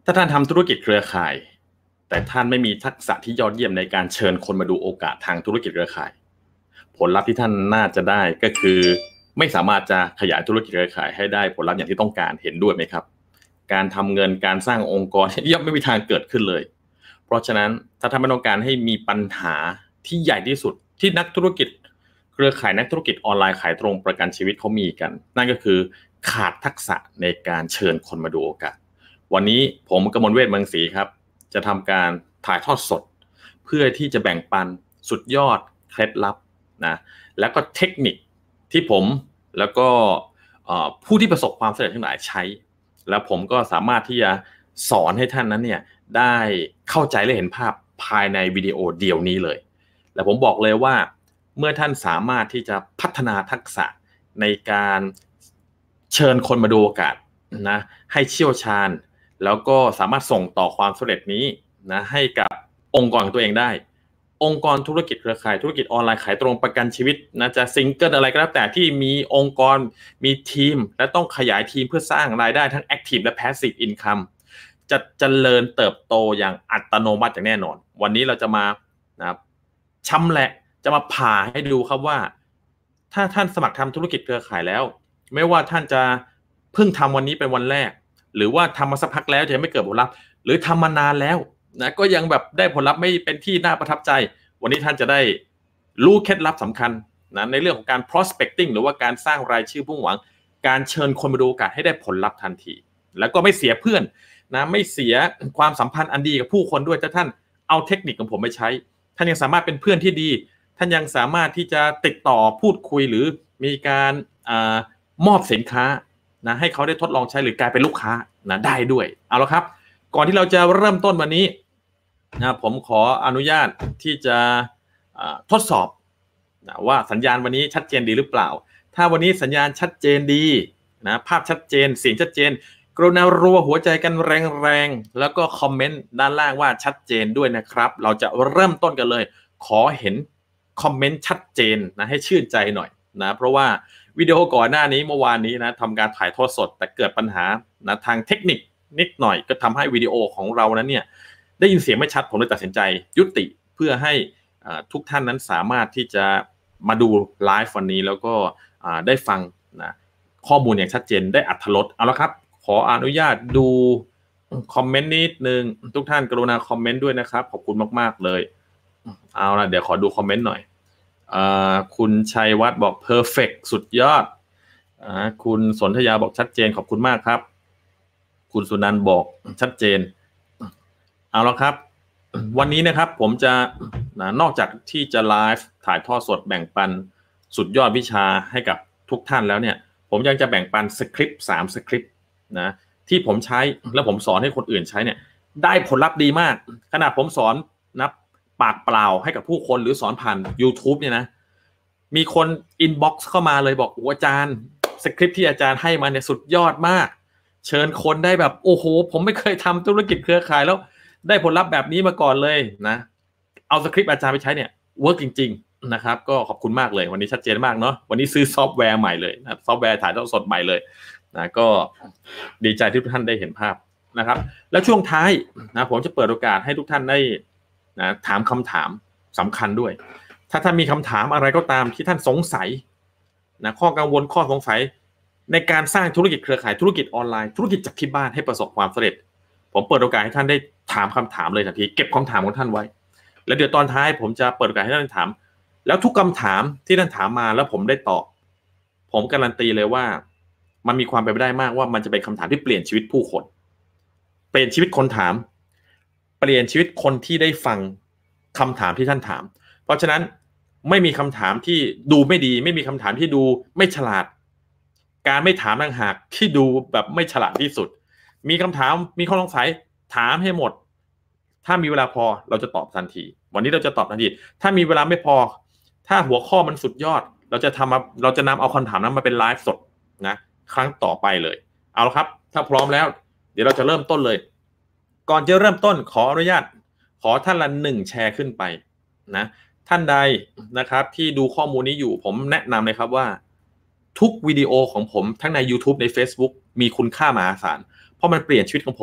ถ้าท่านทำธุรกิจเครือข่ายแต่ท่านไม่มีทักษะที่ยอดเยี่ยมในการเชิญคนมาดูโอกาสทางธุรกิจเครือข่ายผลลัพธ์ที่ท่านน่าจะได้ก็คือไม่สามารถจะขยายธุรกิจเครือข่ายให้ได้ผลลัพธ์อย่างที่ต้องการเห็นด้วยไหมครับการทำเงินการสร้างองค์กรย่อมไม่มีทางเกิดขึ้นเลยเพราะฉะนั้นถ้าท่านไม่ต้องการให้มีปัญหาที่ใหญ่ที่สุดที่นักธุรกิจเครือข่ายนักธุรกิจออนไลน์ขายตรงประกันชีวิตเขามีกันนั่นก็คือขาดทักษะในการเชิญคนมาดูโอกาสวันนี้ผมกมลเวชเมืองศรีครับจะทำการถ่ายทอดสดเพื่อที่จะแบ่งปันสุดยอดเคล็ดลับนะแล้วก็เทคนิคที่ผมแล้วก็ผู้ที่ประสบความสำเร็จทั้งหลายใช้แล้วผมก็สามารถที่จะสอนให้ท่านนั้นเนี่ยได้เข้าใจและเห็นภาพภายในวิดีโอเดียวนี้เลยและผมบอกเลยว่าเมื่อท่านสามารถที่จะพัฒนาทักษะในการเชิญคนมาดูโอกาสนะให้เชี่ยวชาญแล้วก็สามารถส่งต่อความสำเร็จนี้นะให้กับองค์กรของตัวเองได้องค์กรธุรกิจเครือข่ายธุรกิจออนไลน์ขายตรงประกันชีวิตนะจะซิงเกิลอะไรก็แล้วแต่ที่มีองค์กรมีทีมและต้องขยายทีมเพื่อสร้างรายได้ทั้ง Active และ Passive Income จะเจริญเติบโตอย่างอัตโนมัติอย่างแน่นอนวันนี้เราจะมานะครับชำแหละจะมาผ่าให้ดูครับว่าถ้าท่านสมัครทำธุรกิจเครือข่ายแล้วไม่ว่าท่านจะเพิ่งทำวันนี้เป็นวันแรกหรือว่าทำมาสักพักแล้วจะไม่เกิดผลลัพธ์หรือทำมานานแล้วนะก็ยังแบบได้ผลลัพธ์ไม่เป็นที่น่าประทับใจวันนี้ท่านจะได้รู้เคล็ดลับสำคัญนะในเรื่องของการ prospecting หรือว่าการสร้างรายชื่อผู้หวังการเชิญคนมาดูโอกาสให้ได้ผลลัพธ์ทันทีแล้วก็ไม่เสียเพื่อนนะไม่เสียความสัมพันธ์อันดีกับผู้คนด้วยถ้าท่านเอาเทคนิคของผมไปใช้ท่านยังสามารถเป็นเพื่อนที่ดีท่านยังสามารถที่จะติดต่อพูดคุยหรือมีการมอบสินค้านะให้เขาได้ทดลองใช้หรือกลายเป็นลูกค้านะได้ด้วยเอาละครับก่อนที่เราจะเริ่มต้นวันนี้นะผมขออนุญาตที่จะทดสอบนะว่าสัญญาณวันนี้ชัดเจนดีหรือเปล่าถ้าวันนี้สัญญาณชัดเจนดีนะภาพชัดเจนเสียงชัดเจนกรุณารัวหัวใจกันแรงๆแล้วก็คอมเมนต์ด้านล่างว่าชัดเจนด้วยนะครับเราจะเริ่มต้นกันเลยขอเห็นคอมเมนต์ชัดเจนนะให้ชื่นใจหน่อยนะเพราะว่าวิดีโอก่อนหน้านี้เมื่อวานนี้นะทำการถ่ายทอดสดแต่เกิดปัญหานะทางเทคนิคนิดหน่อยก็ทำให้วิดีโอของเรานั้นเนี่ยได้ยินเสียงไม่ชัดผมเลยตัดสินใจยุติเพื่อให้ทุกท่านนั้นสามารถที่จะมาดูไลฟ์วันนี้แล้วก็ได้ฟังนะข้อมูลอย่างชัดเจนได้อรรถรสเอาละครับขออนุญาตดูคอมเมนต์นิดนึงทุกท่านกรุณาคอมเมนต์ด้วยนะครับขอบคุณมากๆเลยเอาล่ะเดี๋ยวขอดูคอมเมนต์หน่อยคุณชัยวัฒน์บอก perfect สุดยอดคุณสนธยาบอกชัดเจนขอบคุณมากครับคุณสุนันท์บอกชัดเจนเอาละครับวันนี้นะครับผมจะนอกจากที่จะไลฟ์ถ่ายทอดสดแบ่งปันสุดยอดวิชาให้กับทุกท่านแล้วเนี่ยผมยังจะแบ่งปันสคริปต์3สคริปต์นะที่ผมใช้แล้วผมสอนให้คนอื่นใช้เนี่ยได้ผลลัพธ์ดีมากขนาดผมสอนนะปากเปล่าให้กับผู้คนหรือสอนผ่าน YouTube เนี่ยนะมีคนอินบ็อกซ์เข้ามาเลยบอกโอ้อาจารย์สคริปต์ที่อาจารย์ให้มาเนี่ยสุดยอดมากเชิญคนได้แบบโอ้โหผมไม่เคยทำธุรกิจเครือข่ายแล้วได้ผลลัพธ์แบบนี้มาก่อนเลยนะเอาสคริปต์อาจารย์ไปใช้เนี่ยเวิร์กจริงๆนะครับก็ขอบคุณมากเลยวันนี้ชัดเจนมากเนาะวันนี้ซื้อซอฟต์แวร์ใหม่เลยนะซอฟต์แวร์ถ่ายทอดสดใหม่เลยนะก็ดีใจที่ทุกท่านได้เห็นภาพนะครับแล้วช่วงท้ายนะผมจะเปิดโอกาสให้ทุกท่านได้นะถามคำถามสำคัญด้วยถ้าท่านมีคำถามอะไรก็ตามที่ท่านสงสัยนะข้อกังวลข้อสงสัยในการสร้างธุรกิจเครือข่ายธุรกิจออนไลน์ธุรกิจจากที่บ้านให้ประสบความสำเร็จผมเปิดโอกาสให้ท่านได้ถามคำถามเลยทันทีเก็บคำถามของท่านไว้แล้วเดี๋ยวตอนท้ายผมจะเปิดโอกาสให้ท่านถามแล้วทุกคำถามที่ท่านถามมาแล้วผมได้ตอบผมการันตีเลยว่ามันมีความเป็นไปได้มากว่ามันจะเป็นคำถามที่เปลี่ยนชีวิตผู้คนเปลี่ยนชีวิตคนถามเปลี่ยนชีวิตคนที่ได้ฟังคำถามที่ท่านถามเพราะฉะนั้นไม่มีคำถามที่ดูไม่ดีไม่มีคำถามที่ดูไม่ฉลาดการไม่ถามต่างหากที่ดูแบบไม่ฉลาดที่สุดมีคำถามมีข้อสงสัยถามให้หมดถ้ามีเวลาพอเราจะตอบทันทีวันนี้เราจะตอบทันทีถ้ามีเวลาไม่พอถ้าหัวข้อมันสุดยอดเราจะนำเอาคำถามนั้นมาเป็นไลฟ์สดนะครั้งต่อไปเลยเอาละครับถ้าพร้อมแล้วเดี๋ยวเราจะเริ่มต้นเลยก่อนจะเริ่มต้นขออนุญาตขอท่านละ1แชร์ขึ้นไปนะท่านใดนะครับที่ดูข้อมูลนี้อยู่ผมแนะนำเลยครับว่าทุกวิดีโอของผมทั้งใน YouTube ใน Facebook มีคุณค่ามหาศาลเพราะมันเปลี่ยนชีวิตของผม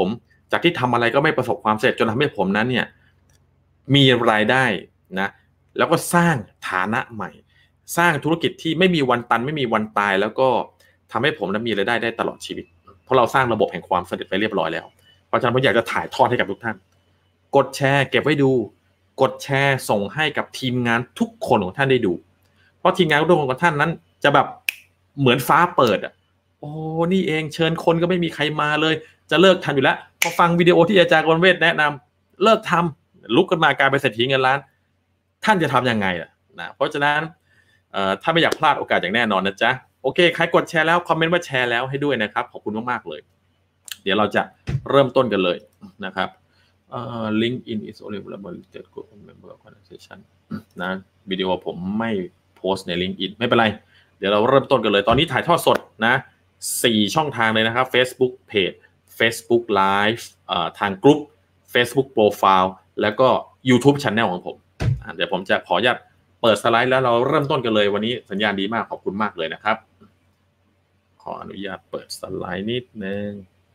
จากที่ทำอะไรก็ไม่ประสบความสำเร็จจนทำให้ผมนั้นเนี่ยมีรายได้นะแล้วก็สร้างฐานะใหม่สร้างธุรกิจที่ไม่มีวันตันไม่มีวันตายแล้วก็ทำให้ผมนั้นมีรายได้ได้ตลอดชีวิตเพราะเราสร้างระบบแห่งความสำเร็จไปเรียบร้อยแล้วเพราะฉะนั้นผมอยากจะถ่ายทอดให้กับทุกท่านกดแชร์เก็บไว้ดูกดแชร์ส่งให้กับทีมงานทุกคนของท่านได้ดูเพราะทีมงานทุกคนของท่านนั้นจะแบบเหมือนฟ้าเปิดอ่ะโอ้นี่เองเชิญคนก็ไม่มีใครมาเลยจะเลิกทำอยู่แล้วพอฟังวิดีโอที่อาจารย์กรเวทแนะนำเลิกทำลุกขึ้นมากลายเป็นเศรษฐีเงินล้านท่านจะทำยังไงล่ะนะเพราะฉะนั้นถ้าไม่อยากพลาดโอกาสอย่างแน่นอนนะจ๊ะโอเคใครกดแชร์แล้วคอมเมนต์ว่าแชร์แล้วให้ด้วยนะครับขอบคุณมากๆเลยเดี๋ยวเราจะเริ่มต้นกันเลยนะครับLinkedIn is only available to group member organization นะวิดีโอผมไม่โพสต์ใน LinkedIn ไม่เป็นไรเดี๋ยวเราเริ่มต้นกันเลยตอนนี้ถ่ายทอดสดนะ4ช่องทางเลยนะครับ Facebook Page Facebook Live ทางกลุ่ม Facebook Profile แล้วก็ YouTube Channel ของผมเดี๋ยวผมจะขออนุญาตเปิดสไลด์แล้วเราเริ่มต้นกันเลยวันนี้สัญญาณดีมากขอบคุณมากเลยนะครับขออนุญาตเปิดสไลด์นิดนึง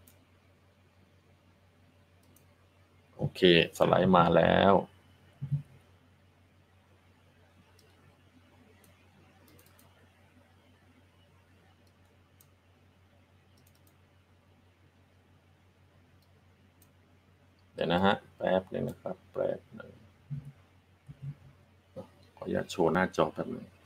โอเคสไลด์มาแล้วเดี๋ยวนะฮะแป๊บนึงนะครับแป๊บนึงขออนุญาตโชว์หน้าจอแป๊บนึง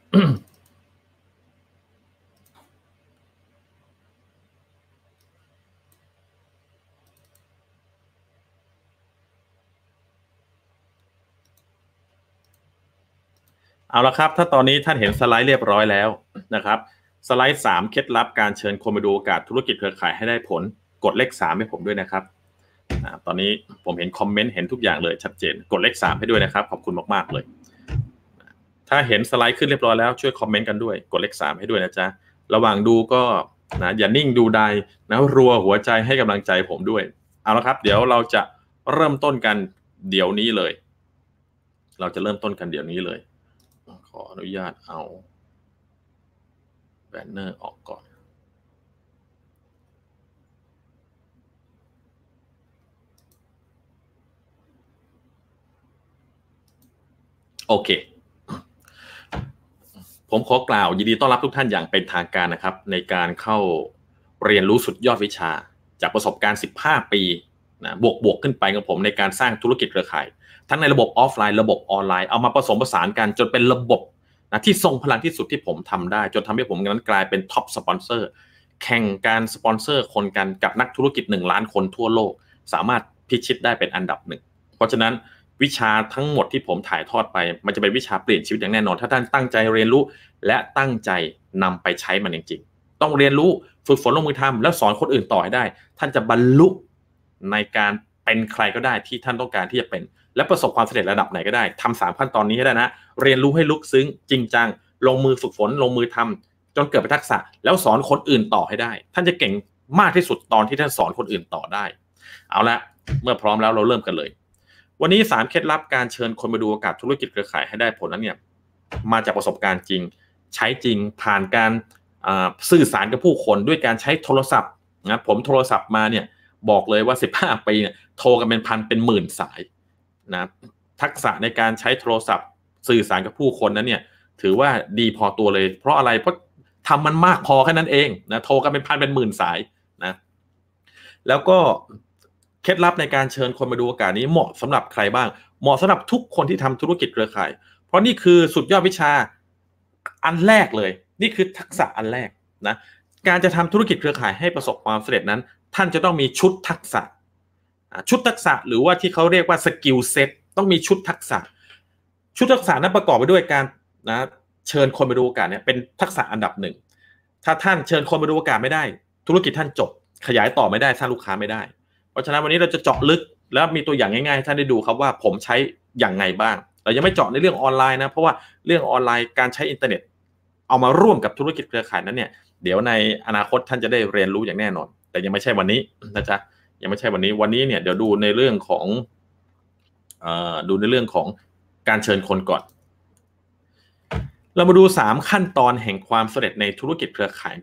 เอาละครับถ้าตอนนี้ท่านเห็นสไลด์เรียบร้อยแล้วนะครับสไลด์3เคล็ดลับการเชิญคนมาดูโอกาสธุรกิจเครือข่ายให้ได้ผลกดเลข3ให้ผมด้วยนะครับตอนนี้ผมเห็นคอมเมนต์เห็นทุกอย่างเลยชัดเจนกดเลข3ให้ด้วยนะครับขอบคุณมากๆเลยถ้าเห็นสไลด์ขึ้นเรียบร้อยแล้วช่วยคอมเมนต์กันด้วยกดเลข3ให้ด้วยนะจ๊ะระหว่างดูก็นะอย่านิ่งดูดายนะรัวหัวใจให้กำลังใจผมด้วยเอาละครับเดี๋ยวเราจะเริ่มต้นกันเดี๋ยวนี้เลยเราจะเริ่มต้นกันเดี๋ยวนี้เลยขออนุญาตเอาแบนเนอร์ออกก่อนโอเคผมขอกล่าวยินดีต้อนรับทุกท่านอย่างเป็นทางการนะครับในการเข้าเรียนรู้สุดยอดวิชาจากประสบการณ์15ปีนะบวกขึ้นไปกับผมในการสร้างธุรกิจเครือข่ายทั้งในระบบออฟไลน์ระบบออนไลน์เอามาผสมผสานกันจนเป็นระบบนะที่ทรงพลังที่สุดที่ผมทำได้จนทำให้ผมนั้นกลายเป็นท็อปสปอนเซอร์แข่งการสปอนเซอร์คนกันกับนักธุรกิจ1 ล้านคนทั่วโลกสามารถพิชิตได้เป็นอันดับ1เพราะฉะนั้นวิชาทั้งหมดที่ผมถ่ายทอดไปมันจะเป็นวิชาเปลี่ยนชีวิตอย่างแน่นอนถ้าท่านตั้งใจเรียนรู้และตั้งใจนำไปใช้มันจริงๆต้องเรียนรู้ฝึกฝนลงมือทำแล้วสอนคนอื่นต่อให้ได้ท่านจะบรรลุในการเป็นใครก็ได้ที่ท่านต้องการที่จะเป็นและประสบความสำเร็จระดับไหนก็ได้ทำ3ขั้นตอนนี้ให้ได้นะเรียนรู้ให้ลึกซึ้งจริงจังลงมือฝึกฝนลงมือทำจนเกิดเป็นทักษะแล้วสอนคนอื่นต่อให้ได้ท่านจะเก่งมากที่สุดตอนที่ท่านสอนคนอื่นต่อได้เอาละเมื่อพร้อมแล้วเราเริ่มกันเลยวันนี้3เคล็ดลับการเชิญคนมาดูโอกาสธุรกิจเครือข่ายให้ได้ผลนั้นเนี่ยมาจากประสบการณ์จริงใช้จริงผ่านการสื่อสารกับผู้คนด้วยการใช้โทรศัพท์นะผมโทรศัพท์มาเนี่ยบอกเลยว่า15ปีเนี่ยโทรกันเป็นพันเป็นหมื่นสายนะทักษะในการใช้โทรศัพท์สื่อสารกับผู้คนนั้นเนี่ยถือว่าดีพอตัวเลยเพราะอะไรเพราะทำมันมากพอแค่นั้นเองนะโทรกันเป็นพันเป็นหมื่นสายนะแล้วก็เคล็ดลับในการเชิญคนมาดูโอกาสนี้เหมาะสำหรับใครบ้างเหมาะสำหรับทุกคนที่ทำธุรกิจเครือข่ายเพราะนี่คือสุดยอดวิชาอันแรกเลยนี่คือทักษะอันแรกนะการจะทำธุรกิจเครือข่ายให้ประสบความสำเร็จนั้นท่านจะต้องมีชุดทักษะหรือว่าที่เขาเรียกว่าสกิลเซ็ตต้องมีชุดทักษะนั้นประกอบไปด้วยการนะเชิญคนมาดูโอกาสเนี่ยเป็นทักษะอันดับ1ถ้าท่านเชิญคนมาดูโอกาสไม่ได้ธุรกิจท่านจบขยายต่อไม่ได้สร้างลูกค้าไม่ได้เพราะฉะนั้นวันนี้เราจะเจาะลึกแล้วมีตัวอย่างง่ายๆให้ท่านได้ดูครับว่าผมใช้อย่างไงบ้างเรายังไม่เจาะในเรื่องออนไลน์นะเพราะว่าเรื่องออนไลน์การใช้อินเทอร์เน็ตเอามาร่วมกับธุรกิจเครือข่ายนั้นเนี่ยเดี๋ยวในอนาคตท่านจะได้เรียนรู้อย่างแน่นอนแต่ยังไม่ใช่วันนี้นะจ๊ะยังไม่ใช่วันนี้เนี่ยเดี๋ยวดูในเรื่องของการเชิญคนก่อนเรามาดู3ขั้นตอนแห่งความสำเร็จในธุรกิจเครือข่ายก่อน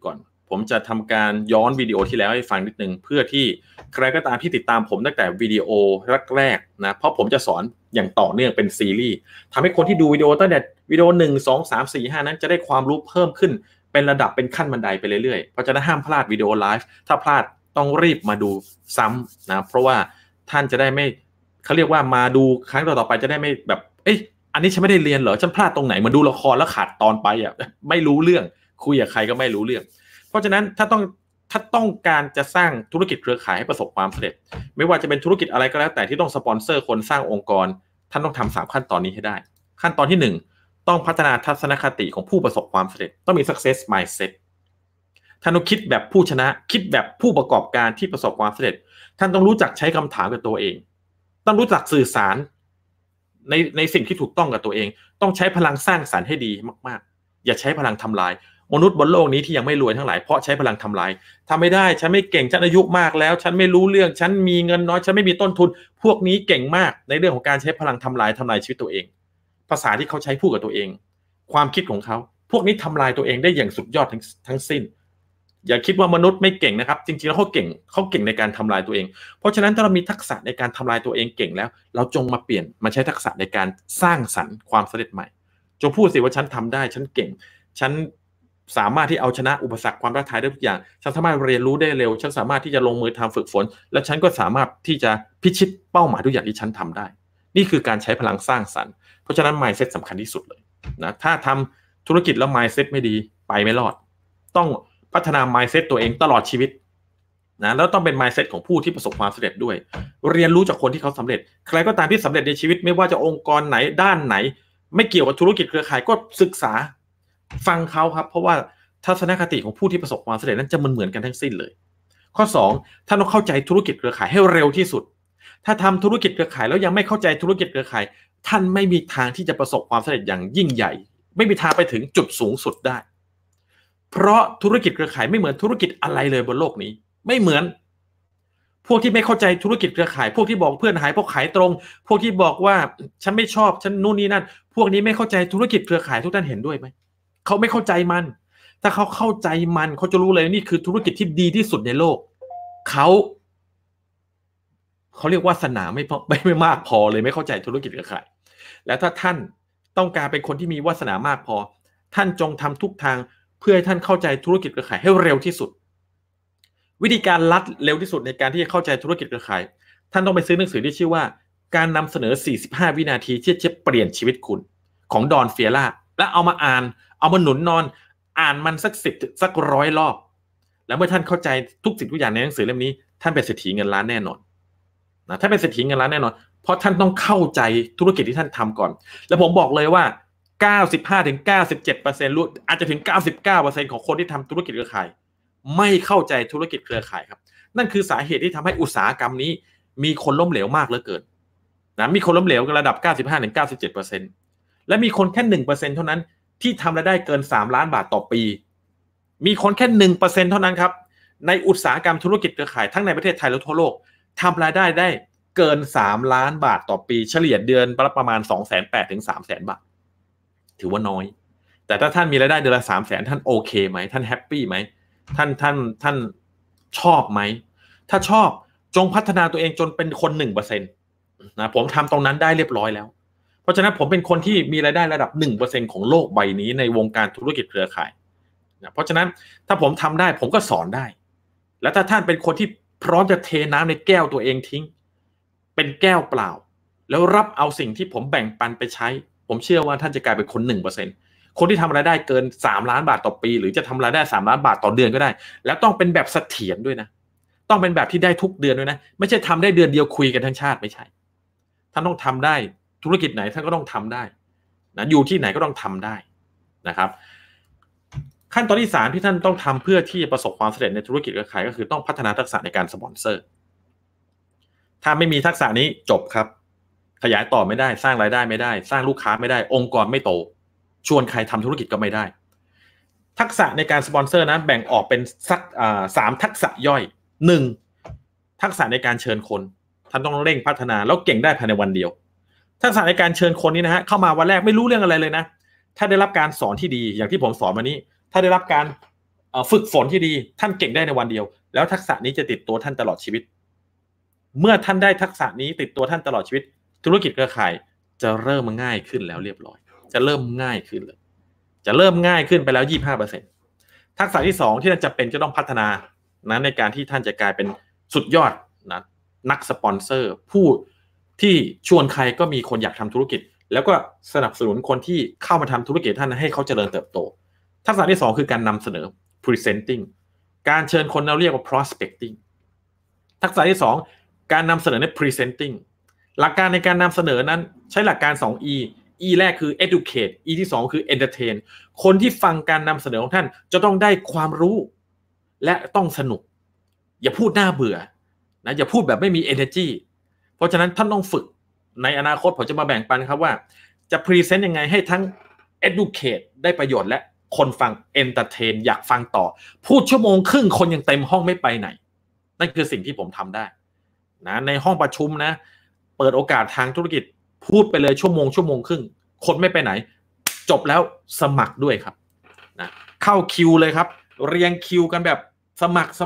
ผมจะทำการย้อนวิดีโอที่แล้วให้ฟังนิดนึงเพื่อที่ใครก็ตามที่ติดตามผมตั้งแต่วิดีโอแรกๆนะเพราะผมจะสอนอย่างต่อเนื่องเป็นซีรีส์ทำให้คนที่ดูวิดีโอตั้งแต่วิดีโอ1 2 3 4 5นั้นจะได้ความรู้เพิ่มขึ้นเป็นระดับเป็นขั้นบันไดไปเรื่อยๆเพราะฉะนั้นห้ามพลาดวิดีโอไลฟ์ถ้าพลาดต้องรีบมาดูซ้ำนะเพราะว่าท่านจะได้ไม่เขาเรียกว่ามาดูครั้งต่อๆไปจะได้ไม่แบบอันนี้ฉันไม่ได้เรียนเหรอฉันพลาดตรงไหนมาดูละครแล้วขาดตอนไปไม่รู้เรื่องคุยกับใครก็ไม่รู้เรื่องเพราะฉะนั้นถ้าต้องการจะสร้างธุรกิจเครือข่ายให้ประสบความสำเร็จไม่ว่าจะเป็นธุรกิจอะไรก็แล้วแต่ที่ต้องสปอนเซอร์คนสร้างองค์กรท่านต้องทำ3ขั้นตอนนี้ให้ได้ขั้นตอนที่1ต้องพัฒนาทัศนคติของผู้ประสบความสำเร็จต้องมี success mindset ท่านต้องคิดแบบผู้ชนะคิดแบบผู้ประกอบการที่ประสบความสำเร็จท่านต้องรู้จักใช้คำถามกับตัวเองต้องรู้จักสื่อสารในสิ่งที่ถูกต้องกับตัวเองต้องใช้พลังสร้างสรรค์ให้ดีมากๆอย่าใช้พลังทำลายมนุษย์บนโลกนี้ที่ยังไม่รวยทั้งหลายเพราะใช้พลังทำลายทำไม่ได้ฉันไม่เก่งฉันอายุมากแล้วฉันไม่รู้เรื่องฉันมีเงินน้อยฉันไม่มีต้นทุนพวกนี้เก่งมากในเรื่องของการใช้พลังทำลายชีวิตตัวเองภาษาที่เขาใช้พูดกับตัวเองความคิดของเขาพวกนี้ทำลายตัวเองได้อย่างสุดยอดทั้งสิ้นอย่าคิดว่ามนุษย์ไม่เก่งนะครับจริงๆแล้วเขาเก่งในการทำลายตัวเองเพราะฉะนั้นถ้าเรามีทักษะในการทำลายตัวเองเก่งแล้วเราจงมาเปลี่ยนมาใช้ทักษะในการสร้างสรรค์ความสำเร็จใหม่จงพูดสิว่าฉันทำได้ฉันเก่งฉันสามารถที่เอาชนะอุปสรรคความท้าทายได้ทุกอย่างฉันสามารถเรียนรู้ได้เร็วฉันสามารถที่จะลงมือทำฝึกฝนและฉันก็สามารถที่จะพิชิตเป้าหมายทุกอย่างที่ฉันทำได้นี่คือการใช้พลังสร้างสรรค์เพราะฉะนั้น mindset สำคัญที่สุดเลยนะถ้าทำธุรกิจแล้ว mindset ไม่ดีไปไม่รอดต้องพัฒนา mindset ตัวเองตลอดชีวิตนะแล้วต้องเป็น mindset ของผู้ที่ประสบความสำเร็จด้วยเรียนรู้จากคนที่เขาสำเร็จใครก็ตามที่สำเร็จในชีวิตไม่ว่าจะองค์กรไหนด้านไหนไม่เกี่ยวกับธุรกิจเครือข่ายก็ศึกษาฟังเขาครับเพราะว่าทัศนคติของผู้ที่ประสบความสำเร็จนั้นจะเหมือนกันทั้งสิ้นเลยข้อ2ท่านต้องเข้าใจธุรกิจเครือข่ายให้เร็วที่สุดถ้าทำธุรกิจเครือข่ายแล้วยังไม่เข้าใจธุรกิจเครือข่ายท่านไม่มีทางที่จะประสบความสำเร็จอย่างยิ่งใหญ่ไม่มีทางไปถึงจุดสูงสุดได้เพราะธุรกิจเครือข่ายไม่เหมือนธุรกิจอะไรเลยบนโลกนี้ไม่เหมือนพวกที่ไม่เข้าใจธุรกิจเครือข่ายพวกที่บอกเพื่อนหายเพราะขายตรงพวกที่บอกว่าฉันไม่ชอบฉันนู่นนี่นั่นพวกนี้ไม่เข้าใจธุรกิจเครือข่ายทุกท่านเห็นด้วยไหมเขาไม่เข้าใจมันถ้าเขาเข้าใจมันเขาจะรู้เลยนี่คือธุรกิจที่ดีที่สุดในโลกเขาเรียกว่าศาสนาไม่มากพอเลยไม่เข้าใจธุรกิจเครือข่ายแล้วถ้าท่านต้องการเป็นคนที่มีวาสนามากพอท่านจงทำทุกทางเพื่อให้ท่านเข้าใจธุรกิจเครือข่ายให้เร็วที่สุดวิธีการลัดเร็วที่สุดในการที่จะเข้าใจธุรกิจเครือข่ายท่านต้องไปซื้อหนังสือที่ชื่อว่าการนำเสนอ45วินาทีที่จะเปลี่ยนชีวิตคุณของดอนเฟียร่าและเอามาอ่านเอามาหนุนนอนอ่านมันสัก10สัก100 รอบแล้วเมื่อท่านเข้าใจทุกสิ่งทุกอย่างในหนังสือเล่มนี้ท่านเป็นเศรษฐีเงินล้านแน่นอนนะท่านเป็นเศรษฐีเงินล้านแน่นอนเพราะท่านต้องเข้าใจธุรกิจที่ท่านทำก่อนแล้วผมบอกเลยว่า 95-97% รู้อาจจะถึง 99% ของคนที่ทำธุรกิจเครือข่ายไม่เข้าใจธุรกิจเครือข่ายครับนั่นคือสาเหตุที่ทำให้อุตสาหกรรมนี้มีคนล้มเหลวมากเหลือเกินนะมีคนล้มเหลวระดับ 95-97% และมีคนแค่ 1% เท่านั้นที่ทำรายได้เกิน3 ล้านบาทต่อปีมีคนแค่ 1% เท่านั้นครับในอุตสาหกรรมธุรกิจเครือข่ายทั้งในประเทศไทยและทั่วโลกทำรายได้ได้เกิน3 ล้านบาทต่อปีเฉลี่ยเดือนประมาณ 280,000 ถึง 300,000 บาทถือว่าน้อยแต่ถ้าท่านมีรายได้เดือนละ 300,000 ท่านโอเคไหมท่านแฮปปี้ไหมท่านชอบไหมถ้าชอบจงพัฒนาตัวเองจนเป็นคน 1% นะผมทำตรงนั้นได้เรียบร้อยแล้วเพราะฉะนั้นผมเป็นคนที่มีรายได้ระดับ 1% ของโลกใบนี้ในวงการธุรกิจเครือข่ายนะเพราะฉะนั้นถ้าผมทำได้ผมก็สอนได้แล้วถ้าท่านเป็นคนที่พร้อมจะเทน้ำในแก้วตัวเองทิ้งเป็นแก้วเปล่าแล้วรับเอาสิ่งที่ผมแบ่งปันไปใช้ผมเชื่อว่าท่านจะกลายเป็นคน 1%คนที่ทำรายได้เกิน3 ล้านบาทต่อปีหรือจะทำรายได้3 ล้านบาทต่อเดือนก็ได้แล้วต้องเป็นแบบเสถียรด้วยนะต้องเป็นแบบที่ได้ทุกเดือนด้วยนะไม่ใช่ทำได้เดือนเดียวคุยกันทั้งชาติไม่ใช่ท่านต้องทำได้ธุรกิจไหนท่านก็ต้องทำได้นะอยู่ที่ไหนก็ต้องทำได้นะครับขั้นตอนที่3ที่ท่านต้องทำเพื่อที่จะประสบความสำเร็จในธุรกิจเครือข่ายก็คือต้องพัฒนาทักษะในการสปอนเซอร์ถ้าไม่มีทักษะนี้จบครับขยายต่อไม่ได้สร้างรายได้ไม่ได้สร้างลูกค้าไม่ได้องค์กรไม่โตชวนใครทำธุรกิจก็ไม่ได้ทักษะในการสปอนเซอร์นะแบ่งออกเป็นสัก3ทักษะย่อย1ทักษะในการเชิญคนท่านต้องเร่งพัฒนาแล้วเก่งได้ภายในวันเดียวทักษะในการเชิญคนนี้นะฮะเข้ามาวันแรกไม่รู้เรื่องอะไรเลยนะถ้าได้รับการสอนที่ดีอย่างที่ผมสอนมานี้ถ้าได้รับการฝึกฝนที่ดีท่านเก่งได้ในวันเดียวแล้วทักษะนี้จะติดตัวท่านตลอดชีวิตเมื่อท่านได้ทักษะนี้ติดตัวท่านตลอดชีวิตธุรกิจเครือข่ายจะเริ่มง่ายขึ้นแล้วเรียบร้อยจะเริ่มง่ายขึ้นเลยจะเริ่มง่ายขึ้นไปแล้ว 25% ทักษะที่2ที่ท่านจะเป็นจะต้องพัฒนานะในการที่ท่านจะกลายเป็นสุดยอดนะนักสปอนเซอร์ผู้ที่ชวนใครก็มีคนอยากทำธุรกิจแล้วก็สนับสนุนคนที่เข้ามาทำธุรกิจท่านให้เขาเจริญเติบโตทักษะที่2คือการนำเสนอ presenting การเชิญคนเราเรียกว่า prospecting ทักษะที่2การนำเสนอใน presenting หลักการในการนำเสนอนั้นใช้หลักการ 2E E แรกคือ educate E ที่2คือ entertain คนที่ฟังการนำเสนอของท่านจะต้องได้ความรู้และต้องสนุกอย่าพูดน่าเบื่อนะอย่าพูดแบบไม่มี energy เพราะฉะนั้นท่านต้องฝึกในอนาคตผมจะมาแบ่งปันครับว่าจะ present ยังไงให้ทั้ง educate ได้ประโยชน์และคนฟัง entertain อยากฟังต่อพูดชั่วโมงครึ่งคนยังเต็มห้องไม่ไปไหนนั่นคือสิ่งที่ผมทำได้นะในห้องประชุมนะเปิดโอกาสทางธุรกิจพูดไปเลยชั่วโมงครึ่งคนไม่ไปไหนจบแล้วสมัครด้วยครับนะเข้าคิวเลยครับเรียงคิวกันแบบสมัคร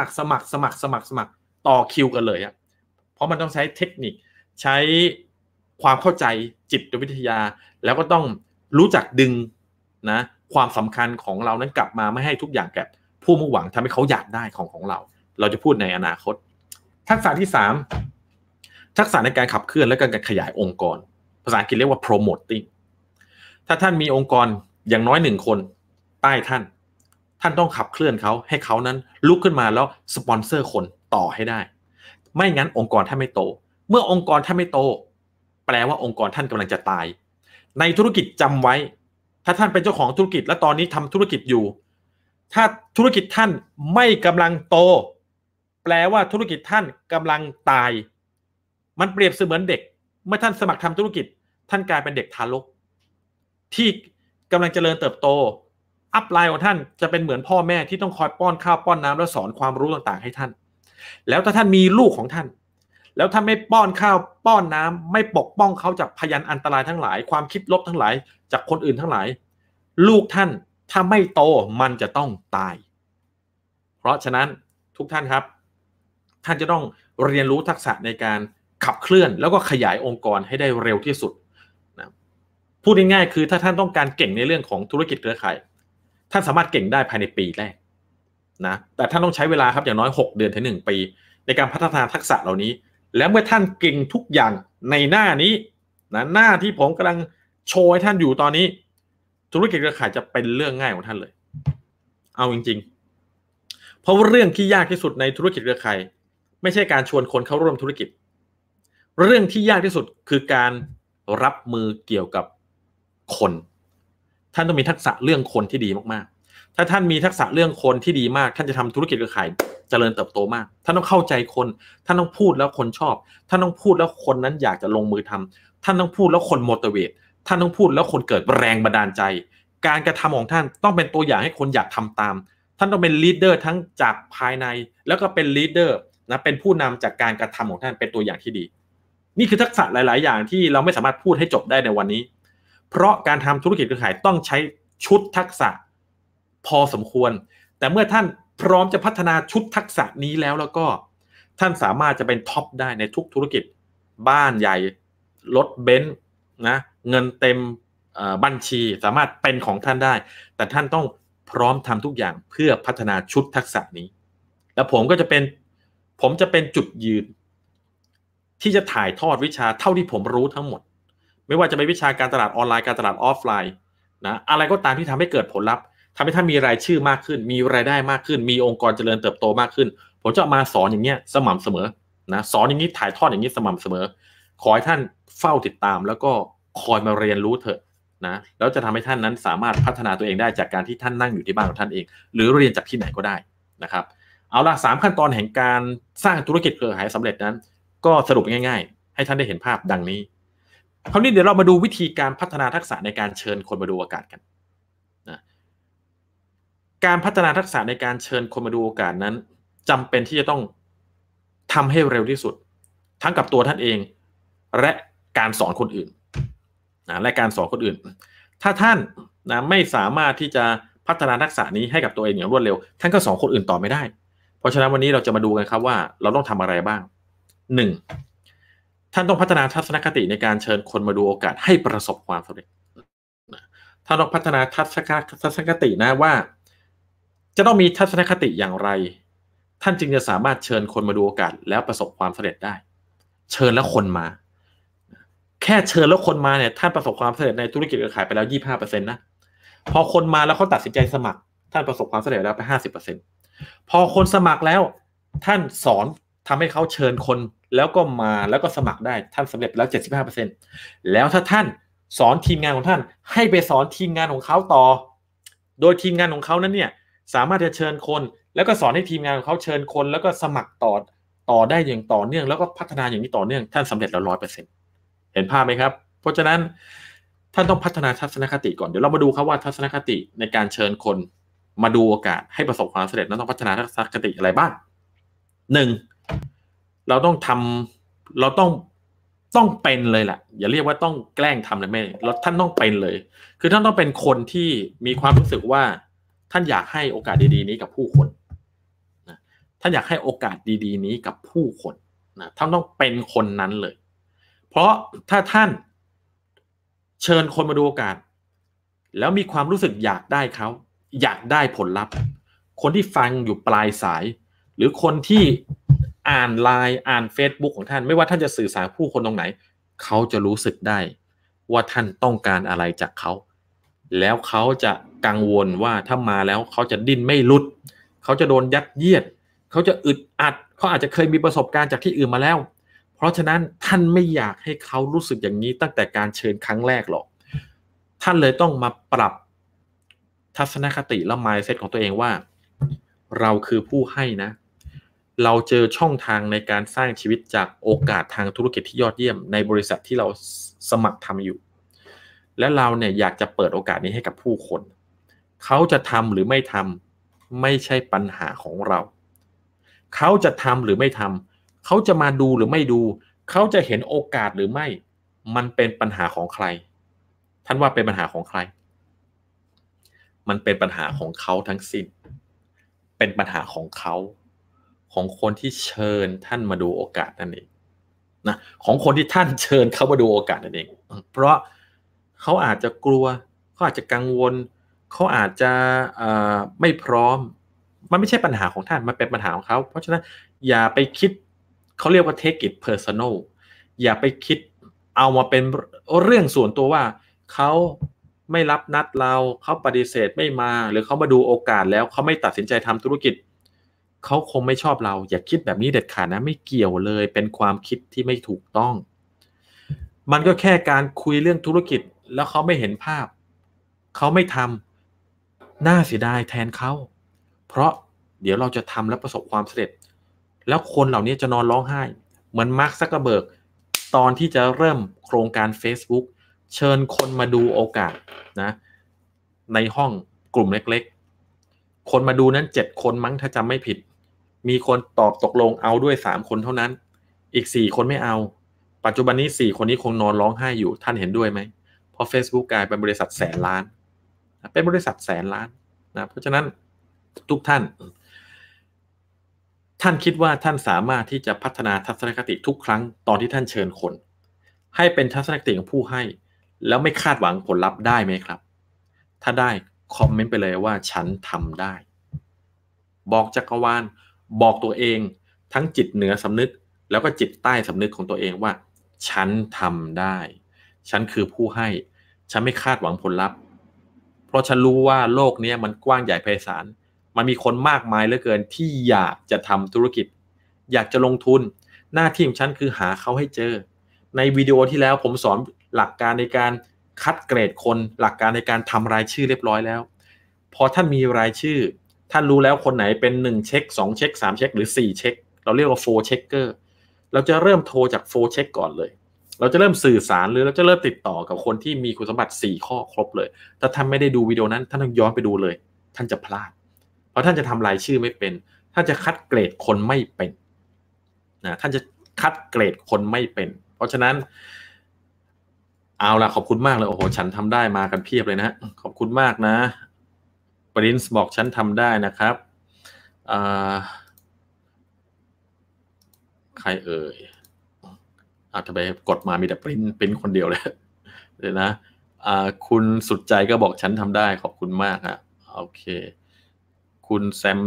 ต่อคิวกันเลยเพราะมันต้องใช้เทคนิคใช้ความเข้าใจจิตวิทยาแล้วก็ต้องรู้จักดึงนะความสำคัญของเรานั้นกลับมาไม่ให้ทุกอย่างแก่ผู้มุ่งหวังทำให้เขาอยากได้ของเราจะพูดในอนาคตทักษะที่3ทักษะในการขับเคลื่อนและการขยายองค์กรภาษาอังกฤษเรียกว่า promoting ถ้าท่านมีองค์กรอย่างน้อย1คนใต้ท่านต้องขับเคลื่อนเขาให้เขานั้นลุกขึ้นมาแล้วสปอนเซอร์คนต่อให้ได้ไม่งั้นองค์กรท่านไม่โตเมื่อองค์กรท่านไม่โตแปลว่าองค์กรท่านกำลังจะตายในธุรกิจจำไว้ถ้าท่านเป็นเจ้าของธุรกิจและตอนนี้ทำธุรกิจอยู่ถ้าธุรกิจท่านไม่กำลังโตแปลว่าธุรกิจท่านกำลังตายมันเปรียบเสมือนเด็กเมื่อท่านสมัครทำธุรกิจท่านกลายเป็นเด็กทารกที่กำลังเจริญเติบโตอัพไลน์ของท่านจะเป็นเหมือนพ่อแม่ที่ต้องคอยป้อนข้าวป้อนน้ำและสอนความรู้ต่างๆให้ท่านแล้วถ้าท่านมีลูกของท่านแล้วท่านไม่ป้อนข้าวป้อนน้ำไม่ปกป้องเขาจากพยันอันตรายทั้งหลายความคิดลบทั้งหลายจากคนอื่นทั้งหลายลูกท่านถ้าไม่โตมันจะต้องตายเพราะฉะนั้นทุกท่านครับท่านจะต้องเรียนรู้ทักษะในการขับเคลื่อนแล้วก็ขยายองค์กรให้ได้เร็วที่สุดนะพูดง่ายๆคือถ้าท่านต้องการเก่งในเรื่องของธุรกิจเครือข่ายท่านสามารถเก่งได้ภายในปีแรกนะแต่ท่านต้องใช้เวลาครับอย่างน้อย6 เดือนถึง1 ปีในการพัฒนาทักษะเหล่านี้แล้วเมื่อท่านเก่งทุกอย่างในหน้านี้นะหน้าที่ผมกำลังโชว์ให้ท่านอยู่ตอนนี้ธุรกิจเครือข่ายจะเป็นเรื่องง่ายของท่านเลยเอาจริงๆเพราะว่าเรื่องที่ยากที่สุดในธุรกิจเครือข่ายไม่ใช่การชวนคนเข้าร่วมธุรกิจเรื่องที่ยากที่สุดคือการรับมือเกี่ยวกับคนท่านต้องมีทักษะเรื่องคนที่ดีมากๆถ้าท่านมีทักษะเรื่องคนที่ดีมากท่านจะทำธุรกิจเครือข่ายเจริญเติบโตมากท่านต้องเข้าใจคนท่านต้องพูดแล้วคนชอบท่านต้องพูดแล้วคนนั้นอยากจะลงมือทำท่านต้องพูดแล้วคน motivate ท่านต้องพูดแล้วคนเกิดแรงบันดาลใจการกระทำของท่านต้องเป็นตัวอย่างให้คนอยากทำตามท่านต้องเป็น leader ทั้งจากภายในแล้วก็เป็น leader นะเป็นผู้นำจากการกระทำของท่านเป็นตัวอย่างที่ดีนี่คือทักษะหลายๆอย่างที่เราไม่สามารถพูดให้จบได้ในวันนี้เพราะการทำธุรกิจเครือข่ายต้องใช้ชุดทักษะพอสมควรแต่เมื่อท่านพร้อมจะพัฒนาชุดทักษะนี้แล้วก็ท่านสามารถจะเป็นท็อปได้ในทุกธุรกิจบ้านใหญ่รถเบนซ์นะเงินเต็มบัญชีสามารถเป็นของท่านได้แต่ท่านต้องพร้อมทำทุกอย่างเพื่อพัฒนาชุดทักษะนี้แล้วผมจะเป็นจุดยืนที่จะถ่ายทอดวิชาเท่าที่ผมรู้ทั้งหมดไม่ว่าจะเป็นวิชาการตลาดออนไลน์การตลาดออฟไลน์นะอะไรก็ตามที่ทำให้เกิดผลลัพธ์ทำให้ท่านมีรายชื่อมากขึ้นมีรายได้มากขึ้นมีองค์กรเจริญเติบโตมากขึ้นผมจะมาสอนอย่างเงี้ยสม่ำเสมอนะสอนอย่างนี้ถ่ายทอดอย่างนี้สม่ำเสมอขอให้ท่านเฝ้าติดตามแล้วก็คอยมาเรียนรู้เถอะนะแล้วจะทำให้ท่านนั้นสามารถพัฒนาตัวเองได้จากการที่ท่านนั่งอยู่ที่บ้านของท่านเองหรือเรียนจากที่ไหนก็ได้นะครับเอาล่ะ3 ขั้นตอนแห่งการสร้างธุรกิจเครือข่ายสำเร็จนั้นก็สรุปง่ายๆให้ท่านได้เห็นภาพดังนี้คราวนี้เดี๋ยวเรามาดูวิธีการพัฒนาทักษะในการเชิญคนมาดูโอกาสกันนะการพัฒนาทักษะในการเชิญคนมาดูโอกาสนั้นจำเป็นที่จะต้องทำให้เร็วที่สุดทั้งกับตัวท่านเองและการสอนคนอื่นนะและการสอนคนอื่นถ้าท่านนะไม่สามารถที่จะพัฒนาทักษะนี้ให้กับตัวเองอย่างรวดเร็วท่านก็สอนคนอื่นต่อไม่ได้เพราะฉะนั้นวันนี้เราจะมาดูกันครับว่าเราต้องทำอะไรบ้าง 1. ท่านต้องพัฒนาทัศนคติในการเชิญคนมาดูโอกาสให้ประสบความสำเร็จท่านต้องพัฒนาทัศนคตินะว่าจะต้องมีทัศนคติอย่างไรท่านจึงจะสามารถเชิญคนมาดูโอกาสแล้วประสบความสำเร็จได้เชิญแล้วคนมาแค่เชิญแล้วคนมาเนี่ยท่านประสบความสำเร็จในธุรกิจเครือข่ายไปแล้ว 25% นะพอคนมาแล้วเขาตัดสินใจสมัครท่านประสบความสำเร็จแล้วไป 50% พอคนสมัครแล้วท่านสอนทำให้เขาเชิญคนแล้วก็มาแล้วก็สมัครได้ท่านสำเร็จแล้ว 75% แล้วถ้าท่านสอนทีมงานของท่านให้ไปสอนทีมงานของเขาต่อโดยทีมงานของเขานั้นเนี่ยสามารถจะเชิญคนแล้วก็สอนให้ทีมงานของเขาเชิญคนแล้วก็สมัครต่อได้อย่างต่อเนื่องแล้วก็พัฒนาอย่างนี้ต่อเนื่องท่านสำเร็จแล้ว 100% เห็นภาพไหมครับเพราะฉะนั้นท่านต้องพัฒนาทัศนคติก่อนเดี๋ยวเรามาดูครับว่าทัศนคติในการเชิญคนมาดูโอกาสให้ประสบความสำเร็จนั้นต้องพัฒนาทัศนคติอะไรบ้าง 1. เราต้องเป็นเลยแหละอย่าเรียกว่าต้องแกล้งทำเลยไม่เราท่านต้องเป็นเลยคือท่านต้องเป็นคนที่มีความรู้สึกว่าท่านอยากให้โอกาสดีๆนี้กับผู้คนนะท่านอยากให้โอกาสดีๆนี้กับผู้คนนะท่านต้องเป็นคนนั้นเลยเพราะถ้าท่านเชิญคนมาดูโอกาสแล้วมีความรู้สึกอยากได้เขาอยากได้ผลลัพธ์คนที่ฟังอยู่ปลายสายหรือคนที่อ่านไลน์อ่าน Facebook ของท่านไม่ว่าท่านจะสื่อสารผู้คนตรงไหนเขาจะรู้สึกได้ว่าท่านต้องการอะไรจากเขาแล้วเขาจะกังวลว่าถ้ามาแล้วเขาจะดิ้นไม่หลุดเขาจะโดนยัดเยียดเขาจะอึดอัดเขาอาจจะเคยมีประสบการณ์จากที่อื่นมาแล้วเพราะฉะนั้นท่านไม่อยากให้เขารู้สึกอย่างนี้ตั้งแต่การเชิญครั้งแรกหรอกท่านเลยต้องมาปรับทัศนคติและ mindset ของตัวเองว่าเราคือผู้ให้นะเราเจอช่องทางในการสร้างชีวิตจากโอกาสทางธุรกิจที่ยอดเยี่ยมในบริษัทที่เราสมัครทำอยู่และเราเนี่ยอยากจะเปิดโอกาสนี้ให้กับผู้คนเขาจะทำหรือไม่ทำไม่ใช่ปัญหาของเราเขาจะทำหรือไม่ทำเขาจะมาดูหรือไม่ดูเขาจะเห็นโอกาสหรือไม่มันเป็นปัญหาของใครท่านว่าเป็นปัญหาของใครมันเป็นปัญหาของเขาทั้งสิ้นเป็นปัญหาของเขาของคนที่เชิญท่านมาดูโอกาสนั่นเองนะของคนที่ท่านเชิญเขามาดูโอกาสนั่นเองเพราะเขาอาจจะกลัวเขาอาจจะกังวลเขาอาจจะไม่พร้อมมันไม่ใช่ปัญหาของท่านมันเป็นปัญหาของเขาเพราะฉะนั้นอย่าไปคิดเขาเรียกว่า take it personal อย่าไปคิดเอามาเป็นเรื่องส่วนตัวว่าเขาไม่รับนัดเราเขาปฏิเสธไม่มาหรือเขามาดูโอกาสแล้วเขาไม่ตัดสินใจทำธุรกิจเขาคงไม่ชอบเราอย่าคิดแบบนี้เด็ดขาดนะไม่เกี่ยวเลยเป็นความคิดที่ไม่ถูกต้องมันก็แค่การคุยเรื่องธุรกิจแล้วเขาไม่เห็นภาพเขาไม่ทำน่าเสียดายแทนเขาเพราะเดี๋ยวเราจะทำและประสบความสำเร็จแล้วคนเหล่านี้จะนอนร้องไห้เหมือนมาร์ค ซักเคอร์เบิร์กตอนที่จะเริ่มโครงการ Facebook เชิญคนมาดูโอกาสนะในห้องกลุ่มเล็กๆคนมาดูนั้น7คนมั้งถ้าจำไม่ผิดมีคนตอบตกลงเอาด้วย3คนเท่านั้นอีก4คนไม่เอาปัจจุบันนี้4คนนี้คงนอนร้องไห้อยู่ท่านเห็นด้วยไหมเพราะ Facebook กลายเป็นบริษัทแสนล้านเป็นบริษัทแสนล้านนะเพราะฉะนั้นทุกท่านคิดว่าท่านสามารถที่จะพัฒนาทัศนคติทุกครั้งตอนที่ท่านเชิญคนให้เป็นทัศนคติของผู้ให้แล้วไม่คาดหวังผลลัพธ์ได้ไหมครับถ้าได้คอมเมนต์ไปเลยว่าฉันทำได้บอกจักรวาลบอกตัวเองทั้งจิตเหนือสำนึกแล้วก็จิตใต้สำนึกของตัวเองว่าฉันทำได้ฉันคือผู้ให้ฉันไม่คาดหวังผลลัพธ์เพราะฉันรู้ว่าโลกนี้มันกว้างใหญ่ไพศาลมันมีคนมากมายเหลือเกินที่อยากจะทำธุรกิจอยากจะลงทุนหน้าที่ของฉันคือหาเขาให้เจอในวิดีโอที่แล้วผมสอนหลักการในการคัดเกรดคนหลักการในการทำรายชื่อเรียบร้อยแล้วพอท่านมีรายชื่อท่านรู้แล้วคนไหนเป็น1เช็ค2เช็ค3เช็คหรือ4เช็คเราเรียกว่า4เช็คเกอร์เราจะเริ่มโทรจาก4เช็คก่อนเลยเราจะเริ่มสื่อสารหรือเราจะเริ่มติดต่อกับคนที่มีคุณสมบัติ4ข้อครบเลยถ้าท่านไม่ได้ดูวิดีโอนั้นท่านต้องย้อนไปดูเลยท่านจะพลาดเพราะท่านจะทำรายชื่อไม่เป็นท่านจะคัดเกรดคนไม่เป็นนะท่านจะคัดเกรดคนไม่เป็นเพราะฉะนั้นเอาล่ะขอบคุณมากเลยโอ้โหฉันทำได้มากันเพียบเลยนะขอบคุณมากนะ Prince บอกฉันทำได้นะครับใครเอ่ยทำไมกดมามีแต่ Prince คนเดียวเลยเดี๋ยวนะคุณสุดใจก็บอกฉันทำได้ขอบคุณมากฮะโอเคคุณแซม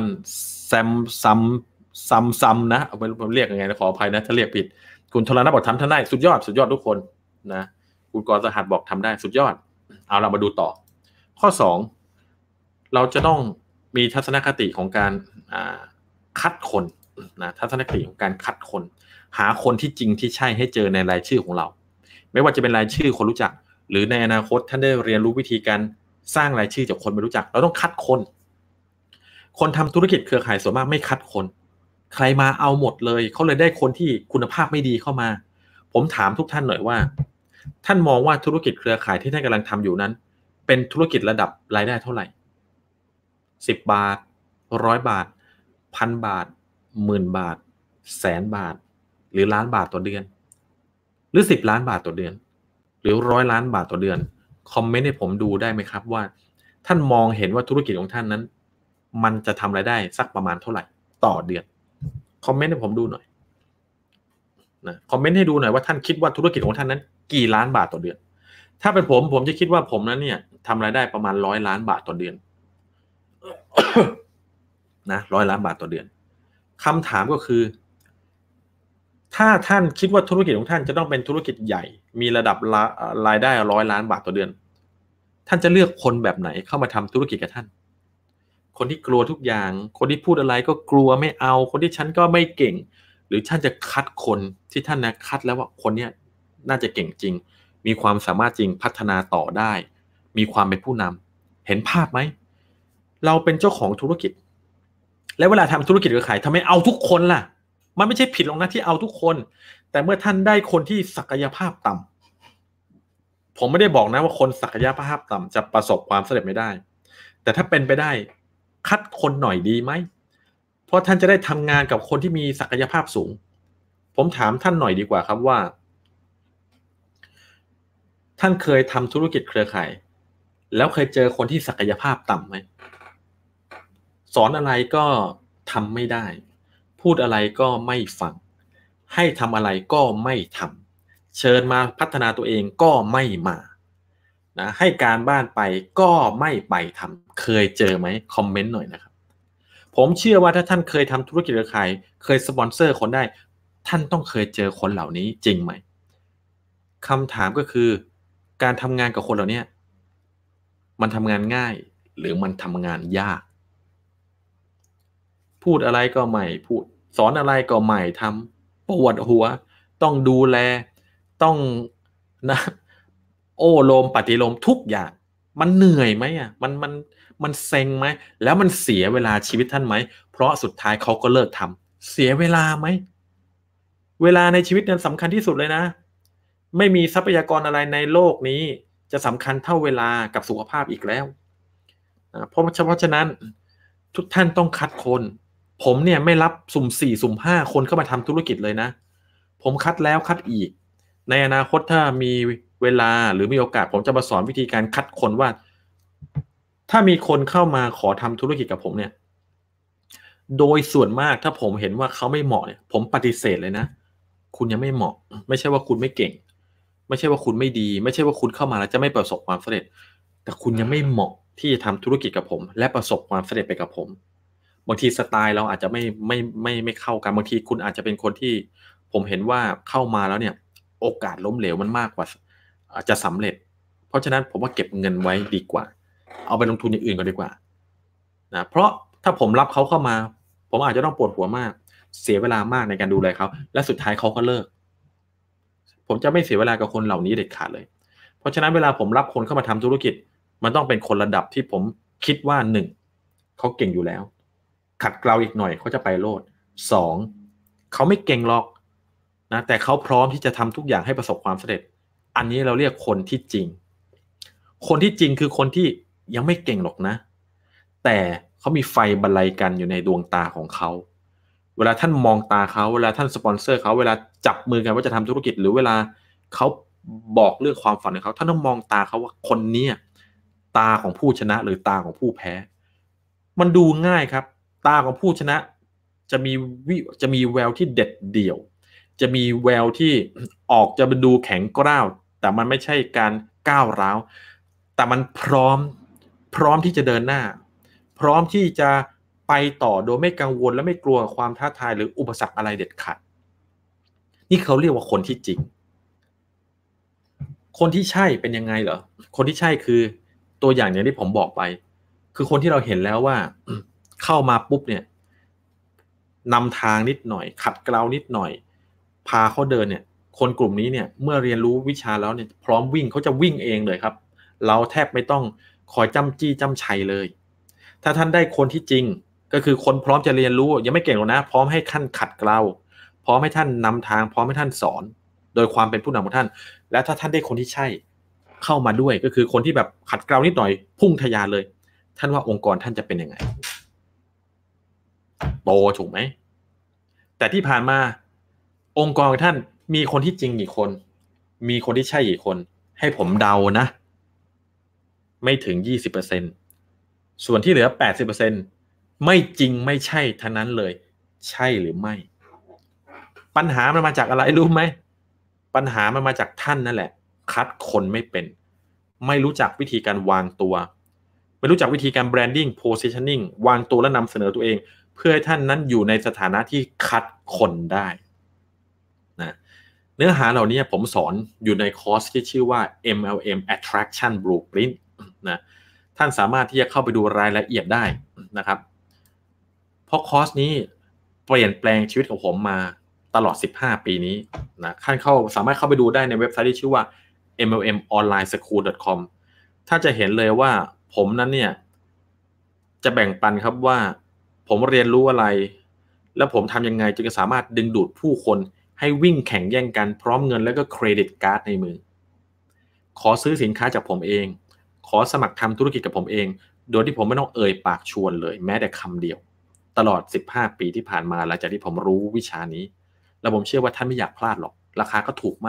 ซัมนะเอาไปเรียกยังไงนะขออภัยนะถ้าเรียกผิดคุณธรณัฐบอกทำได้สุดยอดทุกคนนะคุณกรสหัสบอกทำได้สุดยอดเอาเรามาดูต่อข้อ2เราจะต้องมีทัศนคติของการคัดคนนะทัศนคติของการคัดคนหาคนที่จริงที่ใช่ให้เจอในรายชื่อของเราไม่ว่าจะเป็นรายชื่อคนรู้จักหรือในอนาคตท่านได้เรียนรู้วิธีการสร้างรายชื่อจากคนไม่รู้จักเราต้องคัดคนทำธุรกิจเครือข่ายส่วนมากไม่คัดคนใครมาเอาหมดเลยเขาเลยได้คนที่คุณภาพไม่ดีเข้ามาผมถามทุกท่านหน่อยว่าท่านมองว่าธุรกิจเครือข่ายที่ท่านกำลังทำอยู่นั้นเป็นธุรกิจระดับรายได้เท่าไหร่10 บาท100 บาท1,000 บาท10,000 บาท100,000 บาทหรือล้านบาทต่อเดือนหรือ10 ล้านบาทต่อเดือนหรือ100 ล้านบาทต่อเดือนคอมเมนต์ให้ผมดูได้ไหมครับว่าท่านมองเห็นว่าธุรกิจของท่านนั้นมันจะทำรายได้สักประมาณเท่าไหร่ต่อเดือนคอมเมนต์ให้ผมดูหน่อยนะคอมเมนต์ให้ดูหน่อยว่าท่านคิดว่าธุรกิจของท่านนั้นกี่ล้านบาทต่อเดือนถ้าเป็นผมจะคิดว่าผมนั้นเนี่ยทำรายได้ประมาณ100 ล้านบาทต่อเดือนนะ100 ล้านบาทต่อเดือนคำถามก็คือถ้าท่านคิดว่าธุรกิจของท่านจะต้องเป็นธุรกิจใหญ่มีระดับรายได้100 ล้านบาทต่อเดือนท่านจะเลือกคนแบบไหนเข้ามาทำธุรกิจกับท่านคนที่กลัวทุกอย่างคนที่พูดอะไรก็กลัวไม่เอาคนที่ฉันก็ไม่เก่งหรือท่านจะคัดคนที่ท่านนะคัดแล้วว่าคนเนี้ยน่าจะเก่งจริงมีความสามารถจริงพัฒนาต่อได้มีความเป็นผู้นำเห็นภาพไหมเราเป็นเจ้าของธุรกิจแล้วเวลาทำธุรกิจเครือข่ายทำไมเอาทุกคนล่ะมันไม่ใช่ผิดหรอกนะที่เอาทุกคนแต่เมื่อท่านได้คนที่ศักยภาพต่ำผมไม่ได้บอกนะว่าคนศักยภาพต่ำจะประสบความสำเร็จไม่ได้แต่ถ้าเป็นไปได้คัดคนหน่อยดีไหมเพราะท่านจะได้ทำงานกับคนที่มีศักยภาพสูงผมถามท่านหน่อยดีกว่าครับว่าท่านเคยทำธุรกิจเครือข่ายแล้วเคยเจอคนที่ศักยภาพต่ำไหมสอนอะไรก็ทำไม่ได้พูดอะไรก็ไม่ฟังให้ทำอะไรก็ไม่ทำเชิญมาพัฒนาตัวเองก็ไม่มานะให้การบ้านไปก็ไม่ไปทำเคยเจอไหมคอมเมนต์หน่อยนะครับผมเชื่อว่าถ้าท่านเคยทำธุรกิจเครือข่ายเคยสปอนเซอร์คนได้ท่านต้องเคยเจอคนเหล่านี้จริงไหมคำถามก็คือการทำงานกับคนเหล่านี้มันทำงานง่ายหรือมันทำงานยากพูดอะไรก็ไม่พูดสอนอะไรก็ไม่ทำปวดหัวต้องดูแลต้องนะโอ้โลมปฏิโลมทุกอย่างมันเหนื่อยไหมอ่ะมันเซ็งไหมแล้วมันเสียเวลาชีวิตท่านไหมเพราะสุดท้ายเขาก็เลิกทำเสียเวลาไหมเวลาในชีวิตนั้นสำคัญที่สุดเลยนะไม่มีทรัพยากรอะไรในโลกนี้จะสำคัญเท่าเวลากับสุขภาพอีกแล้วเพราะฉะนั้นทุกท่านต้องคัดคนผมเนี่ยไม่รับสุ่ม4สุ่ม5คนเข้ามาทำธุรกิจเลยนะผมคัดแล้วคัดอีกในอนาคตถ้ามีเวลาหรือมีโอกาสผมจะมาสอนวิธีการคัดคนว่าถ้ามีคนเข้ามาขอทำธุรกิจกับผมเนี่ยโดยส่วนมากถ้าผมเห็นว่าเขาไม่เหมาะเนี่ยผมปฏิเสธเลยนะคุณยังไม่เหมาะไม่ใช่ว่าคุณไม่เก่งไม่ใช่ว่าคุณไม่ดีไม่ใช่ว่าคุณเข้ามาแล้วจะไม่ประสบความสำเร็จแต่คุณยังไม่เหมาะที่จะทำธุรกิจกับผมและประสบความสำเร็จไปกับผมบางทีสไตล์เราอาจจะไม่เข้ากันบางทีคุณอาจจะเป็นคนที่ผมเห็นว่าเข้ามาแล้วเนี่ยโอกาสล้มเหลวมันมากกว่าจะสำเร็จเพราะฉะนั้นผมว่าเก็บเงินไว้ดีกว่าเอาไปลงทุนอย่างอื่นก็ดีกว่านะเพราะถ้าผมรับเขาเข้ามาผมอาจจะต้องปวดหัวมากเสียเวลามากในการดูแลเขาและสุดท้ายเขาก็เลิกผมจะไม่เสียเวลากับคนเหล่านี้เด็ดขาดเลยเพราะฉะนั้นเวลาผมรับคนเข้ามาทำธุรกิจมันต้องเป็นคนระดับที่ผมคิดว่า1เขาเก่งอยู่แล้วขัดเกลาอีกหน่อยเขาจะไปโลด2เขาไม่เก่งหรอกนะแต่เขาพร้อมที่จะทำทุกอย่างให้ประสบความสำเร็จอันนี้เราเรียกคนที่จริงคนที่จริงคือคนที่ยังไม่เก่งหรอกนะแต่เขามีไฟบรรลัยกันอยู่ในดวงตาของเขาเวลาท่านมองตาเขาเวลาท่านสปอนเซอร์เขาเวลาจับมือกันว่าจะทำธุรกิจหรือเวลาเขาบอกเรื่องความฝันของเขาท่านต้องมองตาเขาว่าคนนี้ตาของผู้ชนะหรือตาของผู้แพ้มันดูง่ายครับตาของผู้ชนะจะมีแววที่เด็ดเดี่ยวจะมีแววที่ออกจะดูแข็งกร้าวแต่มันไม่ใช่การก้าวร้าวแต่มันพร้อมที่จะเดินหน้าพร้อมที่จะไปต่อโดยไม่กังวลและไม่กลัวความท้าทายหรืออุปสรรคอะไรเด็ดขาดนี่เขาเรียกว่าคนที่จริงคนที่ใช่เป็นยังไงเหรอคนที่ใช่คือตัวอย่างที่ผมบอกไปคือคนที่เราเห็นแล้วว่าเข้ามาปุ๊บเนี่ยนำทางนิดหน่อยขัดเกลานิดหน่อยพาเขาเดินเนี่ยคนกลุ่มนี้เนี่ยเมื่อเรียนรู้วิชาแล้วเนี่ยพร้อมวิ่งเขาจะวิ่งเองเลยครับเราแทบไม่ต้องคอยจ้ำจี้จ้ำชัยเลยถ้าท่านได้คนที่จริงก็คือคนพร้อมจะเรียนรู้ยังไม่เก่งหรอกนะพร้อมให้ท่านขัดเกลาพร้อมให้ท่านนำทางพร้อมให้ท่านสอนโดยความเป็นผู้นำของท่านและถ้าท่านได้คนที่ใช่เข้ามาด้วยก็คือคนที่แบบขัดเกลานิดหน่อยพุ่งทะยานเลยท่านว่าองค์กรท่านจะเป็นยังไงโตถูกไหมแต่ที่ผ่านมาองค์กรของท่านมีคนที่จริงกี่คนมีคนที่ใช่กี่คนให้ผมเดานะไม่ถึง 20% ส่วนที่เหลือ 80% ไม่จริงไม่ใช่ทั้งนั้นเลยใช่หรือไม่ปัญหามันมาจากอะไรรู้ไหมปัญหามันมาจากท่านนั่นแหละคัดคนไม่เป็นไม่รู้จักวิธีการวางตัวไม่รู้จักวิธีการ branding positioning วางตัวและนำเสนอตัวเองเพื่อให้ท่านนั้นอยู่ในสถานะที่คัดคนได้นะเนื้อหาเหล่านี้ผมสอนอยู่ในคอร์สที่ชื่อว่า MLM Attraction Blueprint นะท่านสามารถที่จะเข้าไปดูรายละเอียดได้นะครับเพราะคอร์สนี้เปลี่ยนแปลงชีวิตของผมมาตลอด15ปีนี้นะท่านสามารถเข้าไปดูได้ในเว็บไซต์ที่ชื่อว่า mlmonlineschool.com ถ้าจะเห็นเลยว่าผมนั้นเนี่ยจะแบ่งปันครับว่าผมเรียนรู้อะไรและผมทำยังไงจึงจะสามารถดึงดูดผู้คนให้วิ่งแข่งแย่งกันพร้อมเงินแล้วก็เครดิตการ์ดในมือขอซื้อสินค้าจากผมเองขอสมัครทำธุรกิจกับผมเองโดยที่ผมไม่ต้องเอ่ยปากชวนเลยแม้แต่คำเดียวตลอด15ปีที่ผ่านมาหลังจากที่ผมรู้วิชานี้และผมเชื่อว่าท่านไม่อยากพลาดหรอกราคาก็ถูกมาก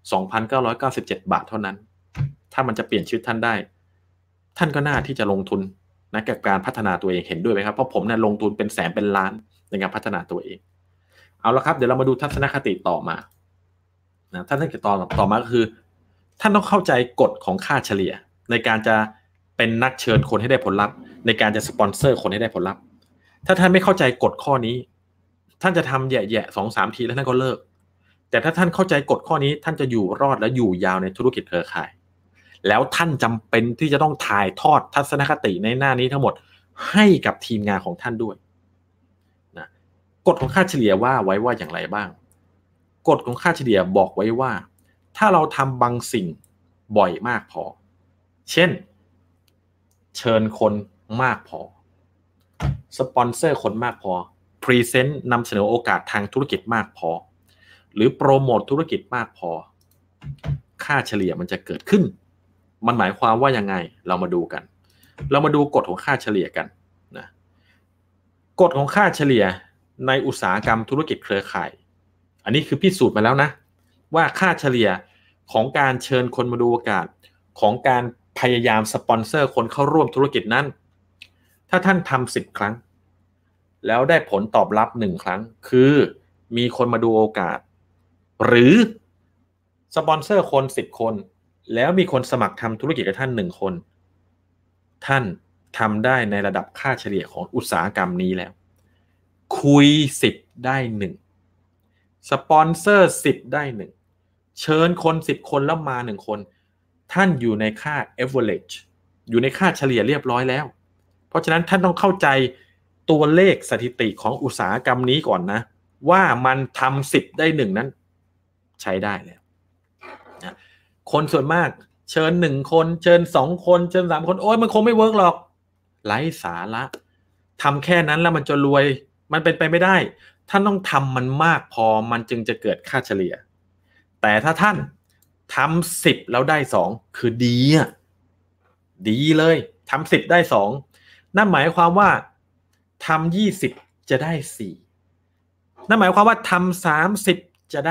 2,997 บาทเท่านั้นถ้ามันจะเปลี่ยนชีวิตท่านได้ท่านก็น่าที่จะลงทุนนะกับการพัฒนาตัวเองเห็นด้วยไหมครับเพราะผมเนี่ยลงทุนเป็นแสนเป็นล้านในการพัฒนาตัวเองเอาละครับเดี๋ยวเรามาดูทัศนคติต่อมานะทัศนคติต่อมาก็คือท่านต้องเข้าใจกฎของค่าเฉลี่ยในการจะเป็นนักเชิญคนให้ได้ผลลัพธ์ในการจะสปอนเซอร์คนให้ได้ผลลัพธ์ถ้าท่านไม่เข้าใจกฎข้อนี้ท่านจะทำแย่ๆ 2-3 ทีแล้วท่านก็เลิกแต่ถ้าท่านเข้าใจกฎข้อนี้ท่านจะอยู่รอดและอยู่ยาวในธุรกิจเครือข่ายแล้วท่านจำเป็นที่จะต้องถ่ายทอดทัศนคติในหน้านี้ทั้งหมดให้กับทีมงานของท่านด้วยนะกฎของค่าเฉลี่ยว่าไว้ว่าอย่างไรบ้างกฎของค่าเฉลี่ยบอกไว้ว่าถ้าเราทำบางสิ่งบ่อยมากพอเช่นเชิญคนมากพอสปอนเซอร์คนมากพอพรีเซนต์นำเสนอโอกาสทางธุรกิจมากพอหรือโปรโมทธุรกิจมากพอค่าเฉลี่ยมันจะเกิดขึ้นมันหมายความว่ายังไงเรามาดูกันเรามาดูกฎของค่าเฉลี่ยกันนะกฎของค่าเฉลี่ยในอุตสาหกรรมธุรกิจเครือข่ายอันนี้คือพิสูจน์มาแล้วนะว่าค่าเฉลี่ยของการเชิญคนมาดูโอกาสของการพยายามสปอนเซอร์คนเข้าร่วมธุรกิจนั้นถ้าท่านทำ10 ครั้งแล้วได้ผลตอบรับ1 ครั้งคือมีคนมาดูโอกาสหรือสปอนเซอร์คน10 คนแล้วมีคนสมัครทำธุรกิจกับท่าน1 คนท่านทำได้ในระดับค่าเฉลี่ยของอุตสาหกรรมนี้แล้วคุย10ได้1สปอนเซอร์10ได้1เชิญคน10 คนแล้วมา1 คนท่านอยู่ในค่า average อยู่ในค่าเฉลี่ยเรียบร้อยแล้วเพราะฉะนั้นท่านต้องเข้าใจตัวเลขสถิติของอุตสาหกรรมนี้ก่อนนะว่ามันทำ10ได้1นั้นใช้ได้แล้วนะคนส่วนมากเชิญ1 คนเชิญ2 คนเชิญ3 คนโอ้ยมันคงไม่เวิร์กหรอกไร้สาระทำแค่นั้นแล้วมันจะรวยมันเป็นไปไม่ได้ท่านต้องทำมันมากพอมันจึงจะเกิดค่าเฉลี่ยแต่ถ้าท่านทำ10แล้วได้2คือดีอ่ะดีเลยทำ10ได้2นั่นหมายความว่าทำ20จะได้4นั่นหมายความว่าทำ30จะได้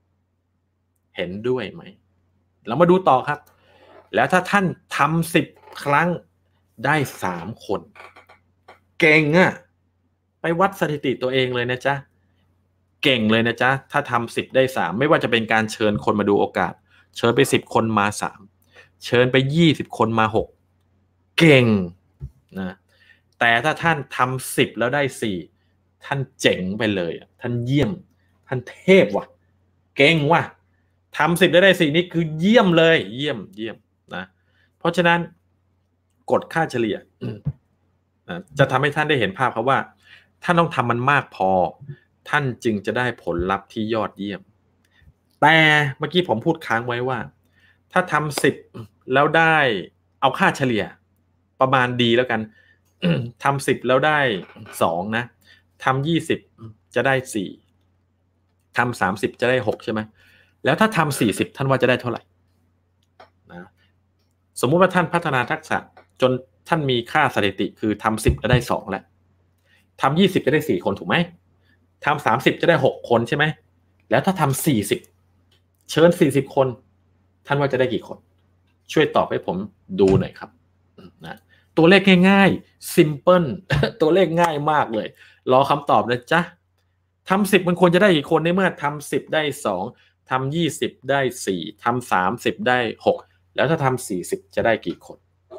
6เห็นด้วยไหมเรามาดูต่อครับแล้วถ้าท่านทำ10 10ครั้งได้3คนเก่งอ่ะไปวัดสถิติตัวเองเลยนะจ๊ะเก่งเลยนะจ๊ะถ้าทำ10ได้3ไม่ว่าจะเป็นการเชิญคนมาดูโอกาสเชิญไป10คนมา3เชิญไป20คนมา6เก่งนะแต่ถ้าท่านทำ10แล้วได้4ท่านเจ๋งไปเลยท่านเยี่ยมท่านเทพว่ะเก่งว่ะทำ10ได้4นี่คือเยี่ยมเลยเยี่ยมนะเพราะฉะนั้นกฎค่าเฉลี่ยจะทำให้ท่านได้เห็นภาพครับว่าท่านต้องทำมันมากพอท่านจึงจะได้ผลลัพธ์ที่ยอดเยี่ยมแต่เมื่อกี้ผมพูดค้างไว้ว่าถ้าทำ10แล้วได้เอาค่าเฉลี่ยประมาณดีแล้วกันทำ10แล้วได้2นะทำ20จะได้4ทำ30จะได้6ใช่ไหมแล้วถ้าทำ40ท่านว่าจะได้เท่าไหร่นะสมมุติว่าท่านพัฒนาทักษะจนท่านมีค่าสถิติคือทำ10แล้วได้2แล้วทำ20จะได้4คนถูกไหมทำ30จะได้6คนใช่ไหมแล้วถ้าทำ40เชิญ40คนท่านว่าจะได้กี่คนช่วยตอบให้ผมดูหน่อยครับนะตัวเลขง่ายๆ simple ตัวเลขง่ายมากเลยรอคำตอบนะจ๊ะทำ10มันควรจะได้กี่คนในเมื่อทำ10ได้2ทำ20ได้4ทำ30ได้6แล้วถ้าทำ40จะได้กี่คน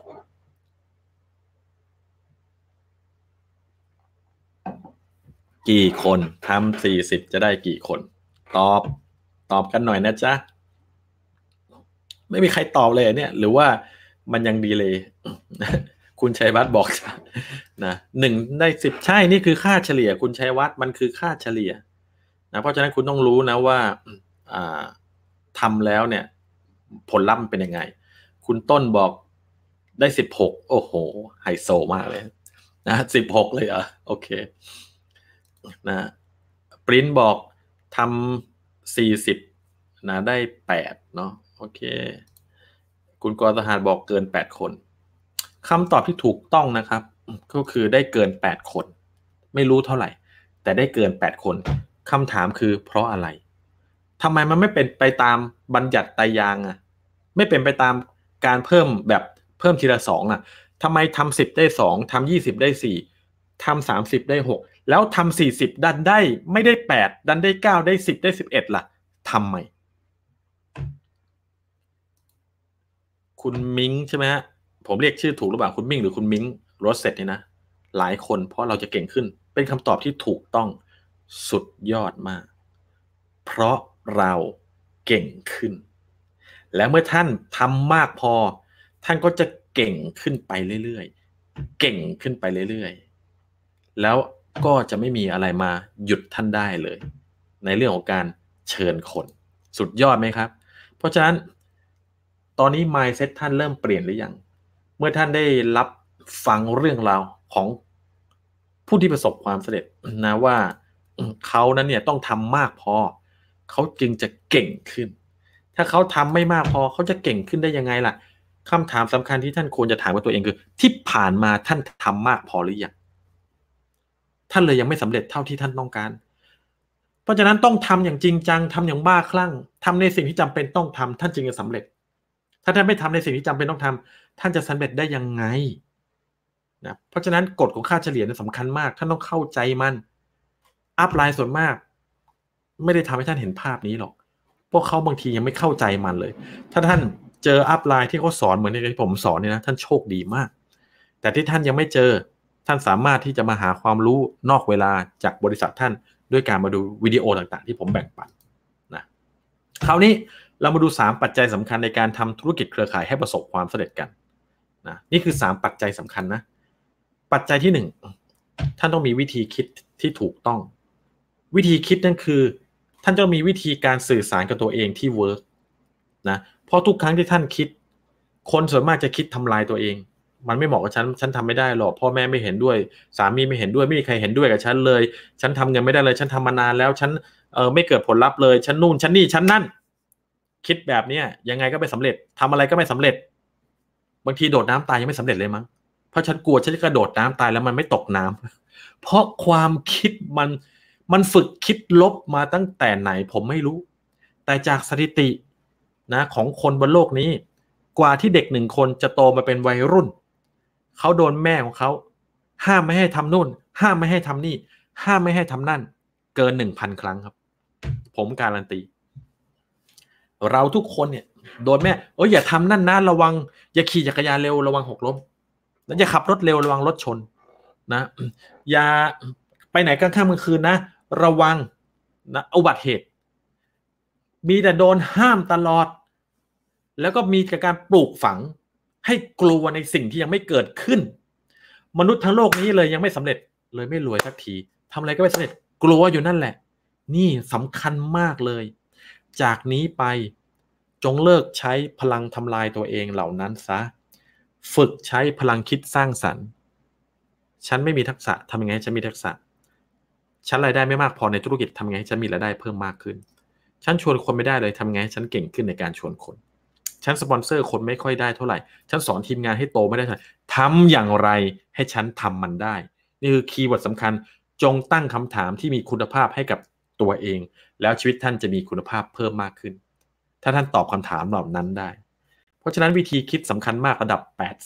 กี่คนทำ40จะได้กี่คนตอบกันหน่อยนะจ๊ะไม่มีใครตอบเลยเนี่ยหรือว่ามันยังดีเลยคุณชัยวัฒน์บอกนะ1ได้10ใช่นี่คือค่าเฉลี่ยคุณชัยวัฒน์มันคือค่าเฉลี่ยนะเพราะฉะนั้นคุณต้องรู้นะว่าทำแล้วเนี่ยผลลัพธ์มันเป็นยังไงคุณต้นบอกได้16โอ้โหไฮโซมากเลยนะ16เลยเหรอโอเคนะปริ้นบอกทำ40นะได้8เนาะโอเคคุณกรสหัสบอกเกิน8คนคำตอบที่ถูกต้องนะครับก็คือได้เกิน8คนไม่รู้เท่าไหร่แต่ได้เกิน8คนคำถามคือเพราะอะไรทำไมมันไม่เป็นไปตามบัญญัติไตรยางค์ไม่เป็นไปตามการเพิ่มแบบเพิ่มทีละ2ทำไมทำ10ได้2ทำ20ได้4ทำ30ได้6แล้วทำ40ดันได้ไม่ได้8ดันได้9ได้10ได้11ล่ะทำไมคุณมิ้งใช่ไหมฮะผมเรียกชื่อถูกหรือเปล่าคุณมิ้งหรือคุณมิ้งโรสเซตเนี่ยนะหลายคนเพราะเราจะเก่งขึ้นเป็นคำตอบที่ถูกต้องสุดยอดมากเพราะเราเก่งขึ้นและเมื่อท่านทำมากพอท่านก็จะเก่งขึ้นไปเรื่อยๆเก่งขึ้นไปเรื่อยๆแล้วก็จะไม่มีอะไรมาหยุดท่านได้เลยในเรื่องของการเชิญคนสุดยอดไหมครับเพราะฉะนั้นตอนนี้ mindset ท่านเริ่มเปลี่ยนหรือยังเมื่อท่านได้รับฟังเรื่องราวของผู้ที่ประสบความสำเร็จนะว่าเขานั้นเนี่ยต้องทำมากพอเขาจึงจะเก่งขึ้นถ้าเขาทำไม่มากพอเขาจะเก่งขึ้นได้ยังไงล่ะคำถามสำคัญที่ท่านควรจะถามกับตัวเองคือที่ผ่านมาท่านทำมากพอหรือยังท่านเลยยังไม่สำเร็จเท่าที่ท่านต้องการเพราะฉะนั้นต้องทำอย่างจริงจังทำอย่างบ้าคลั่งทำในสิ่งที่จำเป็นต้องทำท่านจึงจะสำเร็จถ้าท่านไม่ทำในสิ่งที่จำเป็นต้องทำท่านจะสำเร็จได้ยังไงนะเพราะฉะนั้นกฎของค่าเฉลี่ยสำคัญมากท่านต้องเข้าใจมันอัพไลน์ส่วนมากไม่ได้ทำให้ท่านเห็นภาพนี้หรอกพวกเขาบางทียังไม่เข้าใจมันเลยถ้าท่านเจออัพไลน์ที่เขาสอนเหมือนที่ผมสอนเนี่ยนะท่านโชคดีมากแต่ที่ท่านยังไม่เจอท่านสามารถที่จะมาหาความรู้นอกเวลาจากบริษัทท่านด้วยการมาดูวิดีโอต่างๆที่ผมแบ่งปันนะคราวนี้เรามาดู3ปัจจัยสำคัญในการทำธุรกิจเครือข่ายให้ประสบความสำเร็จกันนะนี่คือ3ปัจจัยสำคัญนะปัจจัยที่1ท่านต้องมีวิธีคิดที่ถูกต้องวิธีคิดนั่นคือท่านต้องมีวิธีการสื่อสารกับตัวเองที่เวิร์กนะเพราะทุกครั้งที่ท่านคิดคนส่วนมากจะคิดทำลายตัวเองมันไม่เหมาะกับฉันทำไม่ได้หรอกพ่อแม่ไม่เห็นด้วยสามีไม่เห็นด้วยไม่มีใครเห็นด้วยกับฉันเลยฉันทำเงินไม่ได้เลยฉันทำมานานแล้วฉันไม่เกิดผลลัพธ์เลยฉันนู่นฉันนี่ฉันนั่นคิดแบบนี้ยังไงก็ไม่สำเร็จทำอะไรก็ไม่สำเร็จบางทีโดดน้ำตายยังไม่สำเร็จเลยมั้งเพราะฉันกลัวฉันจะกระโดดน้ำตายแล้วมันไม่ตกน้ำเพราะความคิดมันฝึกคิดลบมาตั้งแต่ไหนผมไม่รู้แต่จากสถิตินะของคนบนโลกนี้กว่าที่เด็ก1คนจะโตมาเป็นวัยรุ่นเขาโดนแม่ของเขาห้ามไม่ให้ทำนู่นห้ามไม่ให้ทำนี่ห้ามไม่ให้ทำนั่นเกิน 1,000 ครั้งครับผมการันตีเราทุกคนเนี่ยโดนแม่อย่าทำนั่นนะระวังอย่าขี่จักรยานเร็วระวังหกล้มแล้วอย่าขับรถเร็วระวังรถชนนะอย่าไปไหนกลางค่ำกลางคืนนะระวังนะอุบัติเหตุมีแต่โดนห้ามตลอดแล้วก็มีการปลูกฝังให้กลัวในสิ่งที่ยังไม่เกิดขึ้นมนุษย์ทั้งโลกนี้เลยยังไม่สำเร็จเลยไม่รวยสักทีทำอะไรก็ไม่สำเร็จกลัวอยู่นั่นแหละนี่สำคัญมากเลยจากนี้ไปจงเลิกใช้พลังทำลายตัวเองเหล่านั้นซะฝึกใช้พลังคิดสร้างสรรค์ฉันไม่มีทักษะทำยังไงให้ฉันมีทักษะฉันรายได้ไม่มากพอในธุรกิจทำยังไงให้ฉันมีรายได้เพิ่มมากขึ้นฉันชวนคนไม่ได้เลยทำยังไงให้ฉันเก่งขึ้นในการชวนคนฉันสปอนเซอร์คนไม่ค่อยได้เท่าไหร่ฉันสอนทีมงานให้โตไม่ได้เท่าไหร่ทำอย่างไรให้ฉันทำมันได้นี่คือคีย์เวิร์ดสำคัญจงตั้งคำถามที่มีคุณภาพให้กับตัวเองแล้วชีวิตท่านจะมีคุณภาพเพิ่มมากขึ้นถ้าท่านตอบคำถามเหล่านั้นได้เพราะฉะนั้นวิธีคิดสำคัญมากระดับ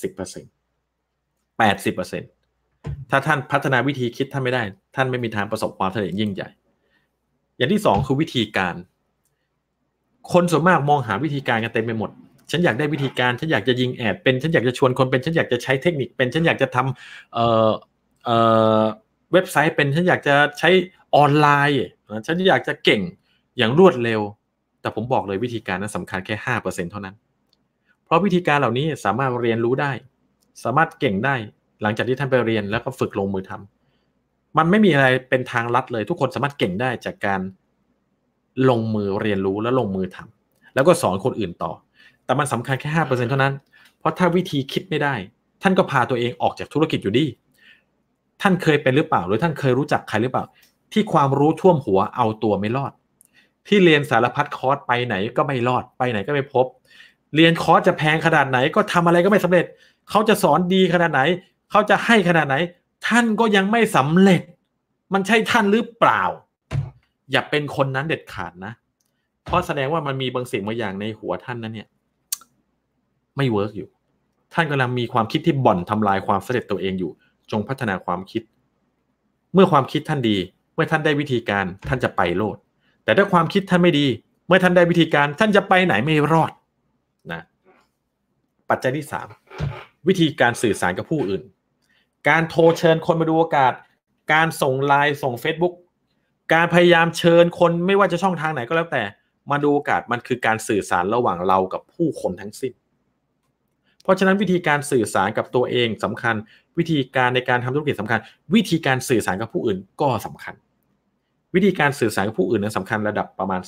80% 80%ถ้าท่านพัฒนาวิธีคิดท่านไม่ได้ท่านไม่มีทางประสบความสำเร็จยิ่งใหญ่อย่างที่2คือวิธีการคนส่วนมากมองหาวิธีการกันเต็มไปหมดฉันอยากได้วิธีการฉันอยากจะยิงแอดเป็นฉันอยากจะชวนคนเป็นฉันอยากจะใช้เทคนิคเป็นฉันอยากจะทำเว็บไซต์เป็นฉันอยากจะใช้ออนไลน์ฉันอยากจะเก่งอย่างรวดเร็วแต่ผมบอกเลยวิธีการนั้นสำคัญแค่ 5% เท่านั้นเพราะวิธีการเหล่านี้สามารถเรียนรู้ได้สามารถเก่งได้หลังจากที่ท่านไปเรียนแล้วก็ฝึกลงมือทำมันไม่มีอะไรเป็นทางลัดเลยทุกคนสามารถเก่งได้จากการลงมือเรียนรู้และลงมือทำแล้วก็สอนคนอื่นต่อแต่มันสำคัญแค่ 5% เท่านั้นเพราะถ้าวิธีคิดไม่ได้ท่านก็พาตัวเองออกจากธุรกิจอยู่ดีท่านเคยเป็นหรือเปล่าหรือท่านเคยรู้จักใครหรือเปล่าที่ความรู้ท่วมหัวเอาตัวไม่รอดที่เรียนสารพัดคอร์สไปไหนก็ไม่รอดไปไหนก็ไม่พบเรียนคอร์สจะแพงขนาดไหนก็ทำอะไรก็ไม่สำเร็จเขาจะสอนดีขนาดไหนเขาจะให้ขนาดไหนท่านก็ยังไม่สำเร็จมันใช่ท่านหรือเปล่าอย่าเป็นคนนั้นเด็ดขาดนะเพราะแสดงว่ามันมีบางสิ่งบางอย่างในหัวท่านนั้นเนี่ยไม่เวิร์กอยู่ท่านกำลังมีความคิดที่บ่อนทำลายความสำเร็จตัวเองอยู่จงพัฒนาความคิดเมื่อความคิดท่านดีเมื่อท่านได้วิธีการท่านจะไปโลดแต่ถ้าความคิดท่านไม่ดีเมื่อท่านได้วิธีการท่านจะไปไหนไม่รอดนะปัจจัยที่3วิธีการสื่อสารกับผู้อื่นการโทรเชิญคนมาดูโอกาสการส่งไลน์ส่ง Facebook การพยายามเชิญคนไม่ว่าจะช่องทางไหนก็แล้วแต่มาดูโอกาสมันคือการสื่อสารระหว่างเรากับผู้คนทั้งสิ้นเพราะฉะนั้นวิธีการสื่อสารกับตัวเองสำคัญวิธีการในการทำธุรกิจสำคัญวิธีการสื่อสารกับผู้อื่นก็สำคัญวิธีการสื่อสารกับผู้อื่นนั้นสำคัญระดับประมาณ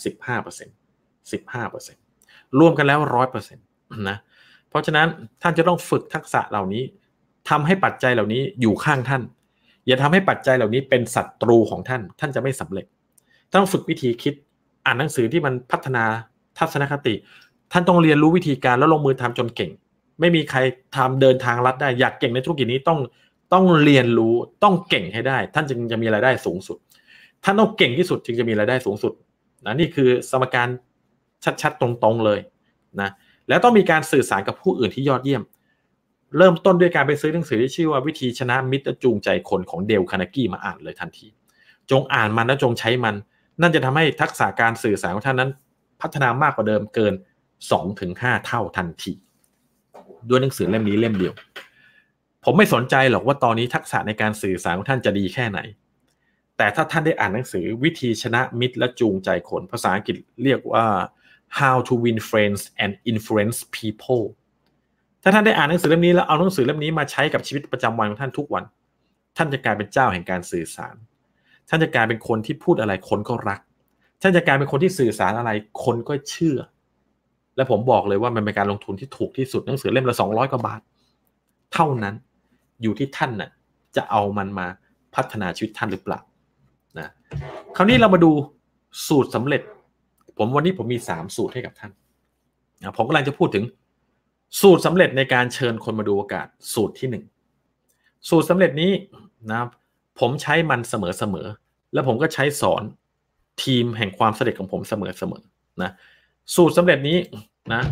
15% รวมกันแล้ว 100% นะเพราะฉะนั้นท่านจะต้องฝึกทักษะเหล่านี้ทำให้ปัจจัยเหล่านี้อยู่ข้างท่านอย่าทำให้ปัจจัยเหล่านี้เป็นศัตรูของท่านจะไม่สำเร็จต้องฝึกวิธีคิดอ่านหนังสือที่มันพัฒนาทัศนคติท่านต้องเรียนรู้วิธีการแล้วลงมือทำจนเก่งไม่มีใครทำเดินทางลัดได้อยากเก่งในธุรกิจนี้ต้องเรียนรู้ต้องเก่งให้ได้ท่านจึงจะมีรายได้สูงสุดท่านต้องเก่งที่สุดจึงจะมีรายได้สูงสุดนะนี่คือสมการชัดๆตรงๆเลยนะแล้วต้องมีการสื่อสารกับผู้อื่นที่ยอดเยี่ยมเริ่มต้นด้วยการไปซื้อหนังสือที่ชื่อว่าวิธีชนะมิตรและจูงใจคนของเดลคาร์เนกี้มาอ่านเลยทันทีจงอ่านมันและจงใช้มันนั่นจะทำให้ทักษะการสื่อสารของท่านนั้นพัฒนามากกว่าเดิมเกิน 2-5 เท่าทันทีด้วยหนังสือเล่มนี้เล่มเดียวผมไม่สนใจหรอกว่าตอนนี้ทักษะในการสื่อสารของท่านจะดีแค่ไหนแต่ถ้าท่านได้อ่านหนังสือวิธีชนะมิตรและจูงใจคนภาษาอังกฤษเรียกว่า How to Win Friends and Influence People ถ้าท่านได้อ่านหนังสือเล่มนี้แล้วเอาหนังสือเล่มนี้มาใช้กับชีวิตประจำวันของท่านทุกวันท่านจะกลายเป็นเจ้าแห่งการสื่อสารท่านจะกลายเป็นคนที่พูดอะไรคนก็รักท่านจะกลายเป็นคนที่สื่อสารอะไรคนก็เชื่อและผมบอกเลยว่ามันเป็นการลงทุนที่ถูกที่สุดหนังสือเล่มละ200 กว่าบาทเท่านั้นอยู่ที่ท่านน่ะจะเอามันมาพัฒนาชีวิตท่านหรือเปล่านะคราวนี้เรามาดูสูตรสำเร็จวันนี้ผมมี3สูตรให้กับท่านผมกำลังจะพูดถึงสูตรสำเร็จในการเชิญคนมาดูโอกาสสูตรที่1สูตรสำเร็จนี้นะผมใช้มันเสมอแล้วผมก็ใช้สอนทีมแห่งความสำเร็จของผมเสมอนะสูตรสำเร็จนี้นะ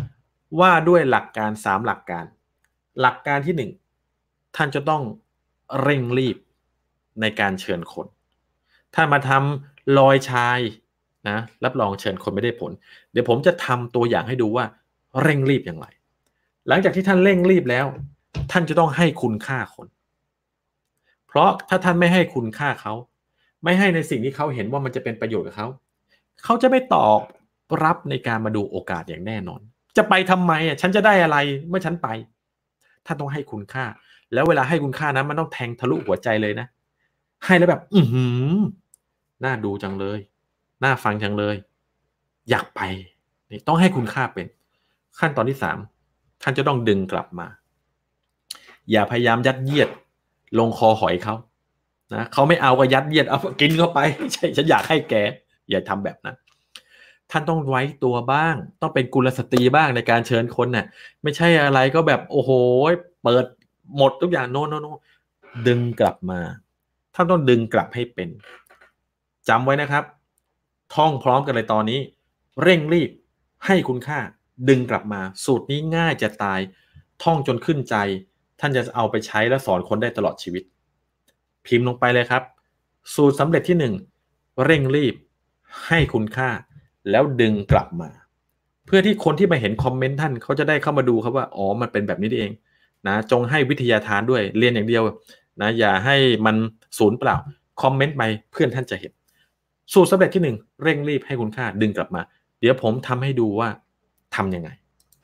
ว่าด้วยหลักการ3หลักการหลักการที่1ท่านจะต้องเร่งรีบในการเชิญคนถ้ามาทำลอยชายนะรับรองเชิญคนไม่ได้ผลเดี๋ยวผมจะทำตัวอย่างให้ดูว่าเร่งรีบอย่างไรหลังจากที่ท่านเร่งรีบแล้วท่านจะต้องให้คุณค่าคนเพราะถ้าท่านไม่ให้คุณค่าเขาไม่ให้ในสิ่งที่เขาเห็นว่ามันจะเป็นประโยชน์กับเขาเขาจะไม่ตอบรับในการมาดูโอกาสอย่างแน่นอนจะไปทำไมฉันจะได้อะไรเมื่อฉันไปท่านต้องให้คุณค่าแล้วเวลาให้คุณค่านั้นมันต้องแทงทะลุหัวใจเลยนะให้แล้วแบบน่าดูจังเลยน่าฟังจังเลยอยากไปนี่ต้องให้คุณค่าเป็นขั้นตอนที่3ท่านจะต้องดึงกลับมาอย่าพยายามยัดเยียดลงคอหอยเขานะเขาไม่เอาก็ยัดเยียดเอากินเข้าไปใช่ฉันอยากให้แกอย่าทำแบบนั้นท่านต้องไว้ตัวบ้างต้องเป็นกุลสตรีบ้างในการเชิญคนน่ะไม่ใช่อะไรก็แบบโอ้โหเปิดหมดทุกอย่างโน่ดึงกลับมาท่านต้องดึงกลับให้เป็นจำไว้นะครับท่องพร้อมกันเลยตอนนี้เร่งรีบให้คุณค่าดึงกลับมาสูตรนี้ง่ายจะตายท่องจนขึ้นใจท่านจะเอาไปใช้และสอนคนได้ตลอดชีวิตพิมพ์ลงไปเลยครับสูตรสำเร็จที่1เร่งรีบให้คุณค่าแล้วดึงกลับมาเพื่อที่คนที่มาเห็นคอมเมนต์ท่านเขาจะได้เข้ามาดูครับว่าอ๋อมันเป็นแบบนี้เองนะจงให้วิทยาทานด้วยเรียนอย่างเดียวนะอย่าให้มันสูญเปล่าคอมเมนต์ไปเพื่อนท่านจะเห็นสูตรสำเร็จที่1เร่งรีบให้คุณค่าดึงกลับมาเดี๋ยวผมทำให้ดูว่าทำยังไง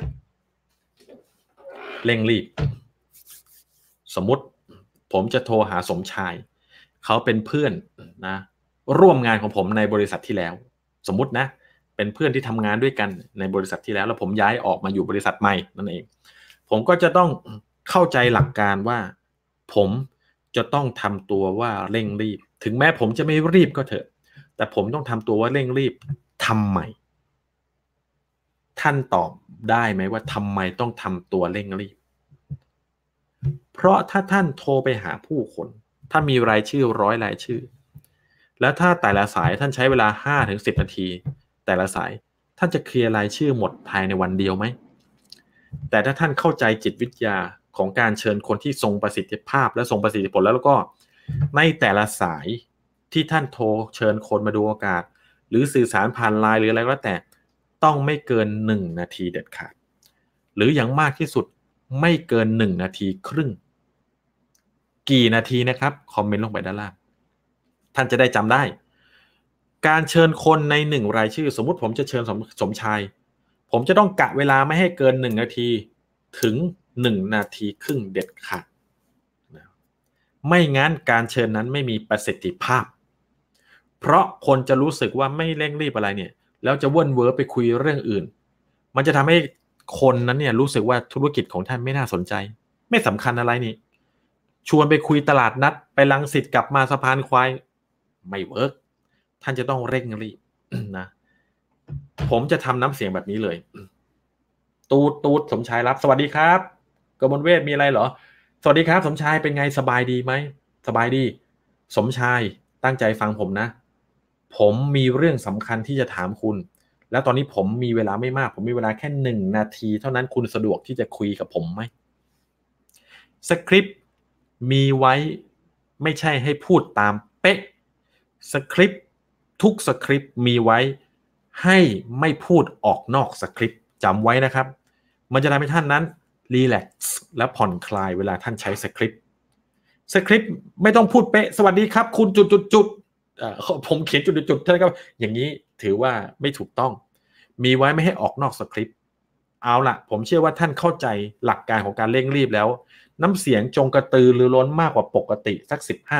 เร่งรีบสมมุติผมจะโทรหาสมชายเขาเป็นเพื่อนนะร่วมงานของผมในบริษัทที่แล้วสมมุตินะเป็นเพื่อนที่ทำงานด้วยกันในบริษัทที่แล้วผมย้ายออกมาอยู่บริษัทใหม่นั่นเองผมก็จะต้องเข้าใจหลักการว่าผมจะต้องทำตัวว่าเร่งรีบถึงแม้ผมจะไม่รีบก็เถอะแต่ผมต้องทำตัวว่าเร่งรีบทำไมท่านตอบได้ไหมว่าทำไมต้องทำตัวเร่งรีบเพราะถ้าท่านโทรไปหาผู้คนถ้ามีรายชื่อ100 รายชื่อแล้วถ้าแต่ละสายท่านใช้เวลา 5-10 นาทีแต่ละสายท่านจะเคลียร์รายชื่อหมดภายในวันเดียวไหมแต่ถ้าท่านเข้าใจจิตวิทยาของการเชิญคนที่ทรงประสิทธิภาพและทรงประสิทธิผลแล้วก็ในแต่ละสายที่ท่านโทรเชิญคนมาดูโอกาสหรือสื่อสารผ่านไลน์หรืออะไรก็แล้วแต่ต้องไม่เกิน1 นาทีเด็ดขาดหรืออย่างมากที่สุดไม่เกิน1 นาทีครึ่งกี่นาทีนะครับคอมเมนต์ลงไปด้านล่างท่านจะได้จำได้การเชิญคนใน1 รายชื่อสมมุติผมจะเชิญสมชายผมจะต้องกะเวลาไม่ให้เกิน1 นาทีถึง1 นาทีครึ่งเด็ดขาดไม่งั้นการเชิญนั้นไม่มีประสิทธิภาพเพราะคนจะรู้สึกว่าไม่เร่งรีบอะไรเนี่ยแล้วจะว่นเว้อไปคุยเรื่องอื่นมันจะทำให้คนนั้นเนี่ยรู้สึกว่าธุรกิจของท่านไม่น่าสนใจไม่สำคัญอะไรนี่ชวนไปคุยตลาดนัดไปรังสิตกลับมาสะพานควายไม่เวิร์กท่านจะต้องเร่งรีบนะผมจะทำน้ำเสียงแบบนี้เลยตูดสมชายรับสวัสดีครับกมลเวชมีอะไรเหรอสวัสดีครับสมชายเป็นไงสบายดีไหมสบายดีสมชายตั้งใจฟังผมนะผมมีเรื่องสำคัญที่จะถามคุณแล้วตอนนี้ผมมีเวลาไม่มากผมมีเวลาแค่1 นาทีเท่านั้นคุณสะดวกที่จะคุยกับผมไหมสคริปต์มีไว้ไม่ใช่ให้พูดตามเป๊ะสคริปต์ทุกสคริปต์มีไว้ให้ไม่พูดออกนอกสคริปต์จำไว้นะครับมันจะทำให้ท่านนั้นรีแลกซ์และผ่อนคลายเวลาท่านใช้สคริปต์ไม่ต้องพูดเป๊ะสวัสดีครับคุณจุดผมเขียนจุดท่านก็อย่างนี้ถือว่าไม่ถูกต้องมีไว้ไม่ให้ออกนอกสคริปต์เอาล่ะผมเชื่อว่าท่านเข้าใจหลักการของการเร่งรีบแล้วน้ำเสียงจงกระตือรือร้นมากกว่าปกติสัก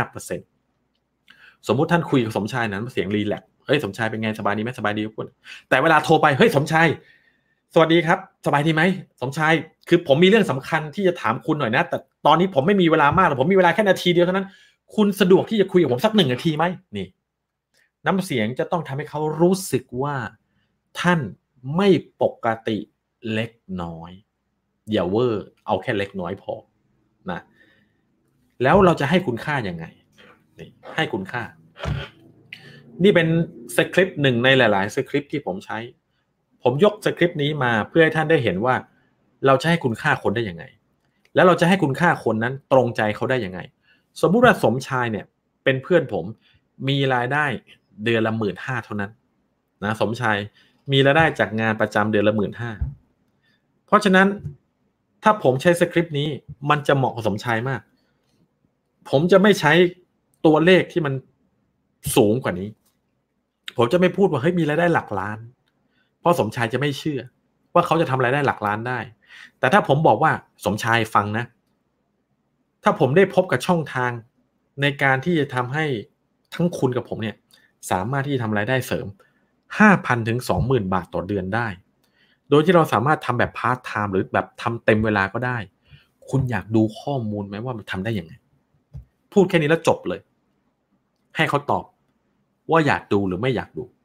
15% สมมุติท่านคุยกับสมชายนั้นเสียงรีแลกซ์เฮ้ยสมชายเป็นไงสบายดีไหมสบายดีทุกคนแต่เวลาโทรไปเฮ้ยสมชายสวัสดีครับสบายดีไหมสมชายคือผมมีเรื่องสำคัญที่จะถามคุณหน่อยนะแต่ตอนนี้ผมไม่มีเวลามากหรอกผมมีเวลาแค่นาทีเดียวเท่านั้นคุณสะดวกที่จะคุยกับผมสัก1 นาทีไหมนี่น้ำเสียงจะต้องทำให้เขารู้สึกว่าท่านไม่ปกติเล็กน้อยอย่าเวอร์เอาแค่เล็กน้อยพอนะแล้วเราจะให้คุณค่ายังไงนี่ให้คุณค่านี่เป็นสคริปต์1 ในหลายๆสคริปต์ที่ผมใช้ผมยกสคริปต์นี้มาเพื่อให้ท่านได้เห็นว่าเราจะให้คุณค่าคนได้ยังไงแล้วเราจะให้คุณค่าคนนั้นตรงใจเขาได้ยังไงสมมุติว่าสมชายเนี่ยเป็นเพื่อนผมมีรายได้เดือนละ 15,000 เท่านั้นนะสมชายมีรายได้จากงานประจำเดือนละ 15,000 เพราะฉะนั้นถ้าผมใช้สคริปต์นี้มันจะเหมาะกับสมชายมากผมจะไม่ใช้ตัวเลขที่มันสูงกว่านี้ผมจะไม่พูดว่าเฮ้ยมีรายได้หลักล้านเพราะสมชายจะไม่เชื่อว่าเขาจะทำรายได้หลักล้านได้แต่ถ้าผมบอกว่าสมชายฟังนะถ้าผมได้พบกับช่องทางในการที่จะทำให้ทั้งคุณกับผมเนี่ยสามารถที่จะทำรายได้เสริม 5,000 ถึง 20,000 บาทต่อเดือนได้โดยที่เราสามารถทำแบบพาร์ทไทม์หรือแบบทำเต็มเวลาก็ได้คุณอยากดูข้อมูลไหมว่ามันทำได้ยังไงพูดแค่นี้แล้วจบเลยให้เขาตอบว่าอยากดูหรือไม่อยากดู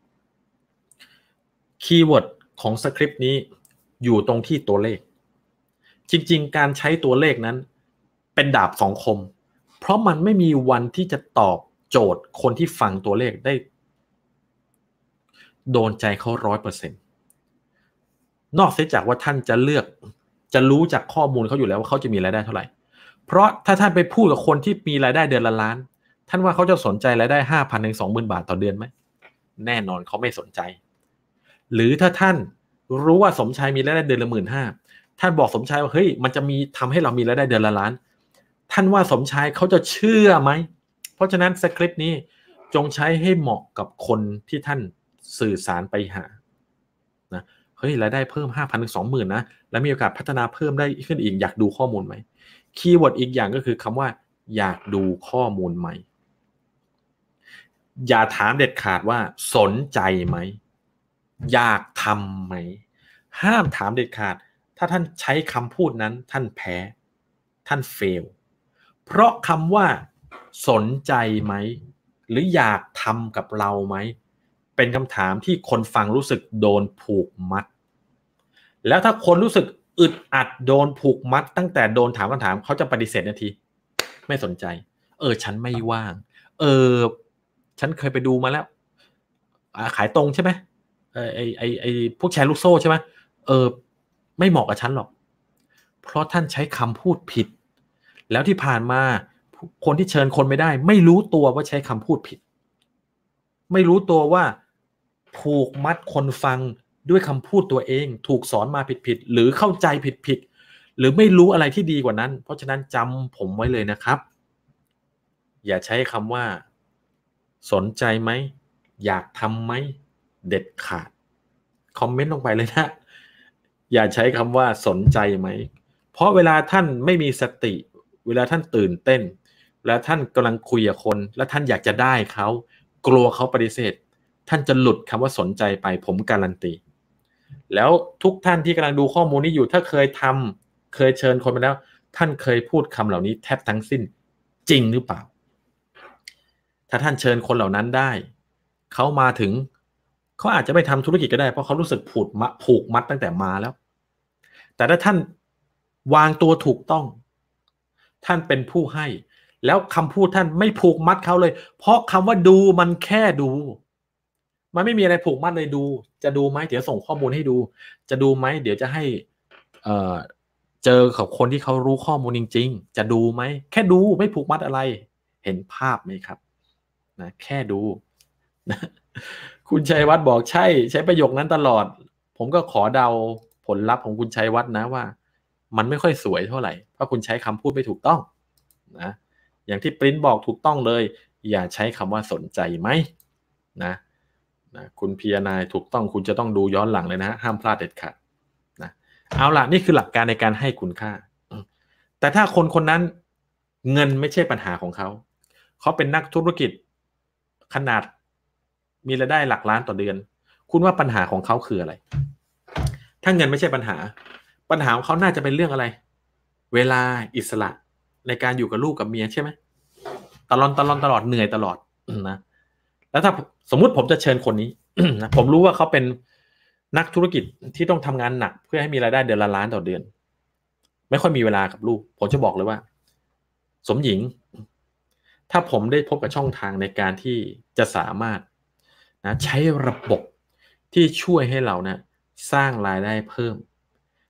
คีย์เวิร์ดของสคริปต์นี้อยู่ตรงที่ตัวเลขจริงๆการใช้ตัวเลขนั้นเป็นดาบสองคมเพราะมันไม่มีวันที่จะตอบโจทย์คนที่ฟังตัวเลขได้โดนใจเขา 100% นอกเสียจากว่าท่านจะเลือกจะรู้จากข้อมูลเขาอยู่แล้วว่าเขาจะมีรายได้เท่าไหร่เพราะถ้าท่านไปพูดกับคนที่มีรายได้เดือนละล้านท่านว่าเขาจะสนใจรายได้ 5,000 ถึง 20,000 บาทต่อเดือนไหมแน่นอนเขาไม่สนใจหรือถ้าท่านรู้ว่าสมชายมีรายได้เดือนละ 15,000 ท่านบอกสมชายว่าเฮ้ยมันจะมีทำให้เรามีรายได้เดือนละล้านท่านว่าสมชายเขาจะเชื่อไหมเพราะฉะนั้นสคริปต์นี้จงใช้ให้เหมาะกับคนที่ท่านสื่อสารไปหานะเฮ้ยรายได้เพิ่ม 5,000 ถึง 20,000 นะแล้วมีโอกาสพัฒนาเพิ่มได้ขึ้นอีกอยากดูข้อมูลไหมคีย์เวิร์ดอีกอย่างก็คือคำว่าอยากดูข้อมูลไหมอย่าถามเด็ดขาดว่าสนใจไหมอยากทำไหมห้ามถามเด็ดขาดถ้าท่านใช้คำพูดนั้นท่านแพ้ท่านเฟลเพราะคำว่าสนใจไหมหรืออยากทำกับเราไหมเป็นคำถามที่คนฟังรู้สึกโดนผูกมัดแล้วถ้าคนรู้สึกอึดอัดโดนผูกมัดตั้งแต่โดนถามคำถามเขาจะปฏิเสธทันทีไม่สนใจฉันไม่ว่างฉันเคยไปดูมาแล้วขายตรงใช่ไหมไอพวกแชร์ลูกโซ่ใช่ไหมไม่เหมาะกับฉันหรอกเพราะท่านใช้คำพูดผิดแล้วที่ผ่านมาคนที่เชิญคนไม่ได้ไม่รู้ตัวว่าใช้คำพูดผิดไม่รู้ตัวว่าผูกมัดคนฟังด้วยคำพูดตัวเองถูกสอนมาผิดๆหรือเข้าใจผิดๆหรือไม่รู้อะไรที่ดีกว่านั้นเพราะฉะนั้นจำผมไว้เลยนะครับอย่าใช้คำว่าสนใจไหมอยากทำไหมเด็ดขาดคอมเมนต์ลงไปเลยนะอย่าใช้คำว่าสนใจไหมเพราะเวลาท่านไม่มีสติเวลาท่านตื่นเต้นแล้วท่านกำลังคุยกับคนแล้วท่านอยากจะได้เขากลัวเขาปฏิเสธท่านจะหลุดคำว่าสนใจไปผมการันตีแล้วทุกท่านที่กำลังดูข้อมูลนี้อยู่ถ้าเคยเชิญคนไปแล้วท่านเคยพูดคำเหล่านี้แทบทั้งสิ้นจริงหรือเปล่าถ้าท่านเชิญคนเหล่านั้นได้เขามาถึงเขาอาจจะไม่ทำธุรกิจก็ได้เพราะเขารู้สึกผูกมัดตั้งแต่มาแล้วแต่ถ้าท่านวางตัวถูกต้องท่านเป็นผู้ให้แล้วคำพูดท่านไม่ผูกมัดเขาเลยเพราะคำว่าดูมันแค่ดูมันไม่มีอะไรผูกมัดเลยดูจะดูไหมเดี๋ยวส่งข้อมูลให้ดูจะดูไหมเดี๋ยวจะให้เจอกับคนที่เขารู้ข้อมูลจริงๆจะดูไหมแค่ดูไม่ผูกมัดอะไรเห็นภาพไหมครับนะแค่ดูนะคุณชัยวัฒน์บอกใช้ประโยคนั้นตลอดผมก็ขอเดาผลลัพธ์ของคุณชัยวัฒน์นะว่ามันไม่ค่อยสวยเท่าไหร่เพราะคุณใช้คำพูดไม่ถูกต้องนะอย่างที่ปริ้นบอกถูกต้องเลยอย่าใช้คำว่าสนใจไหมนะคุณพีนายถูกต้องคุณจะต้องดูย้อนหลังเลยนะห้ามพลาดเด็ดขาดนะเอาล่ะนี่คือหลักการในการให้คุณค่าแต่ถ้าคนนั้นเงินไม่ใช่ปัญหาของเขาเป็นนักธุรกิจขนาดมีรายได้หลักล้านต่อเดือนคุณว่าปัญหาของเขาคืออะไรถ้าเงินไม่ใช่ปัญหาของเขาน่าจะเป็นเรื่องอะไรเวลาอิสระในการอยู่กับลูกกับเมียใช่ไหมตลอดเหนื่อยตลอดนะแล้วถ้าสมมุติผมจะเชิญคนนี้ นะผมรู้ว่าเขาเป็นนักธุรกิจที่ต้องทำงานหนักเพื่อให้มีรายได้เดือนละล้านต่อเดือนไม่ค่อยมีเวลากับลูกผมจะบอกเลยว่าสมหญิงถ้าผมได้พบกับช่องทางในการที่จะสามารถนะใช้ระบบที่ช่วยให้เรานะสร้างรายได้เพิ่ม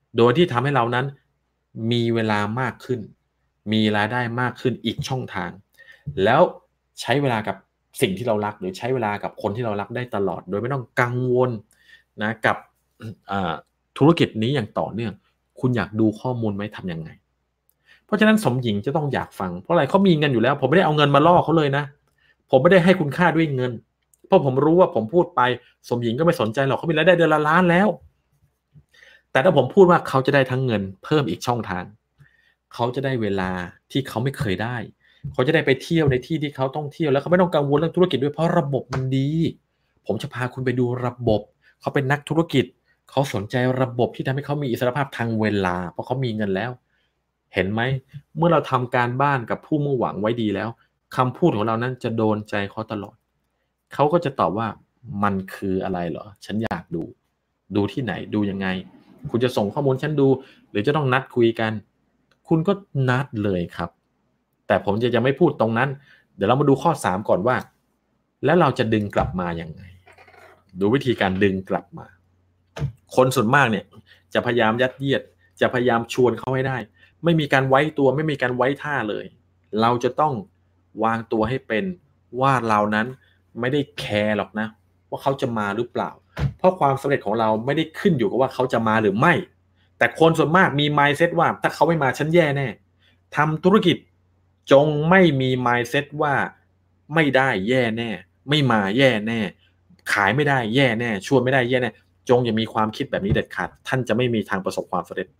โดยที่ทำให้เรานั้นมีเวลามากขึ้นมีรายได้มากขึ้นอีกช่องทางแล้วใช้เวลากับสิ่งที่เรารักหรือใช้เวลากับคนที่เรารักได้ตลอดโดยไม่ต้องกังวลนะกับธุรกิจนี้อย่างต่อเนื่องคุณอยากดูข้อมูลไหมทำยังไงเพราะฉะนั้นสมหญิงจะต้องอยากฟังเพราะอะไรเขามีเงินอยู่แล้วผมไม่ได้เอาเงินมาล่อเขาเลยนะผมไม่ได้ให้คุณค่าด้วยเงินเพราะผมรู้ว่าผมพูดไปสมหญิงก็ไม่สนใจหรอกเขามีรายได้เดือนละล้านแล้วแต่ถ้าผมพูดว่าเขาจะได้ทั้งเงินเพิ่มอีกช่องทางเขาจะได้เวลาที่เขาไม่เคยได้เขาจะได้ไปเที่ยวในที่ที่เขาต้องเที่ยวแล้วเขาไม่ต้องกังวลเรื่องธุรกิจด้วยเพราะระบบมันดีผมจะพาคุณไปดูระบบเขาเป็นนักธุรกิจเขาสนใจระบบที่ทำให้เขามีอิสรภาพทางเวลาเพราะเขามีเงินแล้วเห็นไหมเมื่อเราทำการบ้านกับผู้มุ่งหวังไว้ดีแล้วคำพูดของเรานั้นจะโดนใจเขาตลอดเขาก็จะตอบว่ามันคืออะไรเหรอฉันอยากดูที่ไหนดูยังไงคุณจะส่งข้อมูลฉันดูหรือจะต้องนัดคุยกันคุณก็นัดเลยครับแต่ผมจะยังไม่พูดตรงนั้นเดี๋ยวเรามาดูข้อ3ก่อนว่าแล้วเราจะดึงกลับมาอย่างไงดูวิธีการดึงกลับมาคนส่วนมากเนี่ยจะพยายามยัดเยียดจะพยายามชวนเขาให้ได้ไม่มีการไว้ตัวไม่มีการไว้ท่าเลยเราจะต้องวางตัวให้เป็นว่าเรานั้นไม่ได้แคร์หรอกนะว่าเขาจะมาหรือเปล่าเพราะความสำเร็จของเราไม่ได้ขึ้นอยู่กับว่าเขาจะมาหรือไม่แต่คนส่วนมากมี mindset ว่าถ้าเขาไม่มาฉันแย่แน่ทำธุรกิจจงไม่มี mindset ว่าไม่ได้แย่แน่ไม่มาแย่แน่ขายไม่ได้แย่แน่ชวนไม่ได้แย่แน่จงอย่ามีความคิดแบบนี้เด็ดขาดท่านจะไม่มีทางประสบความสำเร็จ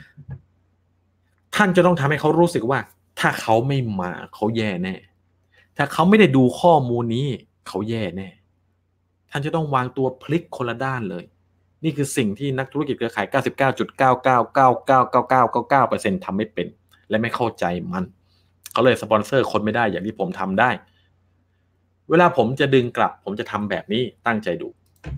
ท่านจะต้องทำให้เขารู้สึกว่าถ้าเขาไม่มาเขาแย่แน่ถ้าเขาไม่ได้ดูข้อมูลนี้เขาแย่แน่ท่านจะต้องวางตัวพลิกคนละด้านเลยนี่คือสิ่งที่นักธุรกิจเครือข่าย 99.9999999% ทำไม่เป็นและไม่เข้าใจมันเขาเลยสปอนเซอร์คนไม่ได้อย่างที่ผมทำได้เวลาผมจะดึงกลับผมจะทำแบบนี้ตั้งใจดู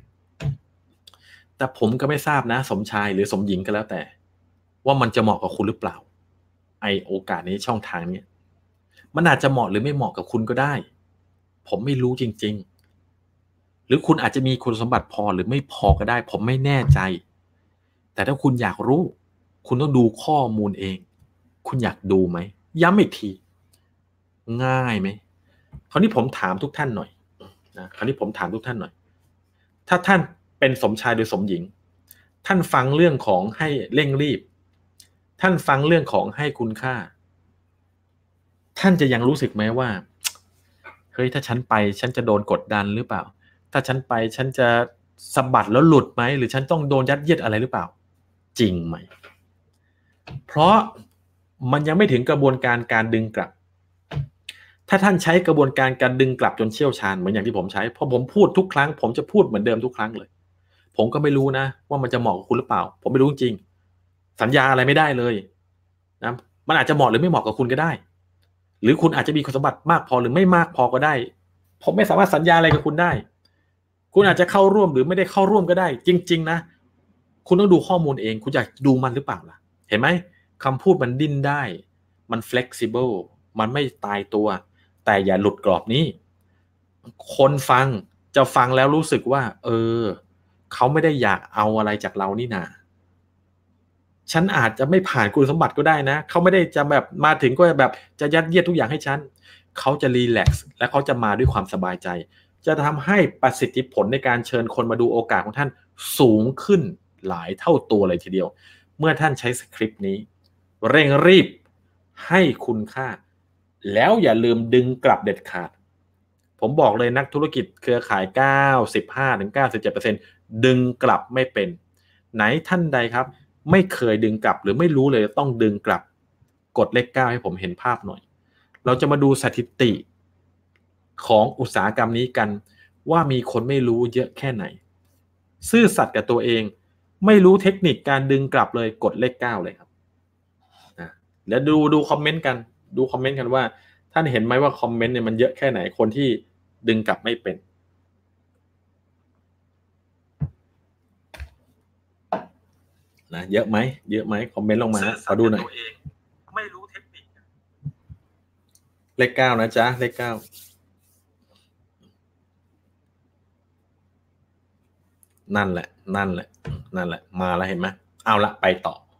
แต่ผมก็ไม่ทราบนะสมชายหรือสมหญิงก็แล้วแต่ว่ามันจะเหมาะกับคุณหรือเปล่าโอกาสนี้ช่องทางนี้มันอาจจะเหมาะหรือไม่เหมาะกับคุณก็ได้ผมไม่รู้จริงๆหรือคุณอาจจะมีคุณสมบัติพอหรือไม่พอก็ได้ผมไม่แน่ใจแต่ถ้าคุณอยากรู้คุณต้องดูข้อมูลเองคุณอยากดูไหมย้ำอีกทีง่ายไหมคราวนี้ผมถามทุกท่านหน่อยนะคราวนี้ผมถามทุกท่านหน่อยถ้าท่านเป็นสมชายหรือสมหญิงท่านฟังเรื่องของให้เร่งรีบท่านฟังเรื่องของให้คุณค่าท่านจะยังรู้สึกไหมว่าเฮ้ยถ้าฉันไปฉันจะโดนกดดันหรือเปล่าถ้าฉันไปฉันจะสะบัดแล้วหลุดไหมหรือฉันต้องโดนยัดเยียดอะไรหรือเปล่าจริงไหมเพราะมันยังไม่ถึงกระบวนการการดึงกลับถ้าท่านใช้กระบวนการการดึงกลับจนเชี่ยวชาญเหมือนอย่างที่ผมใช้พอผมพูดทุกครั้งผมจะพูดเหมือนเดิมทุกครั้งเลยผมก็ไม่รู้นะว่ามันจะเหมาะกับคุณหรือเปล่าผมไม่รู้จริงสัญญาอะไรไม่ได้เลยนะมันอาจจะเหมาะหรือไม่เหมาะกับคุณก็ได้หรือคุณอาจจะมีคุณสมบัติมากพอหรือไม่มากพอก็ได้ผมไม่สามารถสัญญาอะไรกับคุณได้คุณอาจจะเข้าร่วมหรือไม่ได้เข้าร่วมก็ได้จริงๆนะคุณต้องดูข้อมูลเองคุณอยากดูมันหรือเปล่าล่ะเห็นไหมคำพูดมันดิ้นได้มัน flexible มันไม่ตายตัวแต่อย่าหลุดกรอบนี้คนฟังจะฟังแล้วรู้สึกว่าเขาไม่ได้อยากเอาอะไรจากเรานี่นาฉันอาจจะไม่ผ่านคุณสมบัติก็ได้นะเขาไม่ได้จะแบบมาถึงก็แบบจะยัดเยียดทุกอย่างให้ฉันเขาจะรีแลกซ์และเขาจะมาด้วยความสบายใจจะทำให้ประสิทธิผลในการเชิญคนมาดูโอกาสของท่านสูงขึ้นหลายเท่าตัวเลยทีเดียวเมื่อท่านใช้สคริปต์นี้เร่งรีบให้คุณค่าแล้วอย่าลืมดึงกลับเด็ดขาดผมบอกเลยนักธุรกิจเครือข่าย 95-97% ดึงกลับไม่เป็นไหนท่านใดครับไม่เคยดึงกลับหรือไม่รู้เลยต้องดึงกลับกดเลข 9ให้ผมเห็นภาพหน่อยเราจะมาดูสถิติของอุตสาหกรรมนี้กันว่ามีคนไม่รู้เยอะแค่ไหนซื่อสัตย์กับตัวเองไม่รู้เทคนิคการดึงกลับเลยกดเลข 9เลยครับแล้วดูคอมเมนต์กันดูคอมเมนต์กันว่าท่านเห็นไหมว่าคอมเมนต์เนี่ยมันเยอะแค่ไหนคนที่ดึงกลับไม่เป็นนะเยอะไหมคอมเมนต์ลงมาขอดูหน่อยไม่รู้เทคนิคเลข 9นะจ๊ะเลข 9นั่นแหละมาแล้วเห็นไหมเอาละไปต่อ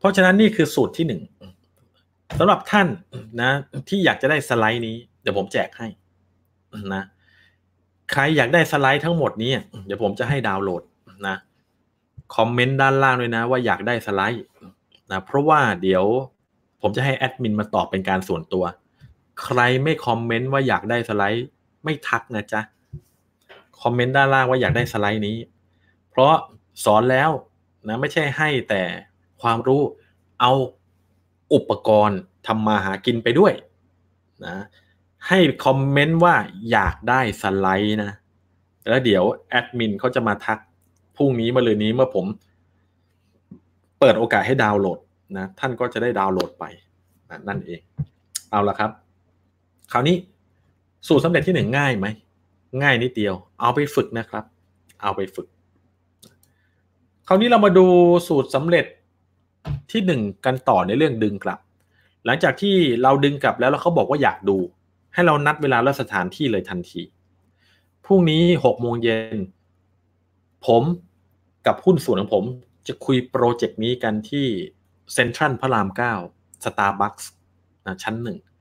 เพราะฉะนั้นนี่คือสูตรที่1สำหรับท่านนะที่อยากจะได้สไลด์นี้เดี๋ยวผมแจกให้นะใครอยากได้สไลด์ทั้งหมดนี้เดี๋ยวผมจะให้ดาวน์โหลดนะคอมเมนต์ด้านล่างด้วยนะว่าอยากได้สไลด์นะเพราะว่าเดี๋ยวผมจะให้แอดมินมาตอบเป็นการส่วนตัวใครไม่คอมเมนต์ว่าอยากได้สไลด์ไม่ทักนะจ๊ะคอมเมนต์ด้านล่างว่าอยากได้สไลด์นี้เพราะสอนแล้วนะไม่ใช่ให้แต่ความรู้เอาอุปกรณ์ทำมาหากินไปด้วยนะให้คอมเมนต์ว่าอยากได้สไลด์นะแล้วเดี๋ยวแอดมินเขาจะมาทักพรุ่งนี้มะรืนนี้เมื่อผมเปิดโอกาสให้ดาวน์โหลดนะท่านก็จะได้ดาวน์โหลดไปนั่นเองเอาละครับคราวนี้สูตรสำเร็จที่1ง่ายไหมง่ายนิดเดียวเอาไปฝึกนะครับเอาไปฝึกคราวนี้เรามาดูสูตรสำเร็จที่1กันต่อในเรื่องดึงกลับหลังจากที่เราดึงกลับแล้วเขาบอกว่าอยากดูให้เรานัดเวลาและสถานที่เลยทันทีพรุ่งนี้ 18:00 น.ผมกับหุ้นส่วนของผมจะคุยโปรเจกต์นี้กันที่เซ็นทรัลพระราม9 Starbucks นะชั้น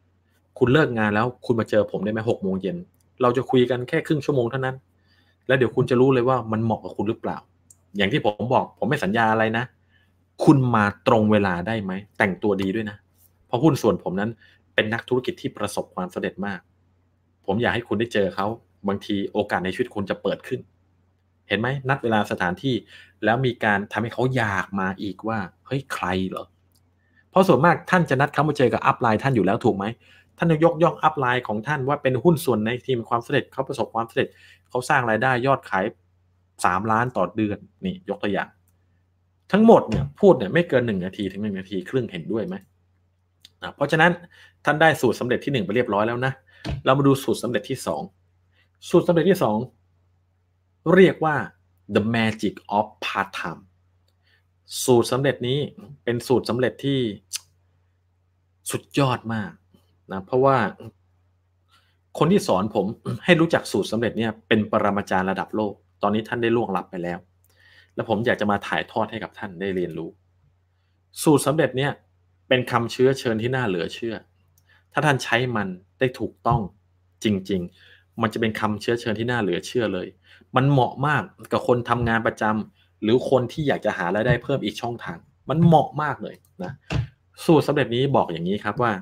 1คุณเลิกงานแล้วคุณมาเจอผมได้ไหม 18:00 น.เราจะคุยกันแค่ครึ่งชั่วโมงเท่านั้นแล้วเดี๋ยวคุณจะรู้เลยว่ามันเหมาะกับคุณหรือเปล่าอย่างที่ผมบอกผมไม่สัญญาอะไรนะคุณมาตรงเวลาได้ไหมแต่งตัวดีด้วยนะเพราะหุ้นส่วนผมนั้นเป็นนักธุรกิจที่ประสบความสำเร็จมากผมอยากให้คุณได้เจอเขาบางทีโอกาสในชีวิตคุณจะเปิดขึ้นเห็นไหมนัดเวลาสถานที่แล้วมีการทำให้เขาอยากมาอีกว่าเฮ้ยใครเหรอเพราะส่วนมากท่านจะนัดเขามาเจอกับอัพไลน์ท่านอยู่แล้วถูกไหมท่านจะยกย่องอัพไลน์ของท่านว่าเป็นหุ้นส่วนในทีมความสำเร็จเขาประสบความสำเร็จเขาสร้างรายได้ยอดขาย3 ล้านต่อเดือนนี่ยกตัวอย่างทั้งหมดเนี่ยพูดเนี่ยไม่เกิน1 นาทีถึง1 นาทีครึ่งเห็นด้วยไหมเพราะฉะนั้นท่านได้สูตรสำเร็จที่1ไปเรียบร้อยแล้วนะเรามาดูสูตรสำเร็จที่2สูตรสำเร็จที่2เรียกว่า the magic of part time สูตรสำเร็จนี้เป็นสูตรสำเร็จที่สุดยอดมากนะเพราะว่าคนที่สอนผมให้รู้จักสูตรสำเร็จเนี่ยเป็นปรมาจารย์ระดับโลกตอนนี้ท่านได้ล่วงลับไปแล้วและผมอยากจะมาถ่ายทอดให้กับท่านได้เรียนรู้สูตรสำเร็จเนี่ยเป็นคำเชื้อเชิญที่น่าเหลือเชื่อถ้าท่านใช้มันได้ถูกต้องจริงๆมันจะเป็นคำเชื้อเชิญที่น่าเหลือเชื่อเลยมันเหมาะมากกับคนทำงานประจำหรือคนที่อยากจะหารายได้เพิ่มอีกช่องทางมันเหมาะมากเลยนะสูตรสำเร็จนี้บอกอย่างนี้ครับว่า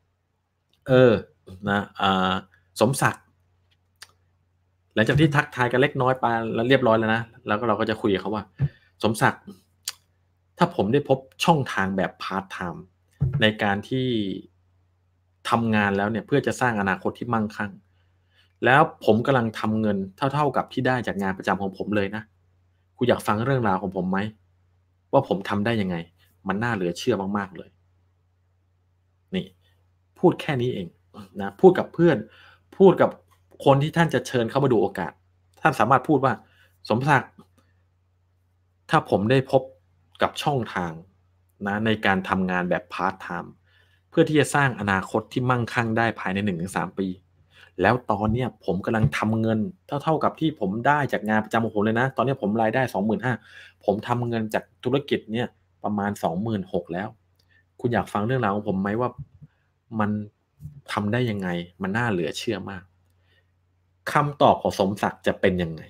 สมศักดิ์หลังจากที่ทักทายกันเล็กน้อยไปแล้วเรียบร้อยแล้วนะแล้วก็เราก็จะคุยกับเขาว่าสมศักดิ์ถ้าผมได้พบช่องทางแบบพาร์ทไทม์ในการที่ทำงานแล้วเนี่ยเพื่อจะสร้างอนาคตที่มั่งคั่งแล้วผมกำลังทำเงินเท่ากับที่ได้จากงานประจำของผมเลยนะคุณอยากฟังเรื่องราวของผมไหมว่าผมทำได้ยังไงมันน่าเหลือเชื่อมากๆเลยนี่พูดแค่นี้เองนะพูดกับเพื่อนพูดกับคนที่ท่านจะเชิญเข้ามาดูโอกาสท่านสามารถพูดว่าสมศักดิ์ถ้าผมได้พบกับช่องทางนะในการทำงานแบบพาร์ทไทม์เพื่อที่จะสร้างอนาคตที่มั่งคั่งได้ภายใน 1-3 ปีแล้วตอนนี้ผมกำลังทำเงินเท่ากับที่ผมได้จากงานประจำของผมเลยนะตอนนี้ผมรายได้ 25,000 ผมทำเงินจากธุรกิจเนี่ยประมาณ 26,000 แล้วคุณอยากฟังเรื่องราวของผมไหมว่ามันทำได้ยังไงมันน่าเหลือเชื่อมากคำตอบของสมศักดิ์จะเป็นยังไง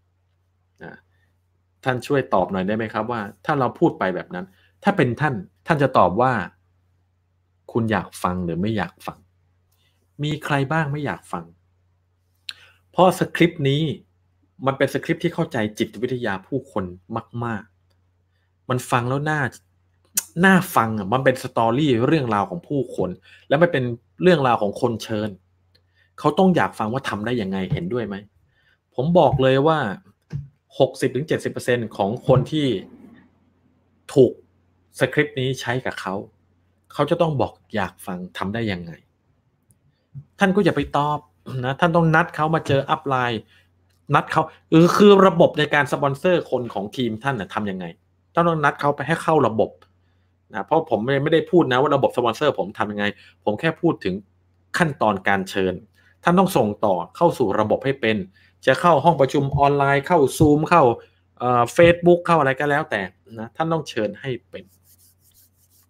ท่านช่วยตอบหน่อยได้ไหมครับว่าถ้าเราพูดไปแบบนั้นถ้าเป็นท่านจะตอบว่าคุณอยากฟังหรือไม่อยากฟังมีใครบ้างไม่อยากฟังเพราะสคริปต์นี้มันเป็นสคริปต์ที่เข้าใจจิตวิทยาผู้คนมากๆมันฟังแล้วน่าฟังมันเป็นสตอรี่เรื่องราวของผู้คนและมันเป็นเรื่องราวของคนเชิญเขาต้องอยากฟังว่าทำได้ยังไงเห็นด้วยไหมผมบอกเลยว่า 60-70% ของคนที่ถูกสคริปต์นี้ใช้กับเขาจะต้องบอกอยากฟังทำได้ยังไงท่านก็อย่าไปตอบนะท่านต้องนัดเขามาเจออัพไลน์นัดเขาคือระบบในการสปอนเซอร์คนของทีมท่านทำยังไงต้องนัดเขาไปให้เข้าระบบนะเพราะผมไม่ได้พูดนะว่าระบบสปอนเซอร์ผมทำยังไงผมแค่พูดถึงขั้นตอนการเชิญท่านต้องส่งต่อเข้าสู่ระบบให้เป็นจะเข้าห้องประชุมออนไลน์เข้า Zoom เข้าFacebook เข้าอะไรก็แล้วแต่นะท่านต้องเชิญให้เป็น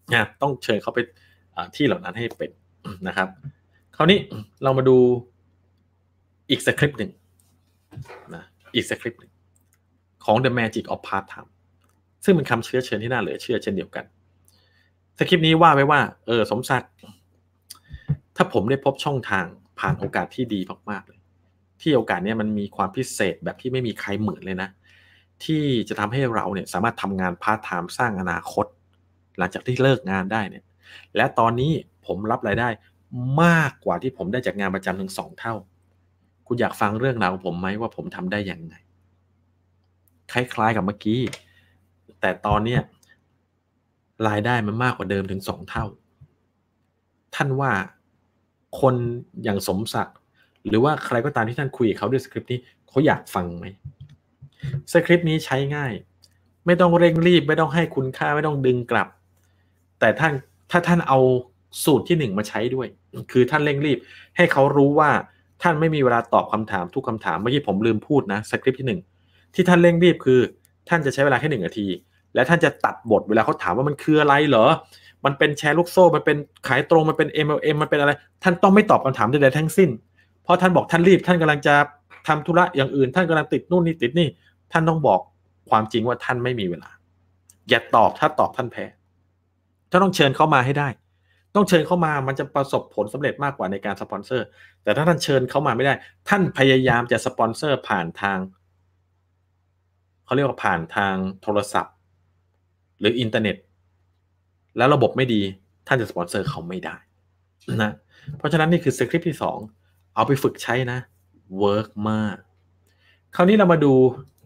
นะต้องเชิญเขาไปที่เหล่านั้นให้เป็นนะครับคราวนี้เรามาดูอีกสคริปต์หนึ่งนะอีกสคริปต์หนึ่งของ The Magic of Part-Time ซึ่งเป็นคำเชื้อเชิญที่น่าเหลือเชื่อเช่นเดียวกันสคริปต์นี้ว่าไว้ว่าสมศักดิ์ถ้าผมได้พบช่องทางผ่านโอกาสที่ดีมากๆเลยที่โอกาสนี้มันมีความพิเศษแบบที่ไม่มีใครเหมือนเลยนะที่จะทำให้เราเนี่ยสามารถทำงานพาร์ทไทม์สร้างอนาคตหลังจากที่เลิกงานได้เนี่ยและตอนนี้ผมรับรายได้มากกว่าที่ผมได้จากงานประจำถึง2 เท่าคุณอยากฟังเรื่องราวของผมไหมว่าผมทำได้ยังไงคล้ายๆกับเมื่อกี้แต่ตอนนี้รายได้มันมากกว่าเดิมถึง2 เท่าท่านว่าคนอย่างสมศักดิ์หรือว่าใครก็ตามที่ท่านคุยกับเขาด้วยสคริปต์นี้เขาอยากฟังไหมสคริปต์นี้ใช้ง่ายไม่ต้องเร่งรีบไม่ต้องให้คุณค่าไม่ต้องดึงกลับแต่ถ้าท่านเอาสูตรที่1มาใช้ด้วยคือท่านเร่งรีบให้เขารู้ว่าท่านไม่มีเวลาตอบคำถามทุกคำถามเมื่อกี้ผมลืมพูดนะสคริปต์ที่1ที่ท่านเร่งรีบคือท่านจะใช้เวลาแค่1 นาทีและท่านจะตัดบทเวลาเขาถามว่ามันคืออะไรเหรอมันเป็นแชร์ลูกโซ่มันเป็นขายตรงมันเป็น MLM มันเป็นอะไรท่านต้องไม่ตอบคำถามใดๆทั้งสิ้นเพราะท่านบอกท่านรีบท่านกำลังจะทำธุระอย่างอื่นท่านกำลังติดนู่นนี่ติดนี่ท่านต้องบอกความจริงว่าท่านไม่มีเวลาอย่าตอบถ้าตอบท่านแพ้ท่านต้องเชิญเขามาให้ได้ต้องเชิญเขามามันจะประสบผลสำเร็จมากกว่าในการสปอนเซอร์แต่ถ้าท่านเชิญเขามาไม่ได้ท่านพยายามจะสปอนเซอร์ผ่านทางเขาเรียกว่าผ่านทางโทรศัพท์หรืออินเทอร์เน็ตแล้วระบบไม่ดีท่านจะสปอนเซอร์เขาไม่ได้นะเพราะฉะนั้นนี่คือสคริปต์ที่2เอาไปฝึกใช้นะเวิร์กมากคราวนี้เรามาดู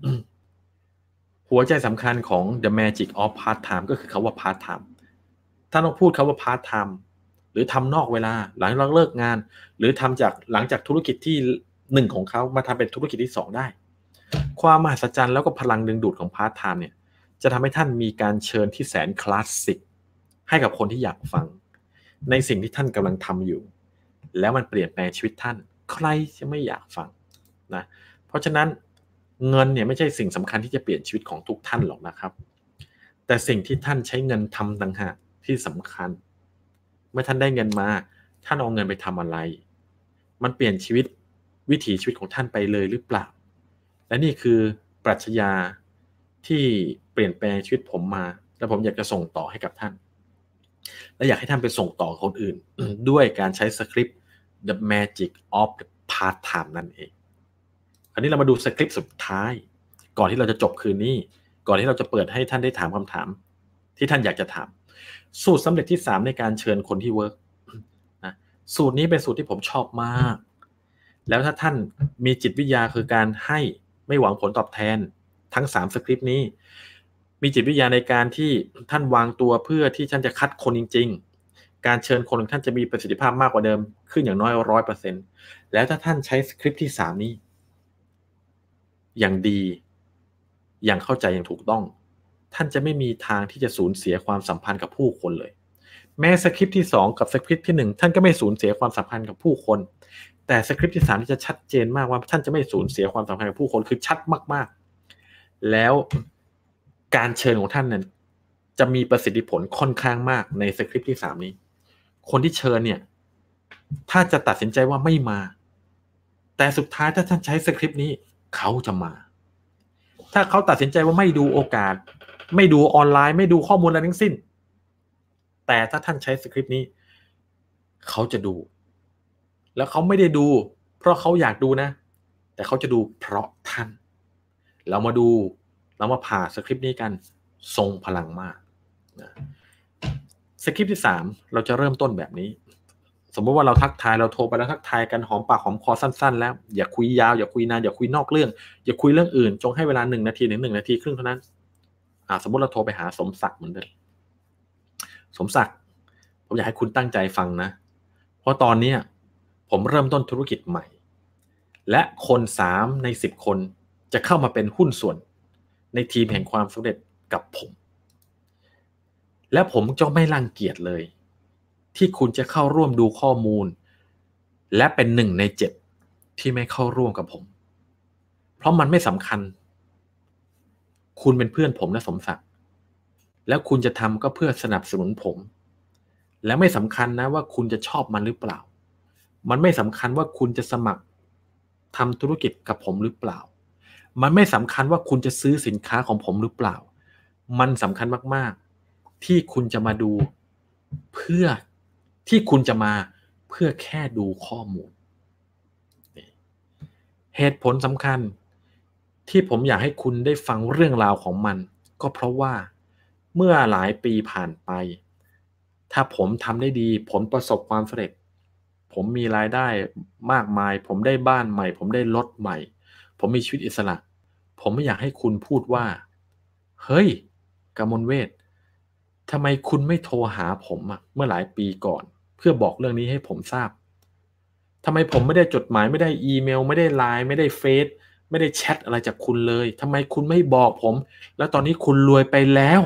หัวใจสำคัญของ The Magic of Part-Time ก็คือคำว่า Part-Time ท่านต้องพูดคำว่า Part-Time หรือทำนอกเวลาหลังเลิกงานหรือทำหลังจากธุรกิจที่1ของเขามาทำเป็นธุรกิจที่2ได้ความมหัศจรรย์แล้วก็พลังดึงดูดของ Part-Time เนี่ยจะทำให้ท่านมีการเชิญที่แสนคลาสสิกให้กับคนที่อยากฟังในสิ่งที่ท่านกำลังทำอยู่แล้วมันเปลี่ยนแปลงชีวิตท่านใครจะไม่อยากฟังนะเพราะฉะนั้นเงินเนี่ยไม่ใช่สิ่งสำคัญที่จะเปลี่ยนชีวิตของทุกท่านหรอกนะครับแต่สิ่งที่ท่านใช้เงินทำต่างหากที่สำคัญเมื่อท่านได้เงินมาท่านเอาเงินไปทำอะไรมันเปลี่ยนชีวิตวิถีชีวิตของท่านไปเลยหรือเปล่าและนี่คือปรัชญาที่เปลี่ยนแปลงชีวิตผมมาและผมอยากจะส่งต่อให้กับท่านและอยากให้ท่านไปส่งต่อคนอื่น ด้วยการใช้สคริปต์ The Magic of the Part-Time นั่นเองคราวนี้เรามาดูสคริปต์สุดท้ายก่อนที่เราจะจบคืนนี้ก่อนที่เราจะเปิดให้ท่านได้ถามคำถามที่ท่านอยากจะถามสูตรสำเร็จที่3ในการเชิญคนที่เวิร์กนะสูตรนี้เป็นสูตรที่ผมชอบมากแล้วถ้าท่านมีจิตวิทยาคือการให้ไม่หวังผลตอบแทนทั้ง3สคริปต์นี้มีจิตวิทยาในการที่ท่านวางตัวเพื่อที่ท่านจะคัดคนจริงๆการเชิญคนของท่านจะมีประสิทธิภาพมากกว่าเดิมขึ้นอย่างน้อย 100% แล้วถ้าท่านใช้สคริปต์ที่3นี้อย่างดีอย่างเข้าใจอย่างถูกต้องท่านจะไม่มีทางที่จะสูญเสียความสัมพันธ์กับผู้คนเลยแม้สคริปต์ที่2กับสคริปต์ที่1ท่านก็ไม่สูญเสียความสัมพันธ์กับผู้คนแต่สคริปต์ที่3ที่จะชัดเจนมากว่าท่านจะไม่สูญเสียความสัมพันธ์กับผู้คนคือชัดมากๆแล้วการเชิญของท่านนั้นจะมีประสิทธิผลค่อนข้างมากในสคริปต์ที่3นี้คนที่เชิญเนี่ยถ้าจะตัดสินใจว่าไม่มาแต่สุดท้ายถ้าท่านใช้สคริปต์นี้เขาจะมาถ้าเขาตัดสินใจว่าไม่ดูโอกาสไม่ดูออนไลน์ไม่ดูข้อมูลอะไรทั้งสิ้นแต่ถ้าท่านใช้สคริปต์นี้เขาจะดูแล้วเขาไม่ได้ดูเพราะเขาอยากดูนะแต่เขาจะดูเพราะท่านเรามาผ่าสคริปต์นี้กันทรงพลังมากนะสคริปต์ที่3เราจะเริ่มต้นแบบนี้สมมติว่าเราทักทายเราโทรไปแล้วทักทายกันหอมปากหอมคอสั้นๆแล้วอย่าคุยยาวอย่าคุยนานอย่าคุยนอกเรื่องอย่าคุยเรื่องอื่นจงให้เวลา1 นาทีถึง1 นาทีครึ่งเท่านั้นสมมติเราโทรไปหาสมศักดิ์เหมือนเดิมสมศักดิ์ผมอยากให้คุณตั้งใจฟังนะเพราะตอนนี้ผมเริ่มต้นธุรกิจใหม่และคน3 ใน 10 คนจะเข้ามาเป็นหุ้นส่วนในทีมแห่งความสำเร็จกับผมและผมจะไม่รังเกียจเลยที่คุณจะเข้าร่วมดูข้อมูลและเป็น1 ใน 7ที่ไม่เข้าร่วมกับผมเพราะมันไม่สำคัญคุณเป็นเพื่อนผมนะสมศักดิ์แล้วคุณจะทำก็เพื่อสนับสนุนผมและไม่สำคัญนะว่าคุณจะชอบมันหรือเปล่ามันไม่สำคัญว่าคุณจะสมัครทำธุรกิจกับผมหรือเปล่ามันไม่สำคัญว่าคุณจะซื้อสินค้าของผมหรือเปล่ามันสำคัญมากๆที่คุณจะมาดูเพื่อที่คุณจะมาเพื่อแค่ดูข้อมูลเหตุผลสำคัญที่ผมอยากให้คุณได้ฟังเรื่องราวของมันก็เพราะว่าเมื่อหลายปีผ่านไปถ้าผมทำได้ดีผมประสบความสำเร็จผมมีรายได้มากมายผมได้บ้านใหม่ผมได้รถใหม่ผมมีชีวิตอิสระผมไม่อยากให้คุณพูดว่าเฮ้ยกมลเวททำไมคุณไม่โทรหาผมเมื่อหลายปีก่อนเพื่อบอกเรื่องนี้ให้ผมทราบทำไมผมไม่ได้จดหมายไม่ได้อีเมลไม่ได้ไลน์ไม่ได้เฟซไม่ได้แชทอะไรจากคุณเลยทำไมคุณไม่บอกผมแล้วตอนนี้คุณรวยไปแล้ว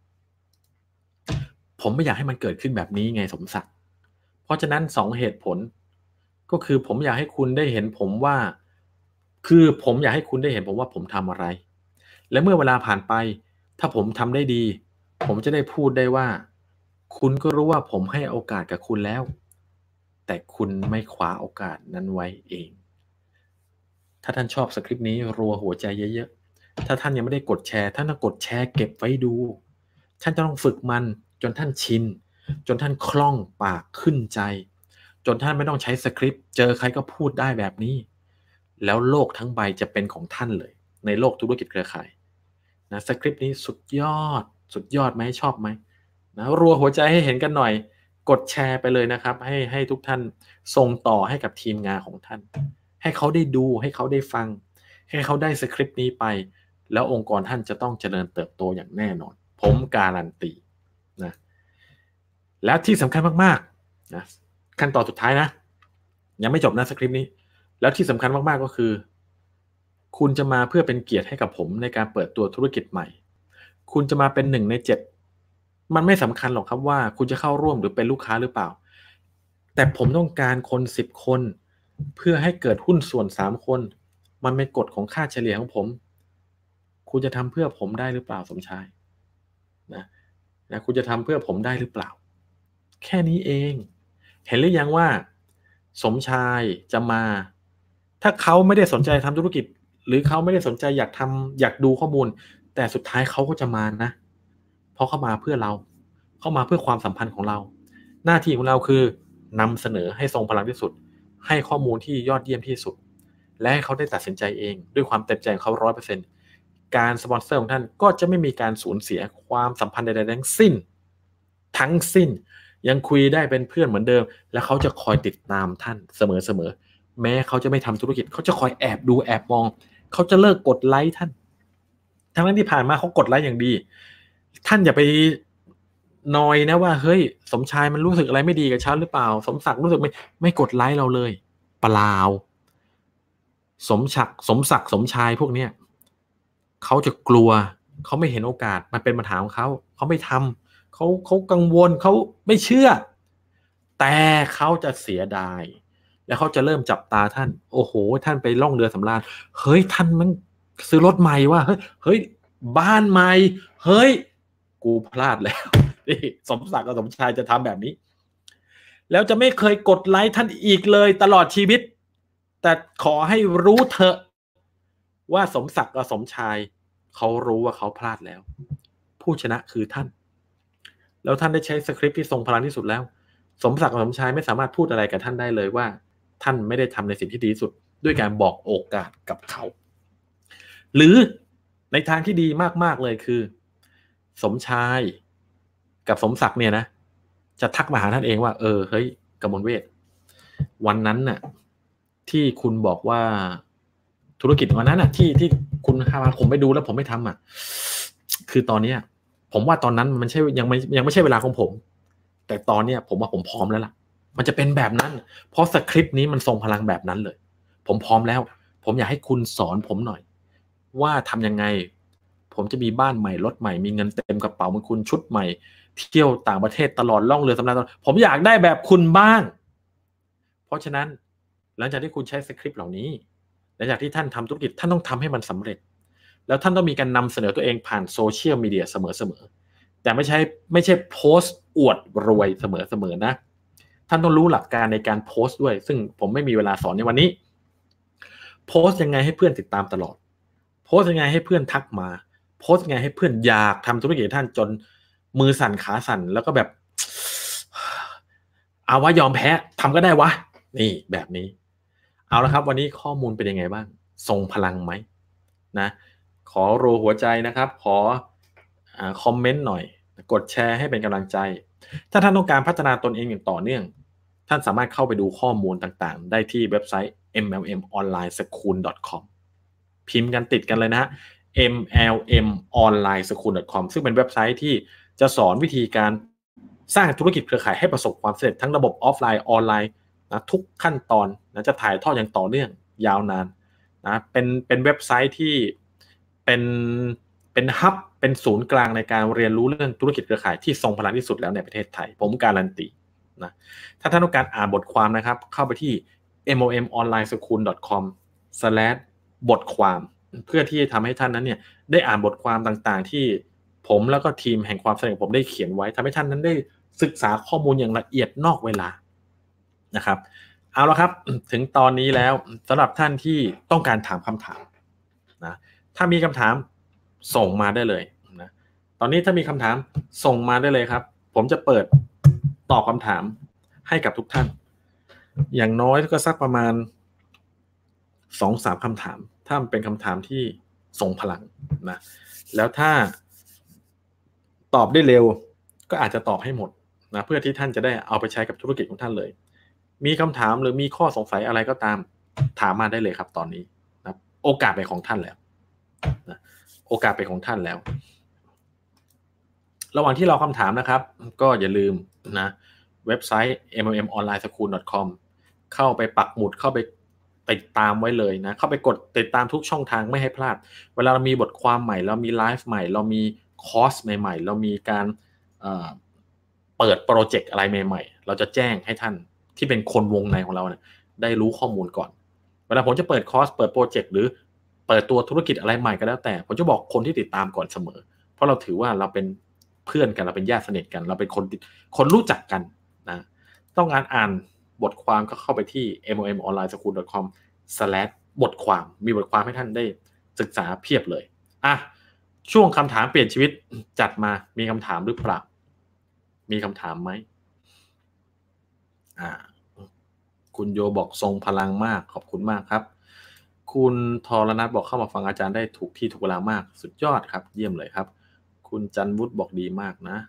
ผมไม่อยากให้มันเกิดขึ้นแบบนี้ไงสมศักดิ์เพราะฉะนั้น2เหตุผลก็คือผมอยากให้คุณได้เห็นผมว่าผมอยากให้คุณได้เห็นผมว่าผมทำอะไรและเมื่อเวลาผ่านไปถ้าผมทำได้ดีผมจะได้พูดได้ว่าคุณก็รู้ว่าผมให้โอกาสกับคุณแล้วแต่คุณไม่คว้าโอกาสนั้นไว้เองถ้าท่านชอบสคริปต์นี้รัวหัวใจเยอะๆถ้าท่านยังไม่ได้กดแชร์ท่านต้องกดแชร์เก็บไว้ดูท่านจะต้องฝึกมันจนท่านชินจนท่านคล่องปากขึ้นใจจนท่านไม่ต้องใช้สคริปต์เจอใครก็พูดได้แบบนี้แล้วโลกทั้งใบจะเป็นของท่านเลยในโลกธุรกิจเครือข่ายนะสคริปต์นี้สุดยอดไหมชอบไหมนะรัวหัวใจให้เห็นกันหน่อยกดแชร์ไปเลยนะครับให้ทุกท่านส่งต่อให้กับทีมงานของท่านให้เขาได้ดูให้เขาได้ฟังให้เขาได้สคริปต์นี้ไปแล้วองค์กรท่านจะต้องเจริญเติบโตอย่างแน่นอนผมการันตีนะแล้วที่สำคัญมากๆนะขั้นตอนสุดท้ายนะยังไม่จบนะสคริปต์นี้แล้วที่สำคัญมากๆก็คือคุณจะมาเพื่อเป็นเกียรติให้กับผมในการเปิดตัวธุรกิจใหม่คุณจะมาเป็น1 ใน 7มันไม่สำคัญหรอกครับว่าคุณจะเข้าร่วมหรือเป็นลูกค้าหรือเปล่าแต่ผมต้องการคน10 คนเพื่อให้เกิดหุ้นส่วน3 คนมันเป็นกฎของค่าเฉลี่ยของผมคุณจะทำเพื่อผมได้หรือเปล่าสมชายนะคุณจะทำเพื่อผมได้หรือเปล่าแค่นี้เองเห็นหรือยังว่าสมชายจะมาถ้าเขาไม่ได้สนใจทำธุรกิจหรือเขาไม่ได้สนใจอยากดูข้อมูลแต่สุดท้ายเขาก็จะมานะเพราะเขามาเพื่อเราเขามาเพื่อความสัมพันธ์ของเราหน้าที่ของเราคือนำเสนอให้ทรงพลังที่สุดให้ข้อมูลที่ยอดเยี่ยมที่สุดและให้เขาได้ตัดสินใจเองด้วยความเต็มใจของเขา 100%การสปอนเซอร์ของท่านก็จะไม่มีการสูญเสียความสัมพันธ์ใดๆทั้งสิ้นยังคุยได้เป็นเพื่อนเหมือนเดิมและเขาจะคอยติดตามท่านเสมอแม้เขาจะไม่ทำธุรกิจเขาจะคอยแอบดูแอบมองเขาจะเลิกกดไลค์ท่านทั้งนั้นที่ผ่านมาเขากดไลค์อย่างดีท่านอย่าไปนอยนะว่าเฮ้ยสมชายมันรู้สึกอะไรไม่ดีกับฉันหรือเปล่าสมศักดิ์รู้สึกไม่กดไลค์เราเลยเปล่าสมศักดิ์สมชายพวกเนี้ยเขาจะกลัวเขาไม่เห็นโอกาสมันเป็นปัญหาของเขาไม่ทำเขากังวลเขาไม่เชื่อแต่เขาจะเสียดายแล้วเขาจะเริ่มจับตาท่านโอ้โหท่านไปล่องเรือสำราญเฮ้ยท่านมันซื้อรถใหม่ว่ะเฮ้ยบ้านใหม่เฮ้ยกูพลาดแล้วนี่สมศักดิ์กับสมชายจะทำแบบนี้แล้วจะไม่เคยกดไลค์ท่านอีกเลยตลอดชีวิตแต่ขอให้รู้เถอะว่าสมศักดิ์กับสมชายเขารู้ว่าเขาพลาดแล้วผู้ชนะคือท่านแล้วท่านได้ใช้สคริปต์ที่ทรงพลังที่สุดแล้วสมศักดิ์กับสมชายไม่สามารถพูดอะไรกับท่านได้เลยว่าท่านไม่ได้ทำในสิ่งที่ดีที่สุดด้วยการบอกโอกาสกับเขาหรือในทางที่ดีมากๆเลยคือสมชายกับสมศักดิ์เนี่ยนะจะทักมาหาท่านเองว่าเฮ้ยกมลเวทวันนั้นน่ะที่คุณบอกว่าธุรกิจวันนั้นน่ะที่คุณพาผมไปดูแล้วผมไม่ทำคือตอนนี้ผมว่าตอนนั้นมันยังไม่ใช่เวลาของผมแต่ตอนนี้ผมว่าผมพร้อมแล้วล่ะมันจะเป็นแบบนั้นเพราะสคริปต์นี้มันทรงพลังแบบนั้นเลยผมพร้อมแล้วผมอยากให้คุณสอนผมหน่อยว่าทำยังไงผมจะมีบ้านใหม่รถใหม่มีเงินเต็มกระเป๋าเหมือนคุณชุดใหม่เที่ยวต่างประเทศตลอดล่องเรือสำราญผมอยากได้แบบคุณบ้างเพราะฉะนั้นหลังจากที่คุณใช้สคริปต์เหล่านี้หลังจากที่ท่านทำธุรกิจท่านต้องทำให้มันสำเร็จแล้วท่านต้องมีการนำเสนอตัวเองผ่านโซเชียลมีเดียเสมอแต่ไม่ใช่โพสต์อวดรวยเสมอนะท่านต้องรู้หลักการในการโพสต์ด้วยซึ่งผมไม่มีเวลาสอนในวันนี้โพสต์ยังไงให้เพื่อนติดตามตลอดโพสต์ยังไงให้เพื่อนทักมาโพสต์ยังไงให้เพื่อนอยากทำธุรกิจท่านจนมือสั่นขาสั่นแล้วก็แบบเอาว่ายอมแพ้ทำก็ได้วะนี่แบบนี้เอาละครับวันนี้ข้อมูลเป็นยังไงบ้างทรงพลังไหมนะขอรัวหัวใจนะครับขอคอมเมนต์หน่อยกดแชร์ให้เป็นกำลังใจถ้าท่านต้องการพัฒนาตนเองอย่างต่อเนื่องท่านสามารถเข้าไปดูข้อมูลต่างๆได้ที่เว็บไซต์ mlmonlineschool.com พิมพ์กันติดกันเลยนะฮะ mlmonlineschool.com ซึ่งเป็นเว็บไซต์ที่จะสอนวิธีการสร้างธุรกิจเครือข่ายให้ประสบความสำเร็จทั้งระบบออฟไลน์ออนไลน์นะทุกขั้นตอนนะจะถ่ายทอดอย่างต่อเนื่องยาวนานนะเป็นเว็บไซต์ที่เป็นฮับเป็นศูนย์กลางในการเรียนรู้เรื่องธุรกิจเครือข่ายที่ทรงพลังที่สุดแล้วในประเทศไทยผมการันตีนะถ้าท่านต้องการอ่านบทความนะครับเข้าไปที่ momonlineschool.com/บทความเพื่อที่จะทำให้ท่านนั้นเนี่ยได้อ่านบทความต่างๆที่ผมแล้วก็ทีมแห่งความสำเร็จผมได้เขียนไว้ทำให้ท่านนั้นได้ศึกษาข้อมูลอย่างละเอียดนอกเวลานะครับเอาละครับถึงตอนนี้แล้วสำหรับท่านที่ต้องการถามคำถามนะถ้ามีคำถามส่งมาได้เลยนะตอนนี้ถ้ามีคำถามส่งมาได้เลยครับผมจะเปิดตอบคำถามให้กับทุกท่านอย่างน้อยก็สักประมาณ 2-3 คำถามถ้ามันเป็นคำถามที่ทรงพลังนะแล้วถ้าตอบได้เร็วก็อาจจะตอบให้หมดนะเพื่อที่ท่านจะได้เอาไปใช้กับธุรกิจของท่านเลยมีคำถามหรือมีข้อสงสัยอะไรก็ตามถามมาได้เลยครับตอนนี้นะโอกาสเป็นของท่านแล้วนะโอกาสเป็นของท่านแล้วระหว่างที่รอคำถามนะครับก็อย่าลืมนะเว็บไซต์ mlmonlineschool.com เข้าไปปักหมุดเข้าไปติดตามไว้เลยนะเข้าไปกดติดตามทุกช่องทางไม่ให้พลาดเวลาเรามีบทความใหม่เรามีไลฟ์ใหม่เรามีคอร์สใหม่ๆเรามีการเปิดโปรเจกต์อะไรใหม่ๆเราจะแจ้งให้ท่านที่เป็นคนวงในของเราเนี่ยได้รู้ข้อมูลก่อนเวลาผมจะเปิดคอร์สเปิดโปรเจกต์หรือเปิดตัวธุรกิจอะไรใหม่ก็แล้วแต่ผมจะบอกคนที่ติดตามก่อนเสมอเพราะเราถือว่าเราเป็นเพื่อนกันเราเป็นญาติสนิทกันเราเป็นคนรู้จักกันนะต้องอ่านบทความก็เข้าไปที่ momonlineschool.com/ บทความมีบทความให้ท่านได้ศึกษาเพียบเลยช่วงคำถามเปลี่ยนชีวิตจัดมามีคำถามหรือเปล่ามีคำถามไหมคุณโยบอกทรงพลังมากขอบคุณมากครับคุณธรณัฐบอกเข้ามาฟังอาจารย์ได้ถูกที่ถูกเวลามากสุดยอดครับเยี่ยมเลยครับคุณจันวุฒิบอกดีมากนะ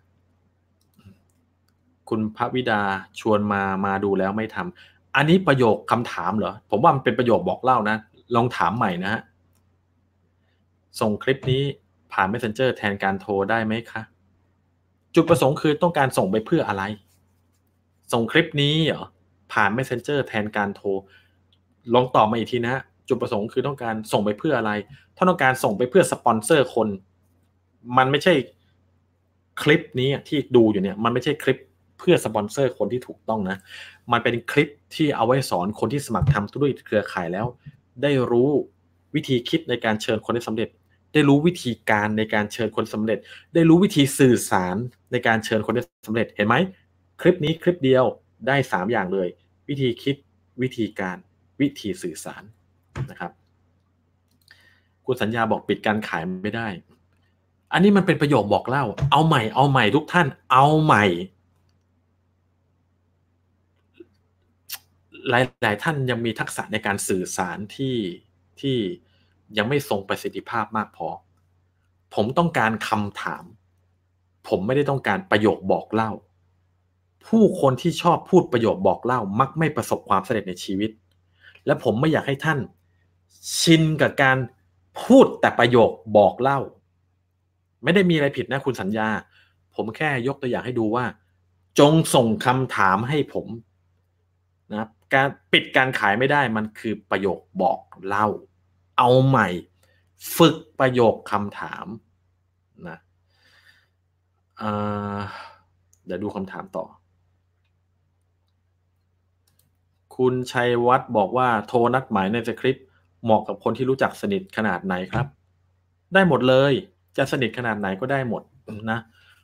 คุณพระวิดาชวนมาดูแล้วไม่ทำอันนี้ประโยคคำถามเหรอผมว่ามันเป็นประโยคบอกเล่านะลองถามใหม่นะฮะส่งคลิปนี้ผ่าน Messenger แทนการโทรได้ไหมคะจุดประสงค์คือต้องการส่งไปเพื่ออะไรส่งคลิปนี้เหรอผ่าน Messenger แทนการโทรลองตอบมาอีกทีนะจุดประสงค์คือต้องการส่งไปเพื่ออะไรถ้าต้องการส่งไปเพื่อสปอนเซอร์คนมันไม่ใช่คลิปนี้ที่ดูอยู่เนี่ยมันไม่ใช่คลิปเพื่อสปอนเซอร์คนที่ถูกต้องนะมันเป็นคลิปที่เอาไว้สอนคนที่สมัครทำธุรกิจเครือข่ายแล้วได้รู้วิธีคิดในการเชิญคนให้สำเร็จได้รู้วิธีการในการเชิญคนสำเร็จได้รู้วิธีสื่อสารในการเชิญคนให้สำเร็จเห็นไหมคลิปนี้คลิปเดียวได้3อย่างเลยวิธีคิดวิธีการวิธีสื่อสารนะครับคุณสัญญาบอกปิดการขายไม่ได้อันนี้มันเป็นประโยคบอกเล่าเอาใหม่ทุกท่านเอาใหม่หลายท่านยังมีทักษะในการสื่อสารที่ยังไม่ทรงประสิทธิภาพมากพอผมต้องการคำถามผมไม่ได้ต้องการประโยคบอกเล่าผู้คนที่ชอบพูดประโยคบอกเล่ามักไม่ประสบความสำเร็จในชีวิตและผมไม่อยากให้ท่านชินกับการพูดแต่ประโยคบอกเล่าไม่ได้มีอะไรผิดนะคุณสัญญาผมแค่ยกตัวอย่างให้ดูว่าจงส่งคำถามให้ผมนะการปิดการขายไม่ได้มันคือประโยคบอกเล่าเอาใหม่ฝึกประโยคคำถามนะเดี๋ยวดูคำถามต่อคุณชัยวัฒน์บอกว่าโทรนัดหมายในสคริปต์เหมาะกับคนที่รู้จักสนิทขนาดไหนครับได้หมดเลยจะสนิทขนาดไหนก็ได้หมดนะ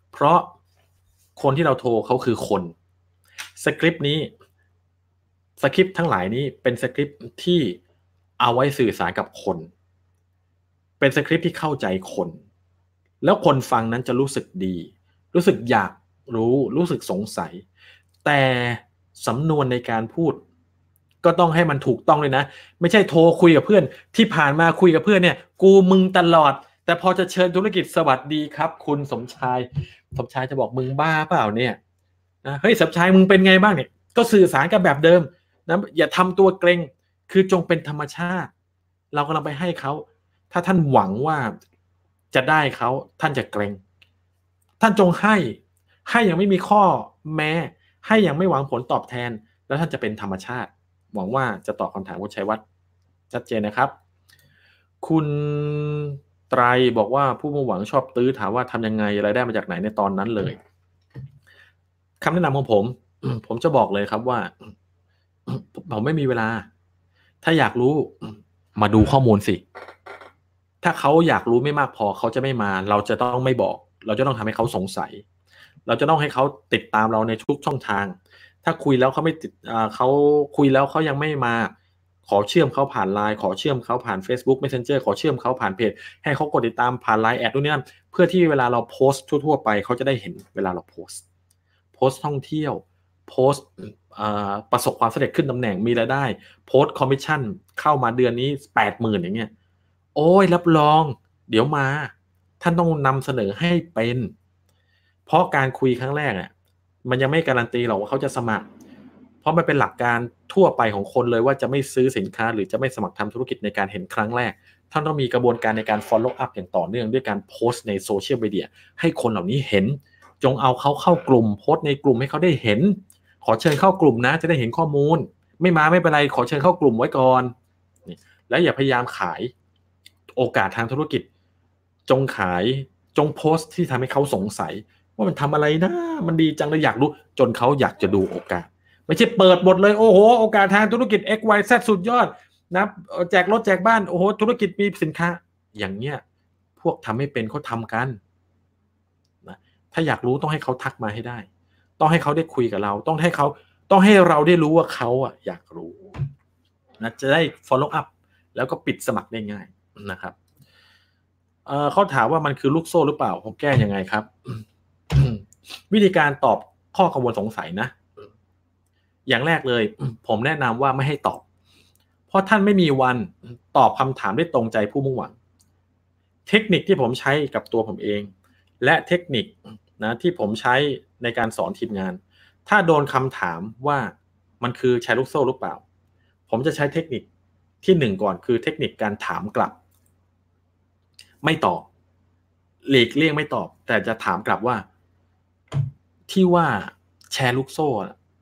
เพราะคนที่เราโทรเขาคือคนสคริปต์นี้สคริปต์ทั้งหลายนี้เป็นสคริปต์ที่เอาไว้สื่อสารกับคนเป็นสคริปต์ที่เข้าใจคนแล้วคนฟังนั้นจะรู้สึกดีรู้สึกอยากรู้สึกสงสัยแต่สำนวนในการพูดก็ต้องให้มันถูกต้องเลยนะไม่ใช่โทรคุยกับเพื่อนที่ผ่านมาคุยกับเพื่อนเนี่ยกูมึงตลอดแต่พอจะเชิญธุรกิจสวัสดีครับคุณสมชายจะบอกมึงบ้าเปล่าเนี่ยนะเฮ้ยสมชายมึงเป็นไงบ้างเนี่ยก็สื่อสารกันแบบเดิมนะอย่าทำตัวเกรงคือจงเป็นธรรมชาติเรากำลังไปให้เขาถ้าท่านหวังว่าจะได้เขาท่านจะเกรงท่านจงให้อย่างไม่มีข้อแม้ให้อย่างไม่หวังผลตอบแทนแล้วท่านจะเป็นธรรมชาติหวังว่าจะตอบคำถามคุณชัยวัฒน์ชัดเจนนะครับคุณไตรบอกว่าผู้มุ่งหวังชอบตื้อถามว่าทำยังไงรายได้มาจากไหนในตอนนั้นเลยคำแนะนำของผมจะบอกเลยครับว่าผมไม่มีเวลาถ้าอยากรู้มาดูข้อมูลสิถ้าเขาอยากรู้ไม่มากพอเขาจะไม่มาเราจะต้องไม่บอกเราจะต้องทำให้เขาสงสัยเราจะต้องให้เขาติดตามเราในทุกช่องทางถ้าคุยแล้วเขาไม่ติดเขาคุยแล้วเขายังไม่มาขอเชื่อมเขาผ่าน LINE ขอเชื่อมเขาผ่าน Facebook Messenger ขอเชื่อมเขาผ่านเพจให้เขากดติดตามผ่าน LINE แอดนู่นนี่นั่นเพื่อที่เวลาเราโพสต์ทั่วๆไปเขาจะได้เห็นเวลาเราโพสต์ท่องเที่ยวโพสต์ประสบความสำเร็จขึ้นตำแหน่งมีรายได้โพสต์คอมมิชชั่นเข้ามาเดือนนี้ 80,000 อย่างเงี้ยโอ้ยรับรองเดี๋ยวมาท่านต้องนำเสนอให้เป็นเพราะการคุยครั้งแรกเนี่ยมันยังไม่การันตีหรอกว่าเขาจะสมัครเพราะมันเป็นหลักการทั่วไปของคนเลยว่าจะไม่ซื้อสินค้าหรือจะไม่สมัครทำธุรกิจในการเห็นครั้งแรกท่านต้องมีกระบวนการในการ follow up อย่างต่อเนื่องด้วยการโพสต์ในโซเชียลมีเดียให้คนเหล่านี้เห็นจงเอาเขาเข้ากลุ่มโพสต์ในกลุ่มให้เขาได้เห็นขอเชิญเข้ากลุ่มนะจะได้เห็นข้อมูลไม่มาไม่เป็นไรขอเชิญเข้ากลุ่มไว้ก่อนและอย่าพยายามขายโอกาสทางธุรกิจจงโพสต์ที่ทำให้เขาสงสัยว่ามันทำอะไรนะมันดีจังเลยอยากรู้จนเขาอยากจะดูโอกาสไม่ใช่เปิดหมดเลยโอ้โหโอกาสทางธุรกิจ XYZ สุดยอดนะแจกรถแจกบ้านโอ้โหธุรกิจมีสินค้าอย่างเงี้ยพวกทำไม่เป็นเขาทำกันนะถ้าอยากรู้ต้องให้เขาทักมาให้ได้ต้องให้เขาได้คุยกับเราต้องให้เราได้รู้ว่าเขาอยากรู้นะจะได้ follow up แล้วก็ปิดสมัครได้ง่ายนะครับเขาถามว่ามันคือลูกโซ่หรือเปล่าผมแก้ยังไงครับ วิธีการตอบข้อกังวลสงสัยนะอย่างแรกเลยผมแนะนำว่าไม่ให้ตอบเพราะท่านไม่มีวันตอบคำถามได้ตรงใจผู้มุ่งหวังเทคนิคที่ผมใช้กับตัวผมเองและเทคนิคนะที่ผมใช้ในการสอนทีมงานถ้าโดนคำถามว่ามันคือแชร์ลูกโซ่หรือเปล่าผมจะใช้เทคนิคที่หนึ่งก่อนคือเทคนิคการถามกลับไม่ตอบหลีกเลี่ยงไม่ตอบแต่จะถามกลับว่าที่ว่าแชร์ลูกโซ่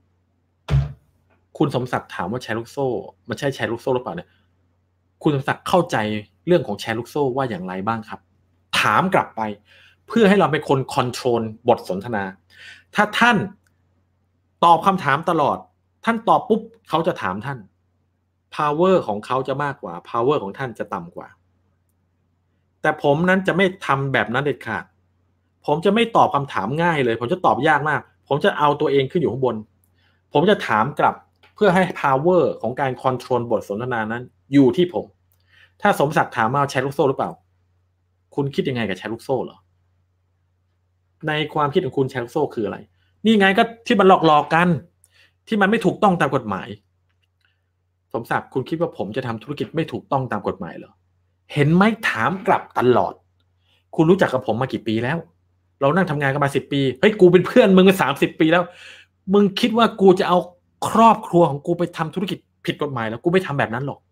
คุณสมศักดิ์ถามว่าแชร์ลูกโซ่มันใช่แชร์ลูกโซ่หรือเปล่าเนี่ยคุณสมศักดิ์เข้าใจเรื่องของแชร์ลูกโซ่ว่าอย่างไรบ้างครับถามกลับไปเพื่อให้เราเป็นคนคอนโทรลบทสนทนาถ้าท่านตอบคำถามตลอดท่านตอบปุ๊บเขาจะถามท่าน power ของเขาจะมากกว่า power ของท่านจะต่ำกว่าแต่ผมนั้นจะไม่ทำแบบนั้นเด็ดขาดผมจะไม่ตอบคำถามง่ายเลยผมจะตอบยากมากผมจะเอาตัวเองขึ้นอยู่ข้างบนผมจะถามกลับเพื่อให้ power ของการคอนโทรลบทสนทนานั้นอยู่ที่ผมถ้าสมศักดิ์ถามมาแชร์ลูกโซ่หรือเปล่าคุณคิดยังไงกับแชร์ลูกโซ่เหรอในความคิดของคุณแชร์ลูกโซ่คืออะไรนี่ไงก็ที่มันหลอกกันที่มันไม่ถูกต้องตามกฎหมายสมศักดิ์คุณคิดว่าผมจะทำธุรกิจไม่ถูกต้องตามกฎหมายเหรอเห็นไหมถามกลับตลอดคุณรู้จักกับผมมากี่ปีแล้วเรานั่งทำงานกันมา10 ปีเฮ้ยกูเป็นเพื่อนมึงมา30 ปีแล้วมึงคิดว่ากูจะเอาครอบครัวของกูไปทำธุรกิจผิดกฎหมายแล้วกูไม่ทำแบบนั้นหรอก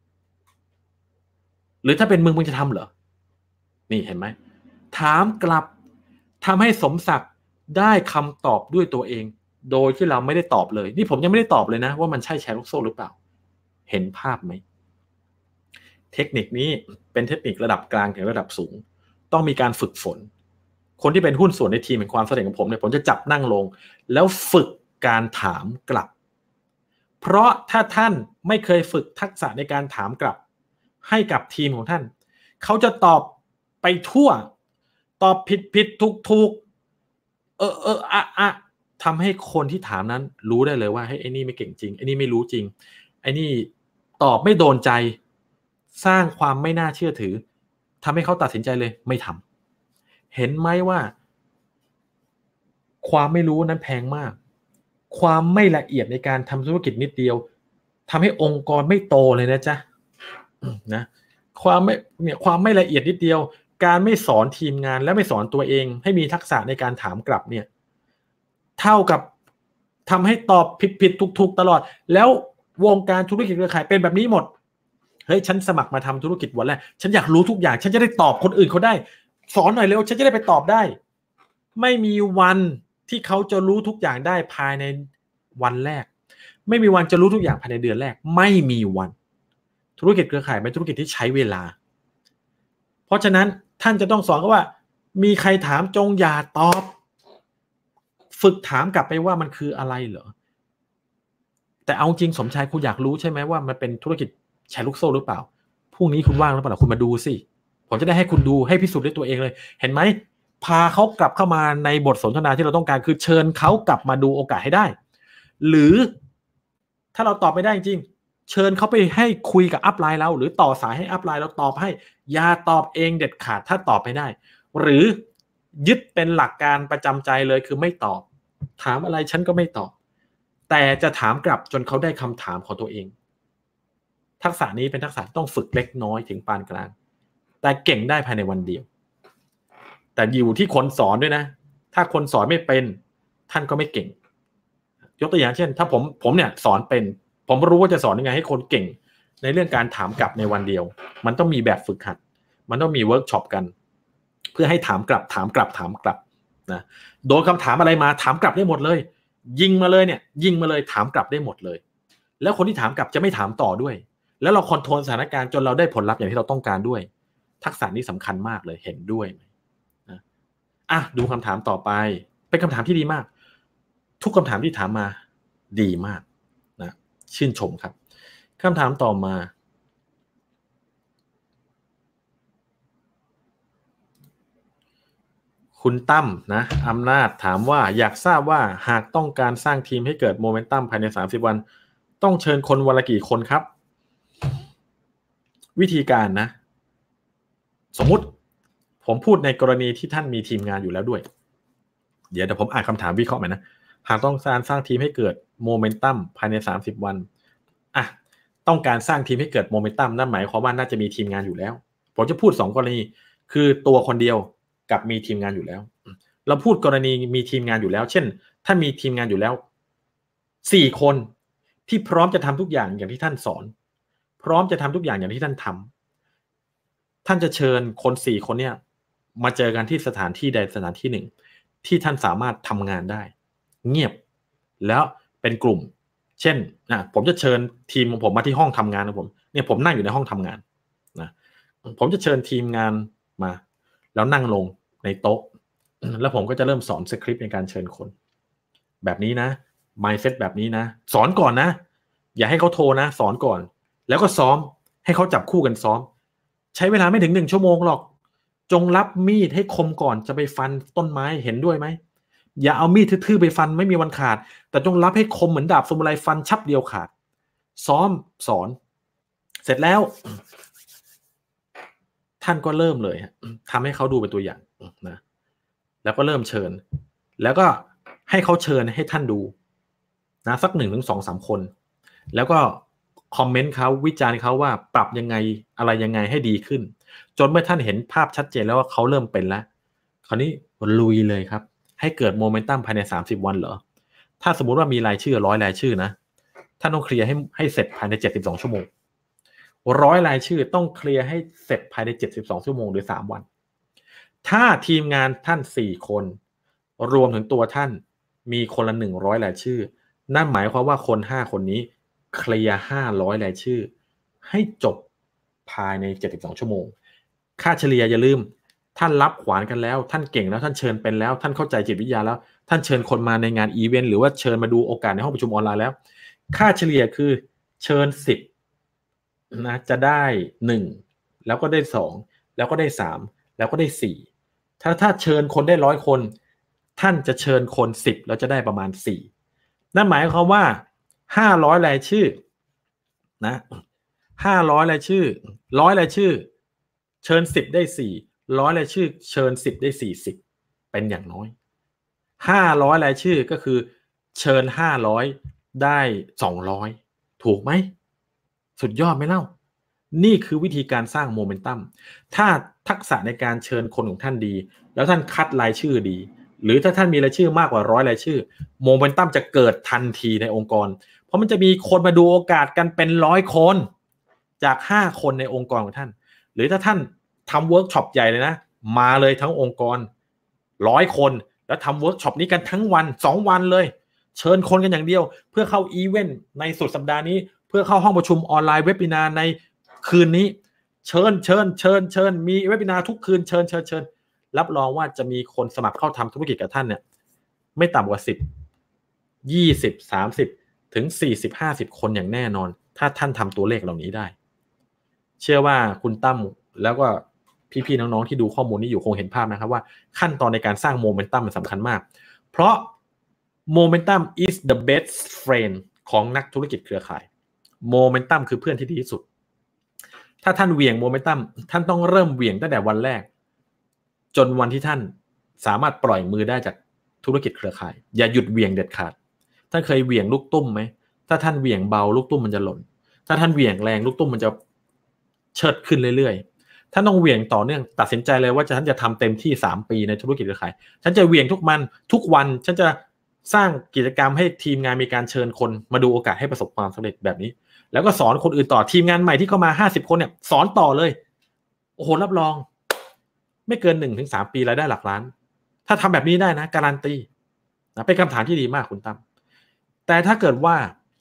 หรือถ้าเป็นมึงจะทำเหรอนี่เห็นไหมถามกลับทำให้สมศักดิ์ได้คำตอบด้วยตัวเองโดยที่เราไม่ได้ตอบเลยนี่ผมยังไม่ได้ตอบเลยนะว่ามันใช่แชร์ลูกโซ่หรือเปล่าเห็นภาพไหมเทคนิคนี้เป็นเทคนิคระดับกลางถึงระดับสูงต้องมีการฝึกฝนคนที่เป็นหุ้นส่วนในทีมแห่งความสำเร็จของผมเนี่ยผมจะจับนั่งลงแล้วฝึกการถามกลับเพราะถ้าท่านไม่เคยฝึกทักษะในการถามกลับให้กับทีมของท่านเขาจะตอบไปทั่วตอบผิดถูกทำให้คนที่ถามนั้นรู้ได้เลยว่าไอ้นี่ไม่เก่งจริงไอ้นี่ไม่รู้จริงไอ้นี่ตอบไม่โดนใจสร้างความไม่น่าเชื่อถือทำให้เขาตัดสินใจเลยไม่ทำเห็นไหมว่าความไม่รู้นั้นแพงมากความไม่ละเอียดในการทำธุรกิจนิดเดียวทำให้องค์กรไม่โตเลยนะจ๊ะนะความไม่ละเอียดนิดเดียวการไม่สอนทีมงานและไม่สอนตัวเองให้มีทักษะในการถามกลับเนี่ยเท่ากับทำให้ตอบผิดถูกตลอดแล้ววงการธุรกิจเครือข่ายเป็นแบบนี้หมดเฮ้ยฉันสมัครมาทำธุรกิจวันแรกฉันอยากรู้ทุกอย่างฉันจะได้ตอบคนอื่นเขาได้สอนหน่อยเร็วฉันจะได้ไปตอบได้ไม่มีวันที่เขาจะรู้ทุกอย่างได้ภายในวันแรกไม่มีวันจะรู้ทุกอย่างภายในเดือนแรกไม่มีวันธุรกิจเครือข่ายเป็นธุรกิจที่ใช้เวลาเพราะฉะนั้นท่านจะต้องสอนเขาว่ามีใครถามจงอย่าตอบฝึกถามกลับไปว่ามันคืออะไรเหรอแต่เอาจริงสมชายคุณอยากรู้ใช่ไหมว่ามันเป็นธุรกิจแชร์ลูกโซ่หรือเปล่าพรุ่งนี้คุณว่างหรือเปล่าคุณมาดูสิผมจะได้ให้คุณดูให้พิสูจน์ด้วยตัวเองเลยเห็นไหมพาเขากลับเข้ามาในบทสนทนาที่เราต้องการคือเชิญเขากลับมาดูโอกาสให้ได้หรือถ้าเราตอบไม่ได้จริงเชิญเขาไปให้คุยกับอัพไลน์เราหรือต่อสายให้อัพไลน์เราตอบให้อย่าตอบเองเด็ดขาดถ้าตอบไม่ได้หรือยึดเป็นหลักการประจำใจเลยคือไม่ตอบถามอะไรฉันก็ไม่ตอบแต่จะถามกลับจนเขาได้คำถามของตัวเองทักษะนี้เป็นทักษะต้องฝึกเล็กน้อยถึงปานกลางแต่เก่งได้ภายในวันเดียวแต่อยู่ที่คนสอนด้วยนะถ้าคนสอนไม่เป็นท่านก็ไม่เก่งยกตัวอย่างเช่นถ้าผมเนี่ยสอนเป็นผมรู้ว่าจะสอนยังไงให้คนเก่งในเรื่องการถามกลับในวันเดียวมันต้องมีแบบฝึกหัดมันต้องมีเวิร์กช็อปกันเพื่อให้ถามกลับนะโดนคำถามอะไรมาถามกลับได้หมดเลยยิงมาเลยถามกลับได้หมดเลยแล้วคนที่ถามกลับจะไม่ถามต่อด้วยแล้วเราคอนโทรลสถานการณ์จนเราได้ผลลัพธ์อย่างที่เราต้องการด้วยทักษะนี้สำคัญมากเลยเห็นด้วยไหมนะดูคำถามต่อไปเป็นคำถามที่ดีมากทุกคำถามที่ถามมาดีมากนะชื่นชมครับคำถามต่อมาคุณตั้มนะอำนาจถามว่าอยากทราบว่าหากต้องการสร้างทีมให้เกิดโมเมนตัมภายใน30วันต้องเชิญคนวันละกี่คนครับวิธีการนะสมมุติผมพูดในกรณีที่ท่านมีทีมงานอยู่แล้วด้วยเดี๋ยวผมอ่านคำถามวิเคราะห์ใหม่นะหากต้องการสร้างทีมให้เกิดโมเมนตัมภายใน30วันต้องการสร้างทีมให้เกิดโมเมนตัมนั่นหมายความว่าน่าจะมีทีมงานอยู่แล้วผมจะพูด2กรณีคือตัวคนเดียวกับมีทีมงานอยู่แล้วเราพูดกรณีมีทีมงานอยู่แล้วเช่นท่านมีทีมงานอยู่แล้ว4คนที่พร้อมจะทำทุกอย่างอย่างที่ท่านสอนพร้อมจะทำทุกอย่างอย่างที่ท่านทำท่านจะเชิญคน4คนเนี่ยมาเจอกันที่สถานที่ใดสถานที่หนึ่งที่ท่านสามารถทำงานได้เงียบแล้วเป็นกลุ่มเช่นผมจะเชิญทีมของผมมาที่ห้องทำงานของผมเนี่ยผมนั่งอยู่ในห้องทำงานนะผมจะเชิญทีมงานมาแล้วนั่งลงในโต๊ะแล้วผมก็จะเริ่มสอนสคริปต์ในการเชิญคนแบบนี้นะ mindset แบบนี้นะสอนก่อนนะอย่าให้เขาโทรนะสอนก่อนแล้วก็ซ้อมให้เขาจับคู่กันซ้อมใช้เวลาไม่ถึง1 ชั่วโมงหรอกจงรับมีดให้คมก่อนจะไปฟันต้นไม้เห็นด้วยไหมอย่าเอามีดทื่อๆไปฟันไม่มีวันขาดแต่จงรับให้คมเหมือนดาบซามูไรฟันชับเดียวขาดซ้อมสอนเสร็จแล้วท่านก็เริ่มเลยทำให้เขาดูเป็นตัวอย่างนะแล้วก็เริ่มเชิญแล้วก็ให้เขาเชิญให้ท่านดูนะสัก1 ถึง 2-3 คนแล้วก็คอมเมนต์เขาวิจารณ์เขาว่าปรับยังไงอะไรยังไงให้ดีขึ้นจนเมื่อท่านเห็นภาพชัดเจนแล้วว่าเขาเริ่มเป็นแล้วคราวนี้ลุยเลยครับให้เกิดโมเมนตัมภายใน30วันเหรอถ้าสมมุติว่ามีรายชื่อ100รายชื่อนะท่านต้องเคลียร์ให้เสร็จภายใน72 ชั่วโมง100รายชื่อต้องเคลียร์ให้เสร็จภายใน72 ชั่วโมงหรือ3 วันถ้าทีมงานท่าน4 คนรวมถึงตัวท่านมีคนละ100รายชื่อนั่นหมายความว่าคน5 คนนี้เคลียร์500รายชื่อให้จบภายใน72 ชั่วโมงค่าเฉลี่ยอย่าลืมท่านรับขวานกันแล้วท่านเก่งแล้วท่านเชิญเป็นแล้วท่านเข้าใจจิตวิทยาแล้วท่านเชิญคนมาในงานอีเวนต์หรือว่าเชิญมาดูโอกาสในห้องประชุมออนไลน์แล้วค่าเฉลี่ยคือเชิญ10นะจะได้1แล้วก็ได้2แล้วก็ได้3แล้วก็ได้4ถ้าเชิญคนได้100 คนท่านจะเชิญคน10แล้วจะได้ประมาณ4นั่นหมายความว่า500รายชื่อนะ500รายชื่อ100รายชื่อเชิญ10ได้400รายชื่อเชิญ10ได้40เป็นอย่างน้อย500รายชื่อก็คือเชิญ500ได้200ถูกไหมสุดยอดไหมเล่านี่คือวิธีการสร้างโมเมนตัมถ้าทักษะในการเชิญคนของท่านดีแล้วท่านคัดรายชื่อดีหรือถ้าท่านมีรายชื่อมากกว่า100รายชื่อโมเมนตัมจะเกิดทันทีในองค์กรเพราะมันจะมีคนมาดูโอกาสกันเป็น100คนจาก5คนในองค์กรของท่านหรือถ้าท่านทำเวิร์กช็อปใหญ่เลยนะมาเลยทั้งองค์กร100คนแล้วทำเวิร์กช็อปนี้กันทั้งวัน2วันเลยเชิญคนกันอย่างเดียวเพื่อเข้าอีเวนต์ในสุดสัปดาห์นี้เพื่อเข้าห้องประชุมออนไลน์เว็บบินาร์ในคืนนี้เชิญมีเว็บบินาร์ทุกคืนเชิญรับรองว่าจะมีคนสมัครเข้าทำธุรกิจกับท่านเนี่ยไม่ต่ำกว่า10 20 30ถึง40 50คนอย่างแน่นอนถ้าท่านทำตัวเลขเหล่านี้ได้เชื่อว่าคุณตั้มแล้วก็พี่ๆน้องๆที่ดูข้อมูลนี้อยู่คงเห็นภาพนะครับว่าขั้นตอนในการสร้างโมเมนตัมมันสำคัญมากเพราะโมเมนตัม is the best friend ของนักธุรกิจเครือข่ายโมเมนตัมคือเพื่อนที่ดีที่สุดถ้าท่านเหวี่ยงโมเมนตัมท่านต้องเริ่มเหวี่ยงตั้งแต่วันแรกจนวันที่ท่านสามารถปล่อยมือได้จากธุรกิจเครือข่ายอย่าหยุดเหวี่ยงเด็ดขาดท่านเคยเหวี่ยงลูกตุ้มไหมถ้าท่านเหวี่ยงเบาลูกตุ้มมันจะหล่นถ้าท่านเหวี่ยงแรงลูกตุ้มมันจะเชิดขึ้นเรื่อยๆท่านต้องเหวี่ยงต่อเนื่องตัดสินใจเลยว่าท่านจะทำเต็มที่3ปีในธุรกิจเครือข่ายฉันจะเหวี่ยงทุกวันฉันจะสร้างกิจกรรมให้ทีมงานมีการเชิญคนมาดูโอกาสให้ประสบความสำเร็จแบบนี้แล้วก็สอนคนอื่นต่อทีมงานใหม่ที่เข้ามา50คนเนี่ยสอนต่อเลยโอ้โหรับรองไม่เกิน 1-3 ปีรายได้หลักล้านถ้าทำแบบนี้ได้นะการันตีนะเป็นคำถามที่ดีมากคุณตั้มแต่ถ้าเกิดว่า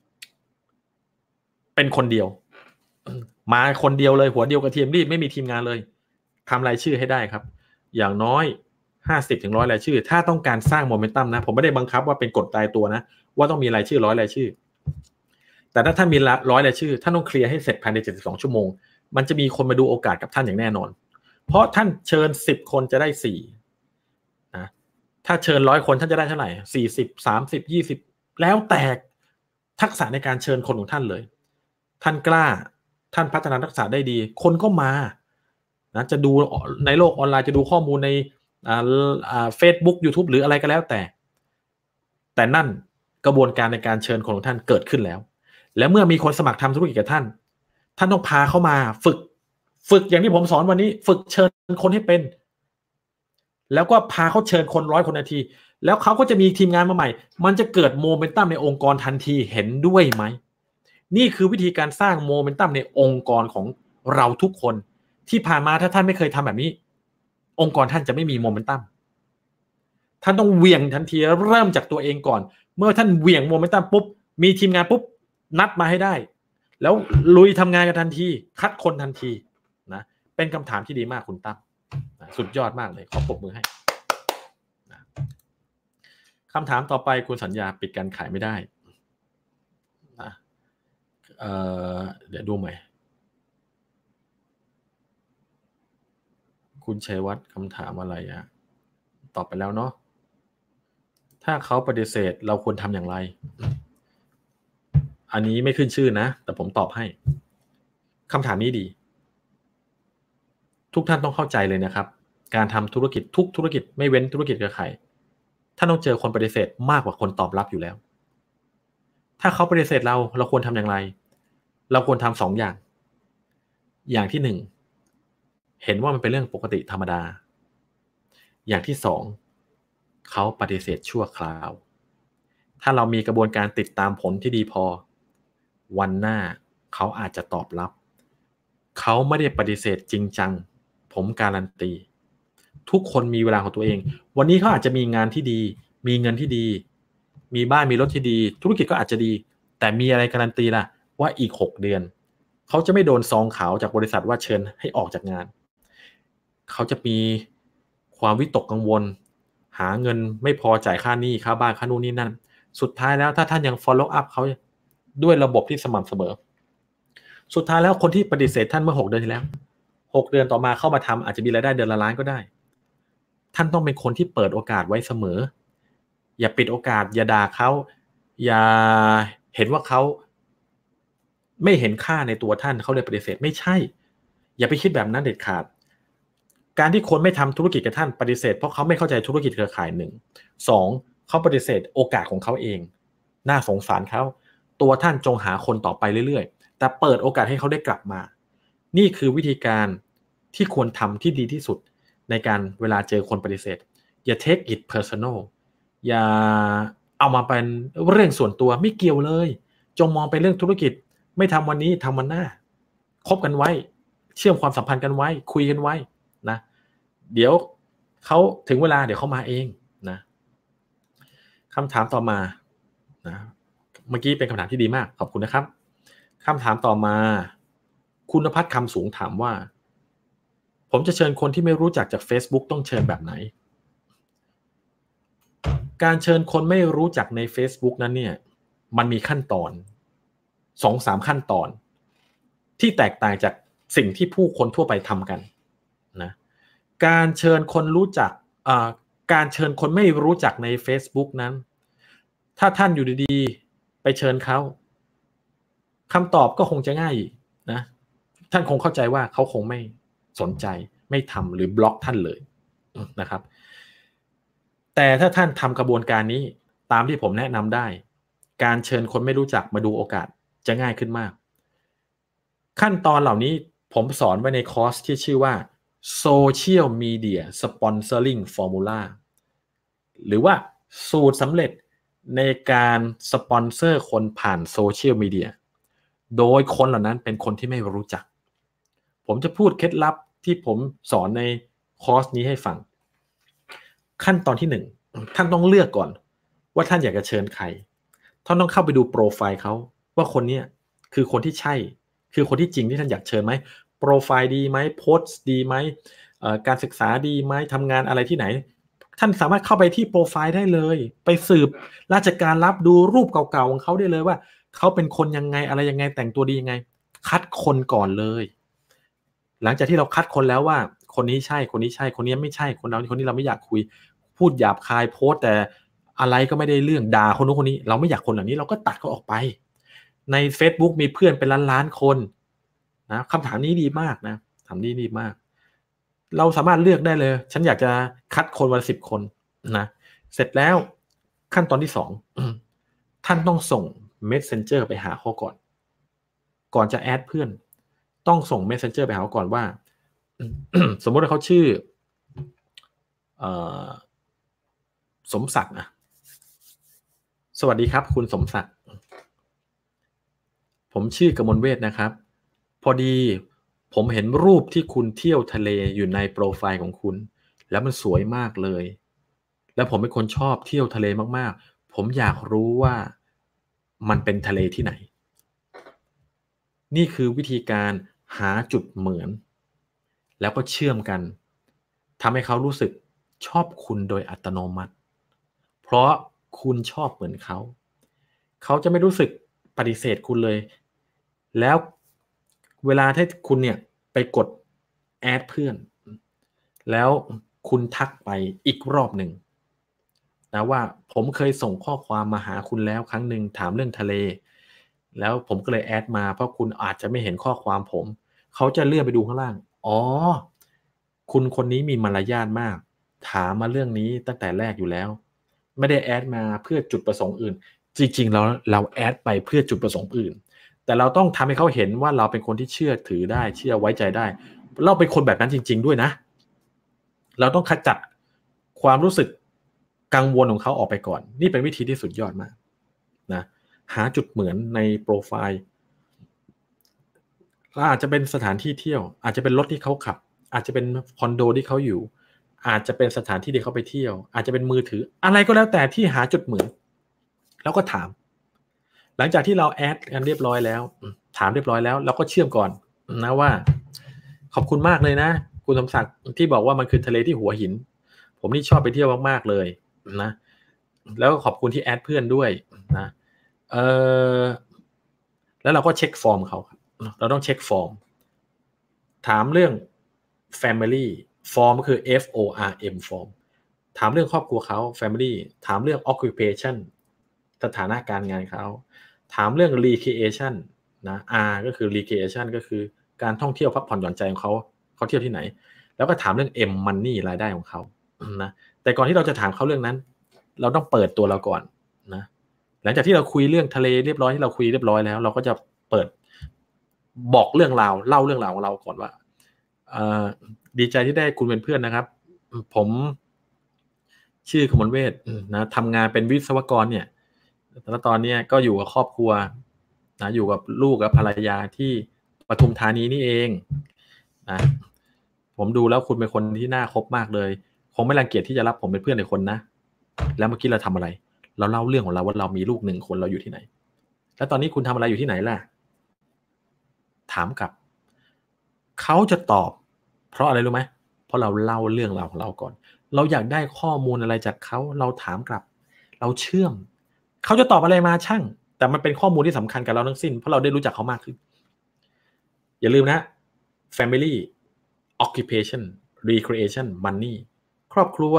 เป็นคนเดียวมาคนเดียวเลยหัวเดียวกระเทียมรีบไม่มีทีมงานเลยทำรายชื่อให้ได้ครับอย่างน้อย50-100รายชื่อถ้าต้องการสร้างโมเมนตัมนะผมไม่ได้บังคับว่าเป็นกฎตายตัวนะว่าต้องมีรายชื่อ100รายชื่อแต่ถ้าท่านมี100รายชื่อท่านต้องเคลียร์ให้เสร็จภายใน72ชั่วโมงมันจะมีคนมาดูโอกาสกับท่านอย่างแน่นอนเพราะท่านเชิญ10คนจะได้4นะถ้าเชิญ100คนท่านจะได้เท่าไหร่40 30 20แล้วแต่ทักษะในการเชิญคนของท่านเลยท่านกล้าท่านพัฒนาทักษะได้ดีคนก็มานะจะดูในโลกออนไลน์จะดูข้อมูลในFacebook YouTube หรืออะไรก็แล้วแต่นั่นกระบวนการในการเชิญคนของท่านเกิดขึ้นแล้วและเมื่อมีคนสมัครทำธุรกิจกับท่านต้องพาเข้ามาฝึกอย่างที่ผมสอนวันนี้ฝึกเชิญคนให้เป็นแล้วก็พาเขาเชิญคน100คนนาทีแล้วเขาก็จะมีทีมงานมาใหม่มันจะเกิดโมเมนตัมในองค์กรทันทีเห็นด้วยไหมนี่คือวิธีการสร้างโมเมนตัมในองค์กรของเราทุกคนที่ผ่านมาถ้าท่านไม่เคยทำแบบนี้องค์กรท่านจะไม่มีโมเมนตัมท่านต้องเหวี่ยงทันทีเริ่มจากตัวเองก่อนเมื่อท่านเหวี่ยงโมเมนตัมปุ๊บมีทีมงานปุ๊บนัดมาให้ได้แล้วลุยทำงานกันทันทีคัดคนทันทีนะเป็นคำถามที่ดีมากคุณตั้มสุดยอดมากเลยขอปรบมือให้นะคำถามต่อไปคุณสัญญาปิดการขายไม่ได้นะเดี๋ยวดูใหม่คุณชัยวัฒน์คำถามอะไรอะตอบไปแล้วเนาะถ้าเขาปฏิเสธเราควรทำอย่างไรอันนี้ไม่ขึ้นชื่อนะแต่ผมตอบให้คำถามนี้ดีทุกท่านต้องเข้าใจเลยนะครับการทำธุรกิจทุกธุรกิจไม่เว้นธุรกิจเครือข่ายท่านต้องเจอคนปฏิเสธมากกว่าคนตอบรับอยู่แล้วถ้าเขาปฏิเสธเราควรทำอย่างไรเราควรทำ2อย่างที่1เห็นว่ามันเป็นเรื่องปกติธรรมดาอย่างที่2เขาปฏิเสธชั่วคราวถ้าเรามีกระบวนการติดตามผลที่ดีพอวันหน้าเขาอาจจะตอบรับเขาไม่ได้ปฏิเสธจริงจังผมการันตีทุกคนมีเวลาของตัวเองวันนี้เขาอาจจะมีงานที่ดีมีเงินที่ดีมีบ้านมีรถที่ดีธุรกิจก็อาจจะดีแต่มีอะไรการันตีล่ะว่าอีก6เดือนเขาจะไม่โดนซองขาวจากบริษัทว่าเชิญให้ออกจากงานเขาจะมีความวิตกกังวลหาเงินไม่พอจ่ายค่าหนี้ค่าบ้านค่านู่นนี่นั่นสุดท้ายแล้วถ้าท่านยัง follow up เขาด้วยระบบที่สม่ำเสมอสุดท้ายแล้วคนที่ปฏิเสธท่านเมื่อ6เดือนที่แล้ว6เดือนต่อมาเข้ามาทำอาจจะมีรายได้เดือนละล้านก็ได้ท่านต้องเป็นคนที่เปิดโอกาสไว้เสมออย่าปิดโอกาสอย่าด่าเขาอย่าเห็นว่าเขาไม่เห็นค่าในตัวท่านเขาเลยปฏิเสธไม่ใช่อย่าไปคิดแบบนั้นเด็ดขาดการที่คนไม่ทำธุรกิจกับท่านปฏิเสธเพราะเขาไม่เข้าใจธุรกิจเครือข่าย1 2เขาปฏิเสธโอกาสของเขาเองน่าสงสารเขาตัวท่านจงหาคนต่อไปเรื่อยๆแต่เปิดโอกาสให้เขาได้กลับมานี่คือวิธีการที่ควรทำที่ดีที่สุดในการเวลาเจอคนปฏิเสธอย่า take it personal อย่าเอามาเป็นเรื่องส่วนตัวไม่เกี่ยวเลยจงมองเป็นเรื่องธุรกิจไม่ทำวันนี้ทำวันหน้าคบกันไว้เชื่อมความสัมพันธ์กันไว้คุยกันไว้นะเดี๋ยวเขาถึงเวลาเดี๋ยวเขามาเองนะคำถามต่อมานะเมื่อกี้เป็นคำถามที่ดีมากขอบคุณนะครับคำถามต่อมาคุณภัทรคำสูงถามว่าผมจะเชิญคนที่ไม่รู้จักจาก Facebook ต้องเชิญแบบไหนการเชิญคนไม่รู้จักใน Facebook นั้นเนี่ยมันมีขั้นตอน 2-3 ขั้นตอนที่แตกต่างจากสิ่งที่ผู้คนทั่วไปทำกันนะการเชิญคนรู้จักการเชิญคนไม่รู้จักใน Facebook นั้นถ้าท่านอยู่ดีๆไปเชิญเขาคำตอบก็คงจะง่ายนะท่านคงเข้าใจว่าเขาคงไม่สนใจไม่ทำหรือบล็อกท่านเลยนะครับแต่ถ้าท่านทำกระบวนการนี้ตามที่ผมแนะนำได้การเชิญคนไม่รู้จักมาดูโอกาสจะง่ายขึ้นมากขั้นตอนเหล่านี้ผมสอนไว้ในคอร์สที่ชื่อว่า Social Media Sponsoring Formula หรือว่าสูตรสำเร็จในการสปอนเซอร์คนผ่านโซเชียลมีเดียโดยคนเหล่านั้นเป็นคนที่ไม่รู้จักผมจะพูดเคล็ดลับที่ผมสอนในคอร์สนี้ให้ฟังขั้นตอนที่1ท่านต้องเลือกก่อนว่าท่านอยากจะเชิญใครท่านต้องเข้าไปดูโปรไฟล์เขาว่าคนนี้คือคนที่ใช่คือคนที่จริงที่ท่านอยากเชิญไหมโปรไฟล์ดีไหมโพสต์ดีไหมการศึกษาดีไหมทำงานอะไรที่ไหนท่านสามารถเข้าไปที่โปรไฟล์ได้เลยไปสืบราชการลับดูรูปเก่าๆของเขาได้เลยว่าเขาเป็นคนยังไงอะไรยังไงแต่งตัวดียังไงคัดคนก่อนเลยหลังจากที่เราคัดคนแล้วว่าคนนี้ใช่คนนี้ใช่คนนี้ไม่ใช่คนนี้เราไม่อยากคุยพูดหยาบคายโพสต์แต่อะไรก็ไม่ได้เรื่องด่าคนนู้นคนนี้เราไม่อยากคนเหล่านี้เราก็ตัดเขาออกไปใน Facebook มีเพื่อนเป็นล้านๆคนนะคำถามนี้ดีมากนะถามนี้ดีมากเราสามารถเลือกได้เลยฉันอยากจะคัดคนวัน10 คนนะเสร็จแล้วขั้นตอนที่2ท่านต้องส่ง Messenger ไปหาเขาก่อนจะแอดเพื่อนต้องส่ง Messenger ไปหาเขาก่อนว่า สมมติว่าเขาชื่อสมศักดิ์นะสวัสดีครับคุณสมศักดิ์ผมชื่อกมลเวทนะครับพอดีผมเห็นรูปที่คุณเที่ยวทะเลอยู่ในโปรไฟล์ของคุณแล้วมันสวยมากเลยแล้วผมเป็นคนชอบเที่ยวทะเลมากๆผมอยากรู้ว่ามันเป็นทะเลที่ไหนนี่คือวิธีการหาจุดเหมือนแล้วก็เชื่อมกันทำให้เขารู้สึกชอบคุณโดยอัตโนมัติเพราะคุณชอบเหมือนเขาจะไม่รู้สึกปฏิเสธคุณเลยแล้วเวลาที่คุณเนี่ยไปกดแอดเพื่อนแล้วคุณทักไปอีกรอบหนึ่งนะว่าผมเคยส่งข้อความมาหาคุณแล้วครั้งหนึ่งถามเรื่องทะเลแล้วผมก็เลยแอดมาเพราะคุณอาจจะไม่เห็นข้อความผมเขาจะเลื่อนไปดูข้างล่างอ๋อคุณคนนี้มีมารยาทมากถามมาเรื่องนี้ตั้งแต่แรกอยู่แล้วไม่ได้แอดมาเพื่อจุดประสงค์อื่นจริงๆเราแอดไปเพื่อจุดประสงค์อื่นแต่เราต้องทำให้เขาเห็นว่าเราเป็นคนที่เชื่อถือได้เชื่อไว้ใจได้เราเป็นคนแบบนั้นจริงๆด้วยนะเราต้องขจัดความรู้สึกกังวลของเขาออกไปก่อนนี่เป็นวิธีที่สุดยอดมากนะหาจุดเหมือนในโปรไฟล์อาจจะเป็นสถานที่เที่ยวอาจจะเป็นรถที่เขาขับอาจจะเป็นคอนโดที่เขาอยู่อาจจะเป็นสถานที่ที่เขาไปเที่ยวอาจจะเป็นมือถืออะไรก็แล้วแต่ที่หาจุดเหมือนแล้วก็ถามหลังจากที่เราแอดกันเรียบร้อยแล้วถามเรียบร้อยแล้วเราก็เชื่อมก่อนนะว่าขอบคุณมากเลยนะคุณสมศักดิ์ที่บอกว่ามันคือทะเลที่หัวหินผมนี่ชอบไปเที่ยวมากๆเลยนะแล้วก็ขอบคุณที่แอดเพื่อนด้วยนะแล้วเราก็เช็คฟอร์มเขาเราต้องเช็คฟอร์มถามเรื่อง family form ก็คือ FORM form ถามเรื่องครอบครัวเขา family ถามเรื่อง occupation สถานะการงานเขาถามเรื่อง recreation นะ R ก็คือ recreation ก็คือการท่องเที่ยวพักผ่อนหย่อนใจของเขาเที่ยวที่ไหนแล้วก็ถามเรื่อง M money รายได้ของเขานะแต่ก่อนที่เราจะถามเขาเรื่องนั้นเราต้องเปิดตัวเราก่อนนะหลังจากที่เราคุยเรื่องทะเลเรียบร้อยที่เราคุยเรียบร้อยแล้วเราก็จะเปิดบอกเรื่องราวเล่าเรื่องราวของเราก่อนว่าดีใจที่ได้คุณเป็นเพื่อนนะครับผมชื่อกมลเวชนะทำงานเป็นวิศวกรเนี่ยแล้วตอนนี้ก็อยู่กับครอบครัวนะอยู่กับลูกกับภรรยาที่ปทุมธานีนี่เองนะผมดูแล้วคุณเป็นคนที่น่าคบมากเลยคงไม่รังเกียจที่จะรับผมเป็นเพื่อนในคนนะแล้วเมื่อกี้เราทำอะไรเราเล่าเรื่องของเราว่าเรามีลูก1 คนเราอยู่ที่ไหนแล้วตอนนี้คุณทำอะไรอยู่ที่ไหนล่ะถามกลับเขาจะตอบเพราะอะไรรู้ไหมเพราะเราเล่าเรื่องราวของเราก่อนเราอยากได้ข้อมูลอะไรจากเขาเราถามกลับเราเชื่อมเขาจะตอบอะไรมาช่างแต่มันเป็นข้อมูลที่สำคัญกับเราทั้งสิ้นเพราะเราได้รู้จักเขามากขึ้นอย่าลืมนะ family occupation recreation money ครอบครัว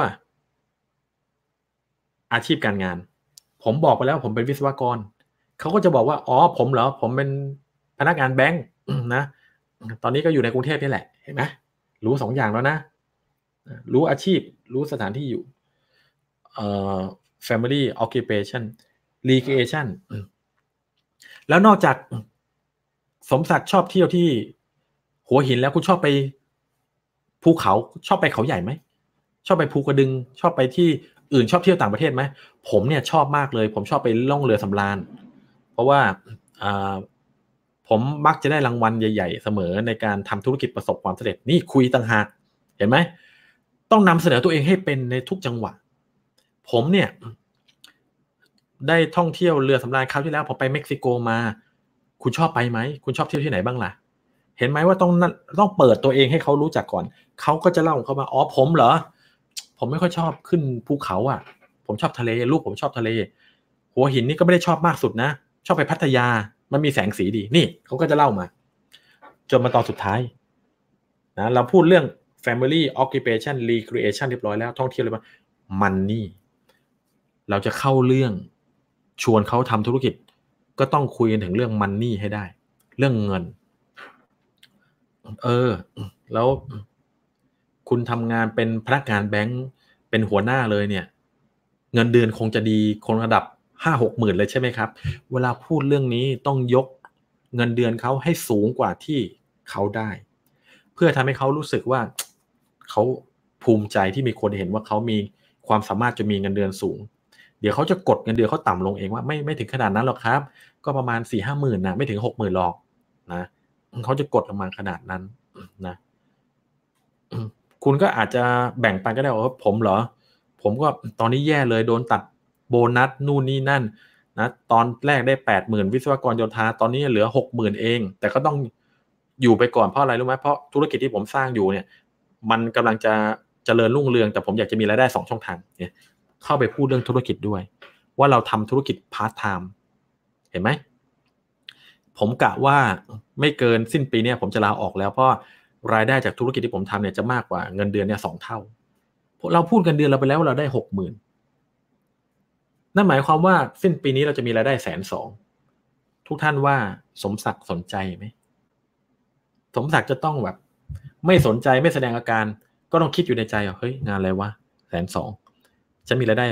อาชีพการงานผมบอกไปแล้วผมเป็นวิศวกรเขาก็จะบอกว่าอ๋อผมเหรอผมเป็นพนักงานแบงค์นะตอนนี้ก็อยู่ในกรุงเทพนี่แหละเห็นไหมรู้2 อย่างแล้วนะรู้อาชีพรู้สถานที่อยู่family occupation recreation แล้วนอกจากสมศักดิ์ชอบเที่ยวที่หัวหินแล้วคุณชอบไปภูเขาชอบไปเขาใหญ่ไหมชอบไปภูกระดึงชอบไปที่อื่นชอบเที่ยวต่างประเทศไหมผมเนี่ยชอบมากเลยผมชอบไปล่องเรือสำราญเพราะว่าผมมักจะได้รางวัลใหญ่ๆเสมอในการทำธุรกิจประสบความสำเร็จนี่คุยต่างหากเห็นไหมต้องนำเสนอตัวเองให้เป็นในทุกจังหวะผมเนี่ยได้ท่องเที่ยวเรือสำราญคราวที่แล้วผมไปเม็กซิโกมาคุณชอบไปไหมคุณชอบเที่ยวที่ไหนบ้างล่ะเห็นไหมว่าต้องเปิดตัวเองให้เขารู้จักก่อนเขาก็จะเล่าของเขามาอ๋อผมเหรอผมไม่ค่อยชอบขึ้นภูเขาอ่ะผมชอบทะเลลูกผมชอบทะเลหัวหินนี่ก็ไม่ได้ชอบมากสุดนะชอบไปพัทยามันมีแสงสีดีนี่เขาก็จะเล่ามาจนมาตอนสุดท้ายนะเราพูดเรื่อง family occupation recreation เรียบร้อยแล้วท่องเที่ยวเลยว่า money เราจะเข้าเรื่องชวนเขาทำธุรกิจก็ต้องคุยกันถึงเรื่อง money ให้ได้เรื่องเงินแล้วคุณทำงานเป็นพนักงานแบงค์เป็นหัวหน้าเลยเนี่ยเงินเดือนคงจะดีคงระดับ 5-6 หมื่นเลยใช่ไหมครับเวลาพูดเรื่องนี้ต้องยกเงินเดือนเขาให้สูงกว่าที่เขาได้เพื่อทำให้เขารู้สึกว่าเขาภูมิใจที่มีคนเห็นว่าเขามีความสามารถจะมีเงินเดือนสูงเดี๋ยวเขาจะกดเงินเดือนเขาต่ำลงเองว่าไม่ถึงขนาดนั้นหรอกครับก็ประมาณ 4-5 หมื่นนะไม่ถึง 6 หมื่นหรอกนะเขาจะกดลงมาขนาดนั้นนะคุณก็อาจจะแบ่งปันก็ได้ว่าผมเหรอผมก็ตอนนี้แย่เลยโดนตัดโบนัสนู่นนี่นั่นนะตอนแรกได้ 80,000 วิศวกรโยธาตอนนี้เหลือ 60,000 เองแต่ก็ต้องอยู่ไปก่อนเพราะอะไรรู้ไหมเพราะธุรกิจที่ผมสร้างอยู่เนี่ยมันกำลังจะเจริญรุ่งเรืองแต่ผมอยากจะมีรายได้2 ช่องทางเนี่ยเข้าไปพูดเรื่องธุรกิจด้วยว่าเราทำธุรกิจพาร์ทไทม์เห็นไหมผมกะว่าไม่เกินสิ้นปีนี้ผมจะลาออกแล้วเพราะรายได้จากธุรกิจที่ผมทำเนี่ยจะมากกว่าเงินเดือนเนี่ย2 เท่าเราพูดกันเดือนเราไปแล้วเราได้ 60,000 นั่นหมายความว่าสิ้นปีนี้เราจะมีรายได้ 120,000 ทุกท่านว่าสมศักดิ์สนใจไหมสมศักดิ์จะต้องแบบไม่สนใจไม่แสดงอาการก็ต้องคิดอยู่ในใจเฮ้ยงานอะไรวะ 120,000 ฉันมีรายได้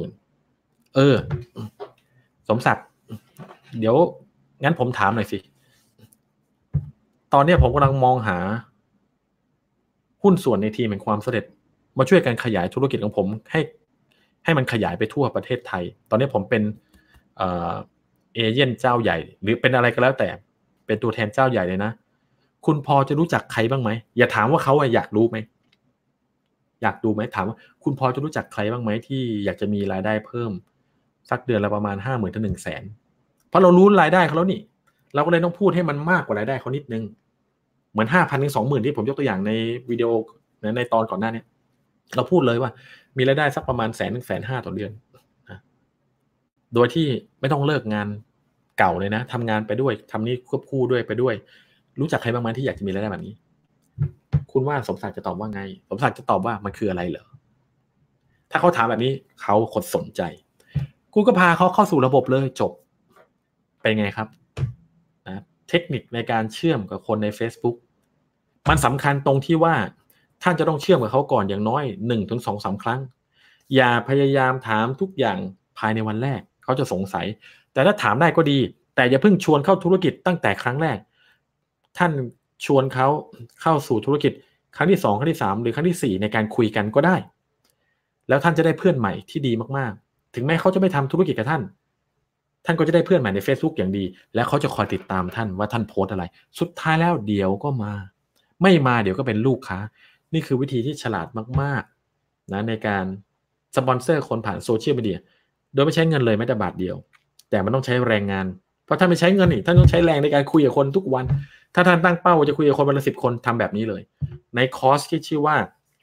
60,000 สมศักดิ์เดี๋ยวงั้นผมถามหน่อยสิตอนนี้ผมกำลังมองหาหุ้นส่วนในทีมแห่งความสำเร็จมาช่วยกันขยายธุรกิจของผมให้มันขยายไปทั่วประเทศไทยตอนนี้ผมเป็นเอเจนต์เจ้าใหญ่หรือเป็นอะไรก็แล้วแต่เป็นตัวแทนเจ้าใหญ่เลยนะคุณพอจะรู้จักใครบ้างไหมอย่าถามว่าเขาอยากรู้ไหมอยากดูไหมถามว่าคุณพอจะรู้จักใครบ้างไหมที่อยากจะมีรายได้เพิ่มสักเดือนละประมาณ 50,000 ถึง 100,000 เพราะเรารู้รายได้เขาแล้วนี่เราก็เลยต้องพูดให้มันมากกว่ารายได้เขานิดนึงเหมือน 5,000 ถึง 20,000 ที่ผมยกตัวอย่างในวิดีโอในตอนก่อนหน้านี้เราพูดเลยว่ามีรายได้สักประมาณ 100,000 ถึง 150,000 ต่อเดือนนะโดยที่ไม่ต้องเลิกงานเก่าเลยนะทำงานไปด้วยทำนี้ควบคู่ด้วยไปด้วยรู้จักใครบ้างไหมที่อยากจะมีรายได้แบบนี้คุณว่าสมศักดิ์จะตอบว่าไงสมศักดิ์จะตอบว่ามันคืออะไรเหรอถ้าเขาถามแบบนี้เขาคนสนใจกูก็พาเขาเข้าสู่ระบบเลยจบเป็นไงครับนะเทคนิคในการเชื่อมกับคนใน Facebook มันสำคัญตรงที่ว่าท่านจะต้องเชื่อมกับเขาก่อนอย่างน้อย 1-2-3 ครั้งอย่าพยายามถามทุกอย่างภายในวันแรกเขาจะสงสัยแต่ถ้าถามได้ก็ดีแต่อย่าเพิ่งชวนเข้าธุรกิจตั้งแต่ครั้งแรกท่านชวนเขาเข้าสู่ธุรกิจครั้งที่2ครั้งที่3หรือครั้งที่4ในการคุยกันก็ได้แล้วท่านจะได้เพื่อนใหม่ที่ดีมากๆถึงแม้เขาจะไม่ทำธุรกิจกับท่านก็จะได้เพื่อนใหม่ใน Facebook อย่างดีและเขาจะคอยติดตามท่านว่าท่านโพสอะไรสุดท้ายแล้วเดี๋ยวก็มาไม่มาเดี๋ยวก็เป็นลูกค้านี่คือวิธีที่ฉลาดมากๆนะในการสปอนเซอร์คนผ่านโซเชียลมีเดียโดยไม่ใช้เงินเลยแม้แต่บาทเดียวแต่มันต้องใช้แรงงานเพราะท่านไม่ใช้เงินนี่ท่านต้องใช้แรงในการคุยกับคนทุกวันถ้าท่านตั้งเป้าจะคุยกับคนวันละ10 คนทำแบบนี้เลยในคอร์สที่ชื่อว่า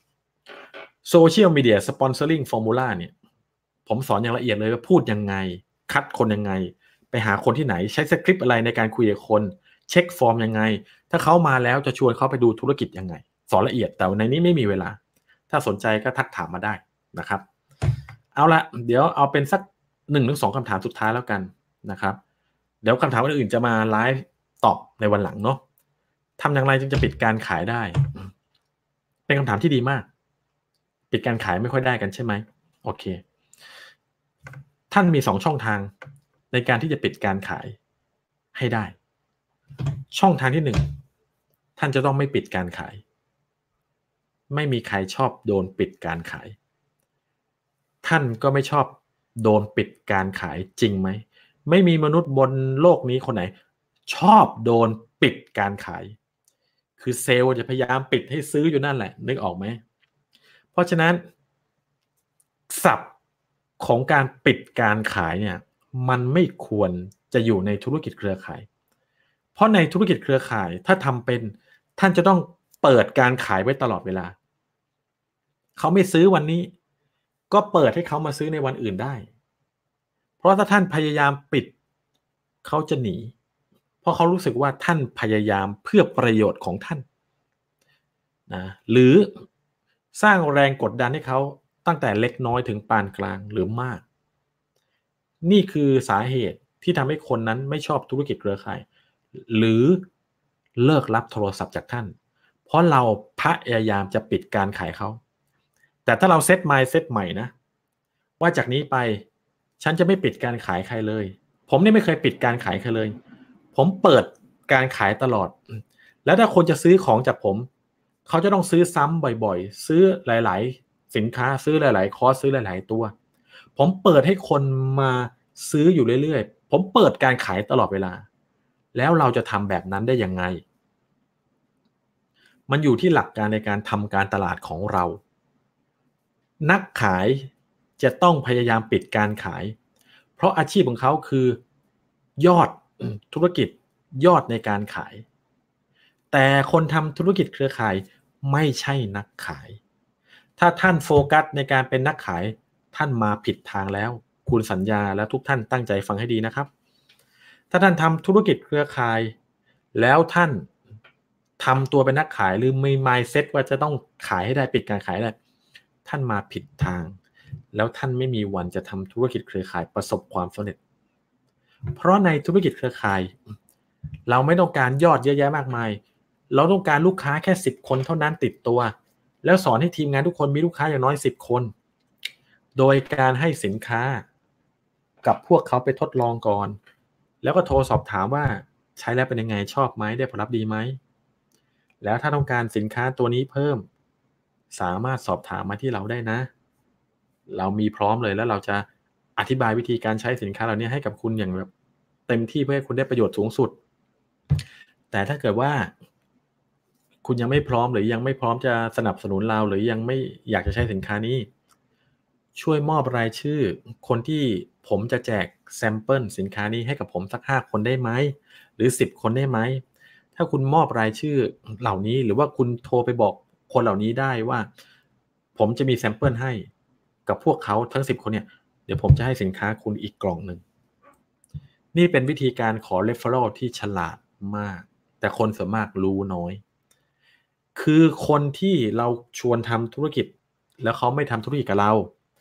Social Media Sponsoring Formula เนี่ยผมสอนอย่างละเอียดเลยว่าพูดยังไงคัดคนยังไงไปหาคนที่ไหนใช้สคริปต์อะไรในการคุยกับคนเช็คฟอร์มยังไงถ้าเขามาแล้วจะชวนเขาไปดูธุรกิจยังไงสอนละเอียดแต่ในนี้ไม่มีเวลาถ้าสนใจก็ทักถามมาได้นะครับเอาละเดี๋ยวเอาเป็นสัก 1-2 คำถามสุดท้ายแล้วกันนะครับเดี๋ยวคำถามอื่นๆจะมาไลฟ์ตอบในวันหลังเนาะทำอย่างไรจึงจะปิดการขายได้เป็นคำถามที่ดีมากปิดการขายไม่ค่อยได้กันใช่ไหมโอเคท่านมี2 ช่องทางในการที่จะปิดการขายให้ได้ช่องทางที่1ท่านจะต้องไม่ปิดการขายไม่มีใครชอบโดนปิดการขายท่านก็ไม่ชอบโดนปิดการขายจริงไหมไม่มีมนุษย์บนโลกนี้คนไหนชอบโดนปิดการขายคือเซลล์จะพยายามปิดให้ซื้ออยู่นั่นแหละนึกออกไหมเพราะฉะนั้นศัพท์ของการปิดการขายเนี่ยมันไม่ควรจะอยู่ในธุรกิจเครือข่ายเพราะในธุรกิจเครือข่ายถ้าทำเป็นท่านจะต้องเปิดการขายไว้ตลอดเวลาเขาไม่ซื้อวันนี้ก็เปิดให้เขามาซื้อในวันอื่นได้เพราะถ้าท่านพยายามปิดเขาจะหนีเพราะเขารู้สึกว่าท่านพยายามเพื่อประโยชน์ของท่านนะหรือสร้างแรงกดดันให้เขาตั้งแต่เล็กน้อยถึงปานกลางหรือมากนี่คือสาเหตุที่ทำให้คนนั้นไม่ชอบธุรกิจเครือข่ายหรือเลิกรับโทรศัพท์จากท่านเพราะเราพยายามจะปิดการขายเขาแต่ถ้าเราเซต mindset ใหม่นะว่าจากนี้ไปฉันจะไม่ปิดการขายใครเลยผมนี่ไม่เคยปิดการขายใครเลยผมเปิดการขายตลอดแล้วถ้าคนจะซื้อของจากผมเขาจะต้องซื้อซ้ำบ่อยๆซื้อหลายๆสินค้าซื้อหลายๆคอร์สซื้อหลายๆตัวผมเปิดให้คนมาซื้ออยู่เรื่อยๆผมเปิดการขายตลอดเวลาแล้วเราจะทำแบบนั้นได้ยังไงมันอยู่ที่หลักการในการทำการตลาดของเรานักขายจะต้องพยายามปิดการขายเพราะอาชีพของเขาคือยอดธุรกิจยอดในการขายแต่คนทำธุรกิจเครือข่ายไม่ใช่นักขายถ้าท่านโฟกัสในการเป็นนักขายท่านมาผิดทางแล้วคุณสัญญาและทุกท่านตั้งใจฟังให้ดีนะครับถ้าท่านทำธุรกิจเครือข่ายแล้วท่านทำตัวเป็นนักขายหรือมี mindset ว่าจะต้องขายให้ได้ปิดการขายได้ท่านมาผิดทางแล้วท่านไม่มีวันจะทำธุรกิจเครือข่ายประสบความสำเร็จเพราะในธุรกิจเครือข่ายเราไม่ต้องการยอดเยอะแยะมากมายเราต้องการลูกค้าแค่10 คนเท่านั้นติดตัวแล้วสอนให้ทีมงานทุกคนมีลูกค้าอย่างน้อย10 คนโดยการให้สินค้ากับพวกเขาไปทดลองก่อนแล้วก็โทรสอบถามว่าใช้แล้วเป็นยังไงชอบไหมได้ผลลัพธ์ดีไหมแล้วถ้าต้องการสินค้าตัวนี้เพิ่มสามารถสอบถามมาที่เราได้นะเรามีพร้อมเลยแล้วเราจะอธิบายวิธีการใช้สินค้าเหล่านี้ให้กับคุณอย่างแบบเต็มที่เพื่อให้คุณได้ประโยชน์สูงสุดแต่ถ้าเกิดว่าคุณยังไม่พร้อมหรือยังไม่พร้อมจะสนับสนุนเราหรือยังไม่อยากจะใช้สินค้านี้ช่วยมอบรายชื่อคนที่ผมจะแจกแซมเปิลสินค้านี้ให้กับผมสัก5 คนได้ไหมหรือ10 คนได้ไหมถ้าคุณมอบรายชื่อเหล่านี้หรือว่าคุณโทรไปบอกคนเหล่านี้ได้ว่าผมจะมีแซมเปิลให้กับพวกเขาทั้ง10 คนเนี่ยเดี๋ยวผมจะให้สินค้าคุณอีกกล่องหนึ่งนี่เป็นวิธีการขอ referral ที่ฉลาดมากแต่คนส่วนมากรู้น้อยคือคนที่เราชวนทำธุรกิจแล้วเขาไม่ทำธุรกิจกับเรา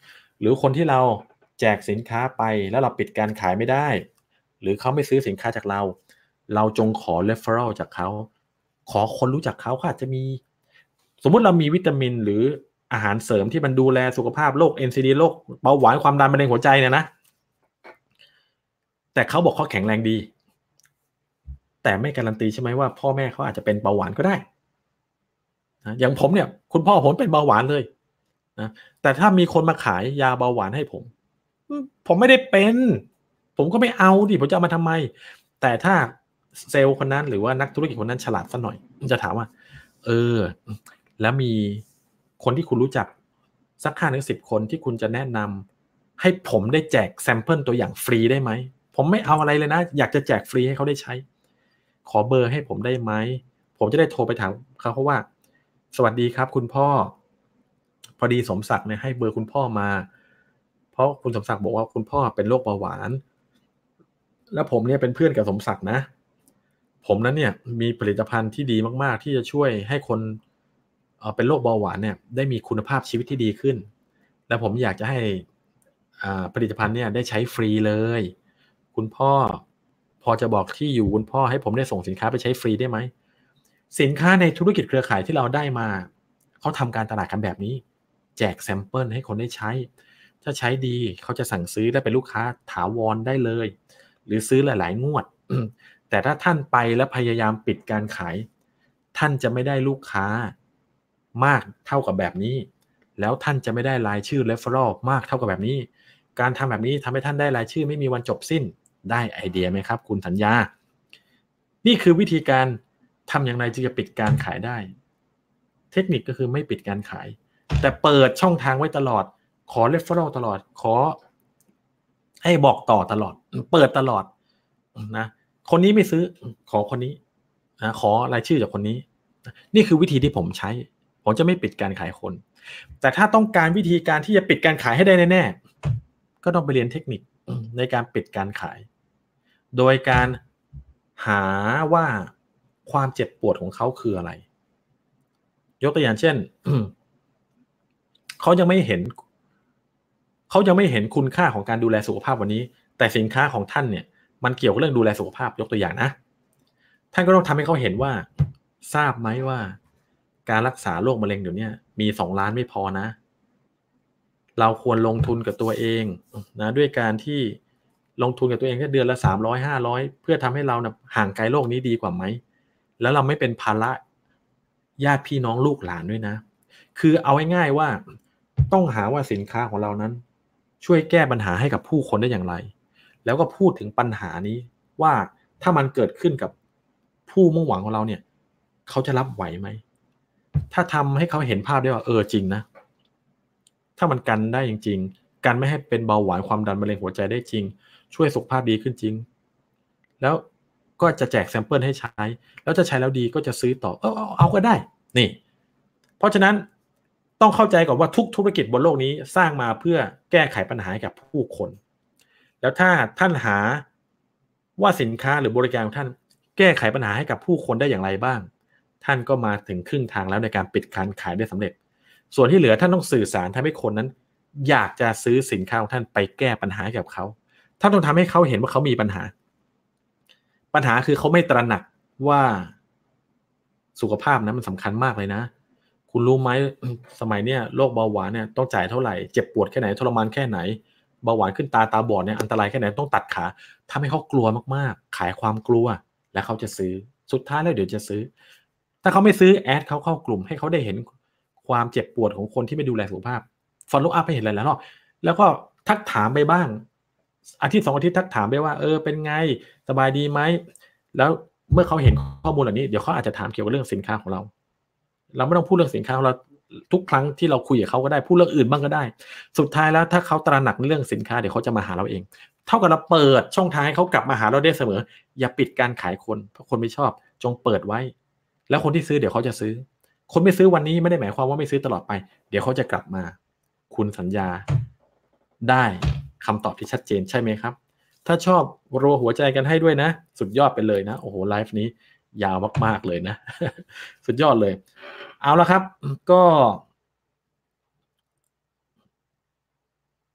รือคนที่เราแจกสินค้าไปแล้วเราปิดการขายไม่ได้หรือเขาไม่ซื้อสินค้าจากเราจงขอ referral จากเขาขอคนรู้จักเขาอาจจะมีสมมุติเรามีวิตามินหรืออาหารเสริมที่มันดูแลสุขภาพโรค NCD โรคเบาหวานความดันมะเร็งหัวใจเนี่ยนะแต่เขาบอกเขาแข็งแรงดีแต่ไม่การันตีใช่ไหมว่าพ่อแม่เขาอาจจะเป็นเบาหวานก็ได้นะอย่างผมเนี่ยคุณพ่อผมเป็นเบาหวานเลยนะแต่ถ้ามีคนมาขายยาเบาหวานให้ผมไม่ได้เป็นผมก็ไม่เอาดิผมจะเอามาทำไมแต่ถ้าเซลล์คนนั้นหรือว่านักธุรกิจคนนั้นฉลาดสักหน่อยจะถามว่าแล้วมีคนที่คุณรู้จักสัก5-10 คนที่คุณจะแนะนำให้ผมได้แจกแซมเปิลตัวอย่างฟรีได้ไหมผมไม่เอาอะไรเลยนะอยากจะแจกฟรีให้เขาได้ใช้ขอเบอร์ให้ผมได้ไหมผมจะได้โทรไปถามเขาว่าสวัสดีครับคุณพ่อพอดีสมศักดิ์เนี่ยให้เบอร์คุณพ่อมาเพราะคุณสมศักดิ์บอกว่าคุณพ่อเป็นโรคเบาหวานแล้วผมเนี่ยเป็นเพื่อนกับสมศักดิ์นะผมนั้นเนี่ยมีผลิตภัณฑ์ที่ดีมากๆที่จะช่วยให้คนเป็นโรคเบาหวานเนี่ยได้มีคุณภาพชีวิตที่ดีขึ้นและผมอยากจะให้ผลิตภัณฑ์เนี่ยได้ใช้ฟรีเลยคุณพ่อพอจะบอกที่อยู่คุณพ่อให้ผมได้ส่งสินค้าไปใช้ฟรีได้ไหมสินค้าในธุรกิจเครือข่ายที่เราได้มาเขาทำการตลาดกันแบบนี้แจกแซมเปิลให้คนได้ใช้ถ้าใช้ดีเขาจะสั่งซื้อได้เป็นลูกค้าถาวรได้เลยหรือซื้อหลายๆงวด แต่ถ้าท่านไปแล้วพยายามปิดการขายท่านจะไม่ได้ลูกค้ามากเท่ากับแบบนี้แล้วท่านจะไม่ได้รายชื่อ referral มากเท่ากับแบบนี้การทำแบบนี้ทำให้ท่านได้รายชื่อไม่มีวันจบสิ้นได้ไอเดียไหมครับคุณสัญญานี่คือวิธีการทำอย่างไรจึงจะปิดการขายได้เทคนิคก็คือไม่ปิดการขายแต่เปิดช่องทางไว้ตลอดขอ referral ตลอดขอให้บอกต่อตลอดเปิดตลอดนะคนนี้ไม่ซื้อขอคนนี้นะขอรายชื่อจากคนนี้นี่คือวิธีที่ผมใช้ผมจะไม่ปิดการขายคนแต่ถ้าต้องการวิธีการที่จะปิดการขายให้ได้แน่ๆก็ต้องไปเรียนเทคนิคในการปิดการขายโดยการหาว่าความเจ็บปวดของเขาคืออะไรยกตัวอย่างเช่นเขายังไม่เห็นคุณค่าของการดูแลสุขภาพวันนี้แต่สินค้าของท่านเนี่ยมันเกี่ยวกับเรื่องดูแลสุขภาพยกตัวอย่างนะท่านก็ต้องทำให้เขาเห็นว่าทราบไหมว่าการรักษาโรคมะเร็งเดี๋ยวนี้มี2 ล้านไม่พอนะเราควรลงทุนกับตัวเองนะด้วยการที่ลงทุนกับตัวเองแค่เดือนละ300-500เพื่อทำให้เราห่างไกลโรคนี้ดีกว่าไหมแล้วเราไม่เป็นภาระญาติพี่น้องลูกหลานด้วยนะคือเอาง่ายๆว่าต้องหาว่าสินค้าของเรานั้นช่วยแก้ปัญหาให้กับผู้คนได้อย่างไรแล้วก็พูดถึงปัญหานี้ว่าถ้ามันเกิดขึ้นกับผู้มุ่งหวังของเราเนี่ยเขาจะรับไหวไหมถ้าทำให้เขาเห็นภาพได้ว่าจริงนะถ้ามันกันได้จริงๆกันไม่ให้เป็นเบาหวานความดันมะเร็งหัวใจได้จริงช่วยสุขภาพดีขึ้นจริงแล้วก็จะแจกแซมเปิลให้ใช้แล้วจะใช้แล้วดีก็จะซื้อต่อเอาก็ได้นี่เพราะฉะนั้นต้องเข้าใจก่อนว่าทุกธุรกิจบนโลกนี้สร้างมาเพื่อแก้ไขปัญหาให้กับผู้คนแล้วถ้าท่านหาว่าสินค้าหรือบริการของท่านแก้ไขปัญหาให้กับผู้คนได้อย่างไรบ้างท่านก็มาถึงครึ่งทางแล้วในการปิดการขายได้สำเร็จส่วนที่เหลือท่านต้องสื่อสารทำให้คนนั้นอยากจะซื้อสินค้าของท่านไปแก้ปัญหาให้กับเขาท่านต้องทำให้เขาเห็นว่าเขามีปัญหาคือเขาไม่ตระหนักว่าสุขภาพนั้นมันสำคัญมากเลยนะคุณรู้ไหมสมัยเนี้ยโรคเบาหวานเนี่ยต้องจ่ายเท่าไหร่เจ็บปวดแค่ไหนทรมานแค่ไหนเบาหวานขึ้นตาบอดเนี่ยอันตรายแค่ไหนต้องตัดขาทำให้เขากลัวมากๆขายความกลัวและเขาจะซื้อสุดท้ายแล้วเดี๋ยวจะซื้อถ้าเขาไม่ซื้อแอดเขาเข้ากลุ่มให้เขาได้เห็นความเจ็บปวดของคนที่ไม่ดูแลสุขภาพ follow up ให้เห็นอะไรแล้วก็ทักถามไปบ้างอาทิตย์2 อาทิตย์ทักถามไปว่าเป็นไงสบายดีไหมแล้วเมื่อเขาเห็นข้อมูลเหล่านี้เดี๋ยวเขาอาจจะถามเกี่ยวกับเรื่องสินค้าของเราไม่ต้องพูดเรื่องสินค้าของเราทุกครั้งที่เราคุยกับเขาก็ได้พูดเรื่องอื่นบ้างก็ได้สุดท้ายแล้วถ้าเขาตระหนักในเรื่องสินค้าเดี๋ยวเขาจะมาหาเราเองเท่ากับเราเปิดช่องทางให้เขากลับมาหาเราได้เสมออย่าปิดการขายคนเพราะคนไม่ชอบจงเปิดไว้แล้วคนที่ซื้อเดี๋ยวเขาจะซื้อคนไม่ซื้อวันนี้ไม่ได้หมายความว่าไม่ซื้อตลอดไปเดี๋ยวเขาจะกลับมาคุณสัญญาได้คำตอบที่ชัดเจนใช่ไหมครับถ้าชอบรัวหัวใจกันให้ด้วยนะสุดยอดไปเลยนะโอ้โหไลฟ์นี้ยาวมากๆเลยนะสุดยอดเลยเอาละครับก็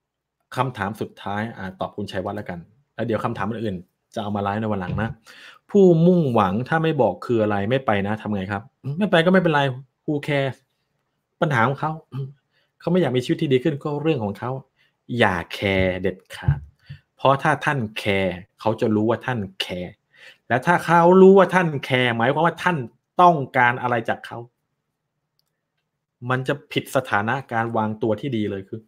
คำถามสุดท้ายตอบคุณชัยวัฒน์แล้วกันแล้วเดี๋ยวคำถามอื่นๆจะเอามาไลฟ์ในวันหลังนะผู้มุ่งหวังถ้าไม่บอกคืออะไรไม่ไปนะทำไงครับไม่ไปก็ไม่เป็นไร who cares ปัญหาของเขาเขาไม่อยากมีชีวิตที่ดีขึ้นก็เรื่องของเขาอย่าแคร์เด็ดขาดเพราะถ้าท่านแคร์เขาจะรู้ว่าท่านแคร์และถ้าเขารู้ว่าท่านแคร์หมายความว่าท่านต้องการอะไรจากเขามันจะผิดสถานะการวางตัวที่ดีเลยคือ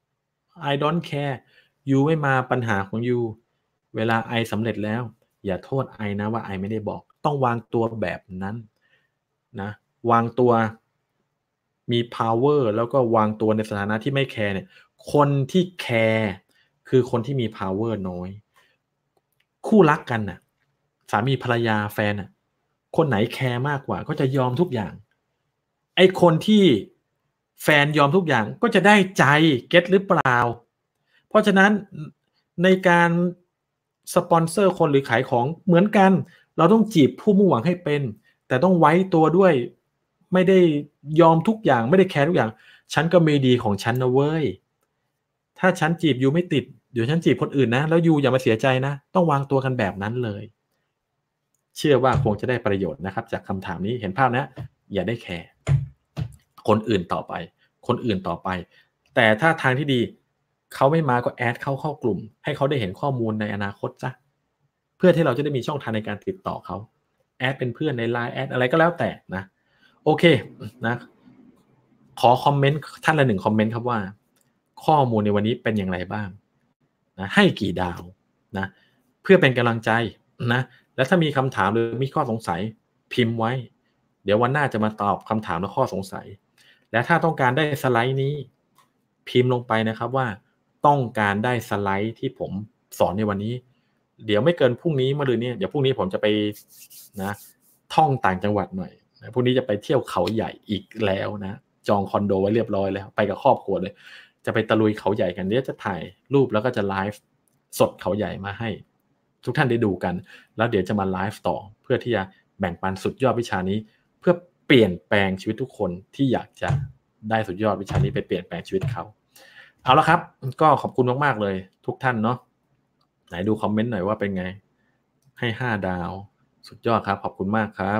I don't care ยูไม่มาปัญหาของยูเวลาไอสำเร็จแล้วอย่าโทษไอนะว่าไอไม่ได้บอกต้องวางตัวแบบนั้นนะวางตัวมี power แล้วก็วางตัวในสถานะที่ไม่แคร์เนี่ยคนที่แคร์คือคนที่มี power น้อยคู่รักกันน่ะสามีภรรยาแฟนน่ะคนไหนแคร์มากกว่าก็จะยอมทุกอย่างไอ้คนที่แฟนยอมทุกอย่างก็จะได้ใจเก็ตหรือเปล่าเพราะฉะนั้นในการสปอนเซอร์คนหรือขายของเหมือนกันเราต้องจีบผู้มุ่งหวังให้เป็นแต่ต้องไว้ตัวด้วยไม่ได้ยอมทุกอย่างไม่ได้แคร์ทุกอย่างฉันก็มีดีของฉันนะเว้ยถ้าฉันจีบยูไม่ติดเดี๋ยวฉันจีบคนอื่นนะแล้วยูอย่ามาเสียใจนะต้องวางตัวกันแบบนั้นเลยเชื่อว่าคงจะได้ประโยชน์นะครับจากคำถามนี้เห็นภาพนะอย่าได้แคร์คนอื่นต่อไปคนอื่นต่อไปแต่ถ้าทางที่ดีเขาไม่มาก็แอดเข้ากลุ่มให้เขาได้เห็นข้อมูลในอนาคตจ้ะเพื่อที่เราจะได้มีช่องทางในการติดต่อเขาแอดเป็นเพื่อนใน LINE แอดอะไรก็แล้วแต่นะโอเคนะขอคอมเมนต์ท่านละ1คอมเมนต์ครับว่าข้อมูลในวันนี้เป็นอย่างไรบ้างนะให้กี่ดาวนะเพื่อเป็นกำลังใจนะแล้วถ้ามีคำถามหรือมีข้อสงสัยพิมพ์ไว้เดี๋ยววันหน้าจะมาตอบคำถามและข้อสงสัยและถ้าต้องการได้สไลด์นี้พิมพ์ลงไปนะครับว่าต้องการได้สไลด์ที่ผมสอนในวันนี้เดี๋ยวไม่เกินพรุ่งนี้มะรืนนี้เดี๋ยวพรุ่งนี้ผมจะไปนะท่องต่างจังหวัดหน่อยนะพรุ่งนี้จะไปเที่ยวเขาใหญ่อีกแล้วนะจองคอนโดไว้เรียบร้อยแล้วไปกับครอบครัวเลยจะไปตะลุยเขาใหญ่กันเดี๋ยวจะถ่ายรูปแล้วก็จะไลฟ์สดเขาใหญ่มาให้ทุกท่านได้ดูกันแล้วเดี๋ยวจะมาไลฟ์ต่อเพื่อที่จะแบ่งปันสุดยอดวิชานี้เพื่อเปลี่ยนแปลงชีวิตทุกคนที่อยากจะได้สุดยอดวิชานี้ไปเปลี่ยนแปลงชีวิตเขาเอาละครับก็ขอบคุณมากๆเลยทุกท่านเนาะไหนดูคอมเมนต์หน่อยว่าเป็นไงให้5 ดาวสุดยอดครับขอบคุณมากครับ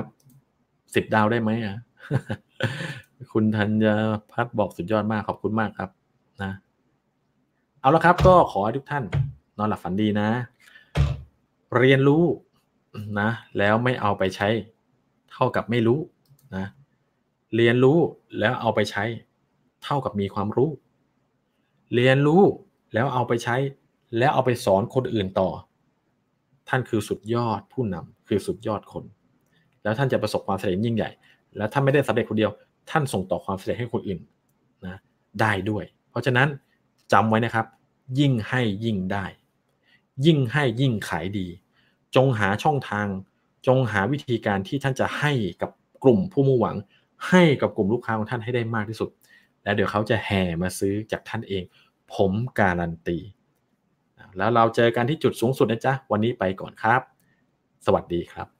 10 ดาวได้ไหมคุณธัญพัฒน์บอกสุดยอดมากขอบคุณมากครับนะเอาละครับก็ขอให้ทุกท่านนอนหลับฝันดีนะเรียนรู้นะแล้วไม่เอาไปใช้เท่ากับไม่รู้นะเรียนรู้แล้วเอาไปใช้เท่ากับมีความรู้เรียนรู้แล้วเอาไปใช้แล้วเอาไปสอนคนอื่นต่อท่านคือสุดยอดผู้นำคือสุดยอดคนแล้วท่านจะประสบความสำเร็จยิ่งใหญ่แล้วท่านไม่ได้สำเร็จคนเดียวท่านส่งต่อความสำเร็จให้คนอื่นนะได้ด้วยเพราะฉะนั้นจำไว้นะครับยิ่งให้ยิ่งได้ยิ่งให้ยิ่งขายดีจงหาช่องทางจงหาวิธีการที่ท่านจะให้กับกลุ่มผู้มุ่งหวังให้กับกลุ่มลูกค้าของท่านให้ได้มากที่สุดแล้วเดี๋ยวเขาจะแห่มาซื้อจากท่านเองผมการันตีแล้วเราเจอกันที่จุดสูงสุดนะจ๊ะวันนี้ไปก่อนครับสวัสดีครับ